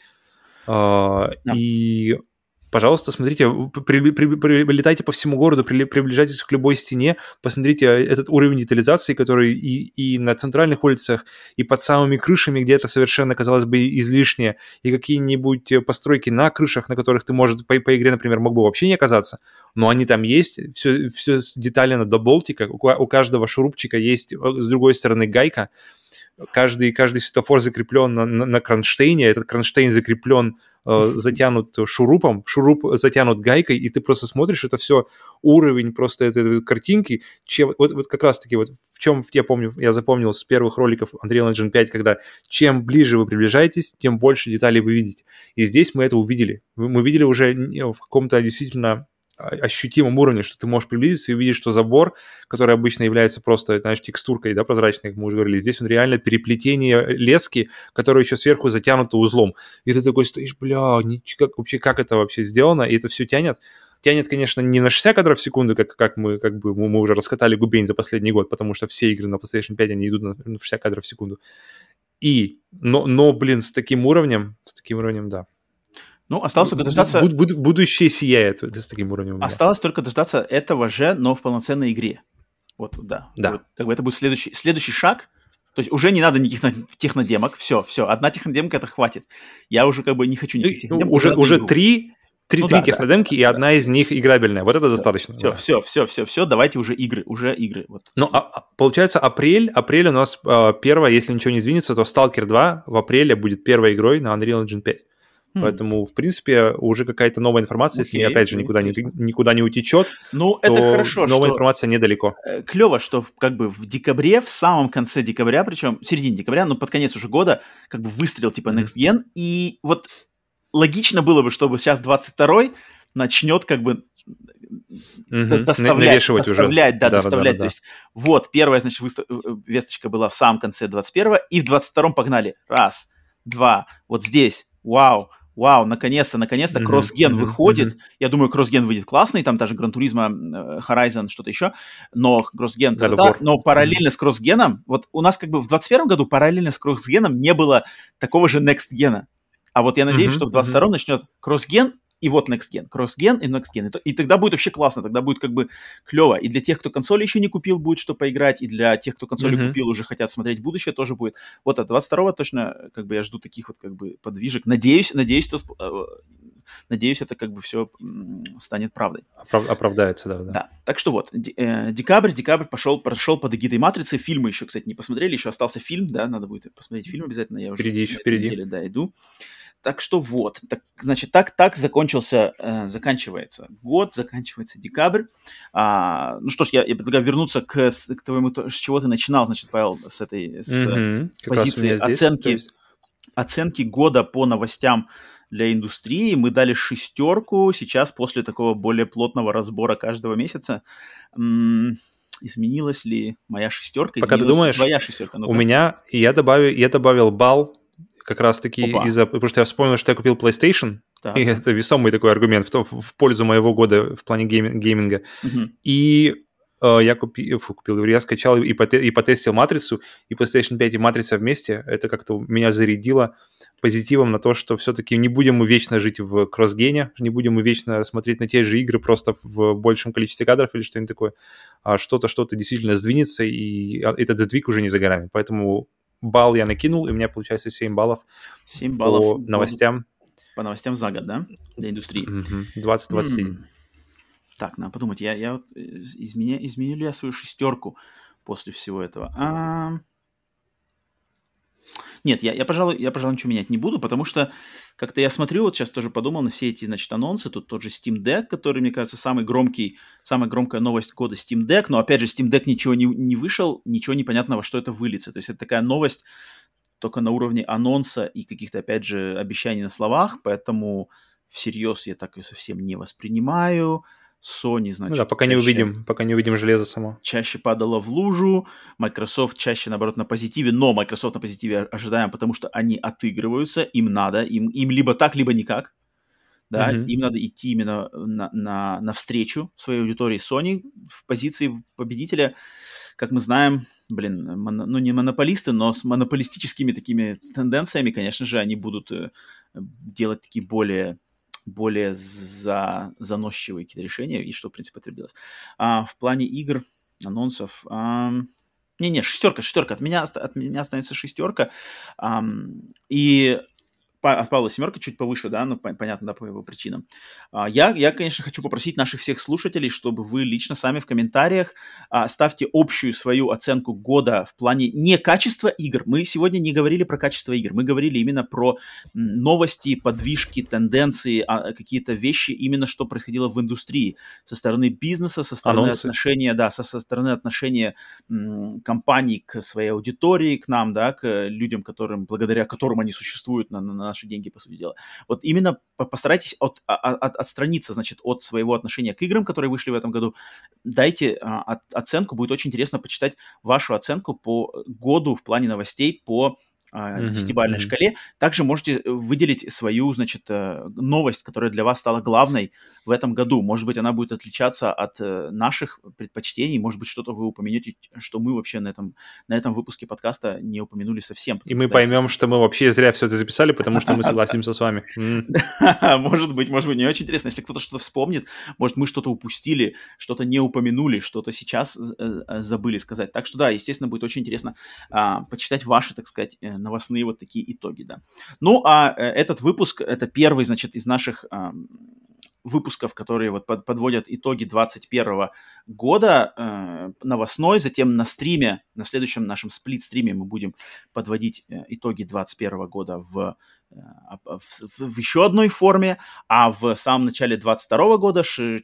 И, пожалуйста, смотрите, прилетайте по всему городу, приближайтесь к любой стене, посмотрите этот уровень детализации, который и на центральных улицах, и под самыми крышами, где это совершенно, казалось бы, излишнее, и какие-нибудь постройки на крышах, на которых ты, может, по игре, например, мог бы вообще не оказаться, но они там есть, все деталено до болтика, у каждого шурупчика есть с другой стороны гайка, каждый светофор закреплен на кронштейне, этот кронштейн закреплен, затянут шурупом, шуруп затянут гайкой, и ты просто смотришь, это все уровень просто этой картинки. Вот как раз-таки вот в чем я запомнил с первых роликов Unreal Engine 5, когда чем ближе вы приближаетесь, тем больше деталей вы видите. И здесь мы это увидели. Мы видели уже в каком-то действительно ощутимом уровне, что ты можешь приблизиться и увидеть, что забор, который обычно является просто, знаешь, текстуркой, да, прозрачной, как мы уже говорили, здесь он реально переплетение лески, которая еще сверху затянута узлом. И ты такой стоишь, как это вообще сделано? И это все тянет, конечно, не на 60 кадров в секунду, как мы уже раскатали губень за последний год, потому что все игры на PlayStation 5, они идут на 60 кадров в секунду. Но, блин, с таким уровнем, да. Ну, осталось только дождаться... Будущее сияет с таким уровнем. Осталось только дождаться этого же, но в полноценной игре. Вот, да. Вот, как бы это будет следующий шаг. То есть уже не надо никаких технодемок. Все. Одна технодемка, это хватит. Я уже как бы не хочу никаких технодемок. Уже три технодемки, и одна из них играбельная. Вот это достаточно. Все, давайте уже игры. Вот. Ну, получается, апрель у нас первая, если ничего не сдвинется, то Stalker 2 в апреле будет первой игрой на Unreal Engine 5. Поэтому, в принципе, уже какая-то новая информация, если, опять же, никуда не утечет, ну, это хорошо, новая информация недалеко. Клево, что как бы в декабре, в самом конце декабря, причем в середине декабря, но под конец уже года, как бы выстрелил типа Next Gen, и вот логично было бы, чтобы сейчас 22-й начнет как бы доставлять. То есть вот первая, значит, весточка была в самом конце 21-го, и в 22-м погнали. Раз, два, вот здесь, вау, наконец-то, кросс-ген выходит. Я думаю, кросс-ген выйдет классный, там даже Gran Turismo, Horizon, что-то еще, но кросс-ген, но параллельно с кросс-геном, вот у нас как бы в 21 году параллельно с кросс-геном не было такого же next-гена. А вот я надеюсь, что в 22-м начнет кросс-ген, и вот next-gen, кросс-ген и next-gen. И тогда будет вообще классно, тогда будет как бы клево. И для тех, кто консоли еще не купил, будет что поиграть, и для тех, кто консоли купил, уже хотят смотреть будущее, тоже будет. Вот от 22-го точно как бы я жду таких вот как бы подвижек. Надеюсь, это как бы все станет правдой. Оправдается, да. Да. Так что вот, декабрь прошел под эгидой «Матрицы». Фильмы еще, кстати, не посмотрели, еще остался фильм, да, надо будет посмотреть фильм обязательно. Я впереди. Неделе, да, иду. Так что вот, значит, так заканчивается год, заканчивается декабрь. Ну что ж, я предлагаю вернуться к твоему, с чего ты начинал, значит, Павел, с позиции оценки года по новостям для индустрии. Мы дали 6. Сейчас, после такого более плотного разбора каждого месяца, изменилась ли моя 6? Пока ты думаешь, твоя 6? У меня, я добавил балл. как раз-таки потому что я вспомнил, что я купил PlayStation, и это весомый такой аргумент в пользу моего года в плане гейминга. И я скачал и потестил «Матрицу», и PlayStation 5 и «Матрица» вместе. Это как-то меня зарядило позитивом на то, что все-таки не будем мы вечно жить в кроссгене, не будем мы вечно смотреть на те же игры просто в большем количестве кадров или что-нибудь такое, а что-то действительно сдвинется, и этот сдвиг уже не за горами. Поэтому балл я накинул, и у меня получается 7 баллов. 7 баллов по новостям. По новостям за год, да? Для индустрии. 20-21. Так, надо подумать, я вот изменил ли я свою 6 после всего этого? Нет, я, пожалуй, ничего менять не буду, потому что как-то я смотрю, вот сейчас тоже подумал на все эти, значит, анонсы, тут тот же Steam Deck, который, мне кажется, самая громкая новость года Steam Deck, но, опять же, Steam Deck ничего не вышел, ничего непонятного, что это выльется, то есть это такая новость только на уровне анонса и каких-то, опять же, обещаний на словах, поэтому всерьез я так и совсем не воспринимаю. Sony, значит, пока не увидим железо само. Чаще падала в лужу, Microsoft чаще, наоборот, на позитиве, но Microsoft на позитиве ожидаем, потому что они отыгрываются, им надо, им либо так, либо никак, да, им надо идти именно навстречу своей аудитории. Sony в позиции победителя, как мы знаем, не монополисты, но с монополистическими такими тенденциями, конечно же, они будут делать такие более заносчивые какие-то решения, и что, в принципе, подтвердилось. В плане игр, анонсов... шестерка. От меня останется 6. И от Павла 7 чуть повыше, да, ну, понятно, да, по его причинам. Я, конечно, хочу попросить наших всех слушателей, чтобы вы лично сами в комментариях ставьте общую свою оценку года в плане не качества игр. Мы сегодня не говорили про качество игр, мы говорили именно про новости, подвижки, тенденции, какие-то вещи, именно что происходило в индустрии со стороны бизнеса, со стороны отношения, да, со стороны отношения компаний к своей аудитории, к нам, да, к людям, благодаря которым они существуют на наши деньги, по сути дела. Вот именно постарайтесь отстраниться, значит, от своего отношения к играм, которые вышли в этом году. Дайте оценку, будет очень интересно почитать вашу оценку по году в плане новостей по 10-бальной шкале. Также можете выделить свою, значит, новость, которая для вас стала главной в этом году. Может быть, она будет отличаться от наших предпочтений, может быть, что-то вы упомянете, что мы вообще на этом выпуске подкаста не упомянули совсем. И мы поймем, что мы вообще зря все это записали, потому что мы согласимся с вами. Может быть, мне очень интересно, если кто-то что-то вспомнит, может, мы что-то упустили, что-то не упомянули, что-то сейчас забыли сказать. Так что, да, естественно, будет очень интересно почитать ваши, так сказать, новостные вот такие итоги, да. Ну, а этот выпуск, это первый, значит, из наших выпусков, которые вот подводят итоги 2021 года новостной, затем на стриме, на следующем нашем сплит-стриме мы будем подводить итоги 2021 года в еще одной форме, а в самом начале 2022 года, 4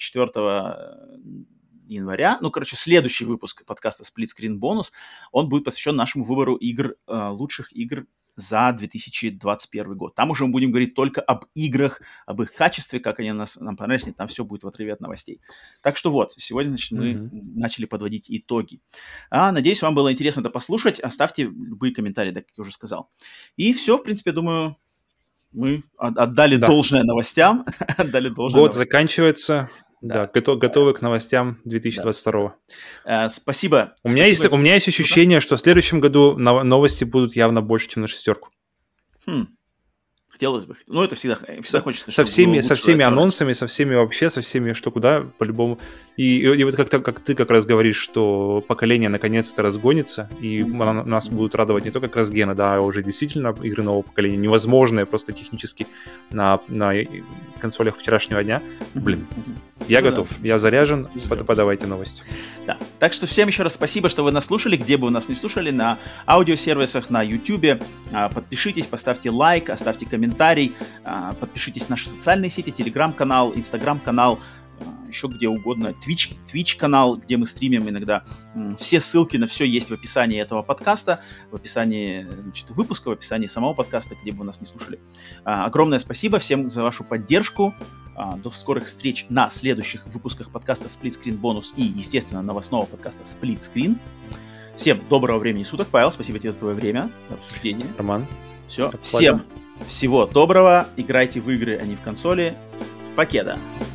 января, следующий выпуск подкаста Split Screen Bonus, он будет посвящен нашему выбору игр, лучших игр за 2021 год. Там уже мы будем говорить только об играх, об их качестве, как они нам понравились, там все будет в отрыве от новостей. Так что вот, сегодня, значит, мы начали подводить итоги. Надеюсь, вам было интересно это послушать. Оставьте любые комментарии, как я уже сказал. И все, в принципе, думаю, мы отдали должное новостям. Год заканчивается. Да, готовы к новостям 2022. Спасибо. У меня есть ощущение, что в следующем году новости будут явно больше, чем на 6. Хотелось бы. Ну, это всегда хочется. Со всеми анонсами, со всеми что куда, по-любому. И вот как ты как раз говоришь, что поколение наконец-то разгонится, и нас будут радовать не только кроссгены, да, а уже действительно игры нового поколения, невозможные просто технически на консолях вчерашнего дня. Я готов, я заряжен, подавайте новости. Да. Так что всем еще раз спасибо, что вы нас слушали, где бы вы нас не слушали, на аудиосервисах, на YouTube. Подпишитесь, поставьте лайк, оставьте комментарий, подпишитесь в наши социальные сети, Telegram-канал, Instagram-канал, еще где угодно, Twitch-канал, где мы стримим иногда. Все ссылки на все есть в описании этого подкаста, в описании, значит, выпуска, в описании самого подкаста, где бы вы нас не слушали. Огромное спасибо всем за вашу поддержку. До скорых встреч на следующих выпусках подкаста Split Screen Bonus и, естественно, новостного подкаста Split Screen. Всем доброго времени суток. Павел, спасибо тебе за твое время, за обсуждение. Роман, Все. Всем всего доброго. Играйте в игры, а не в консоли. Покеда.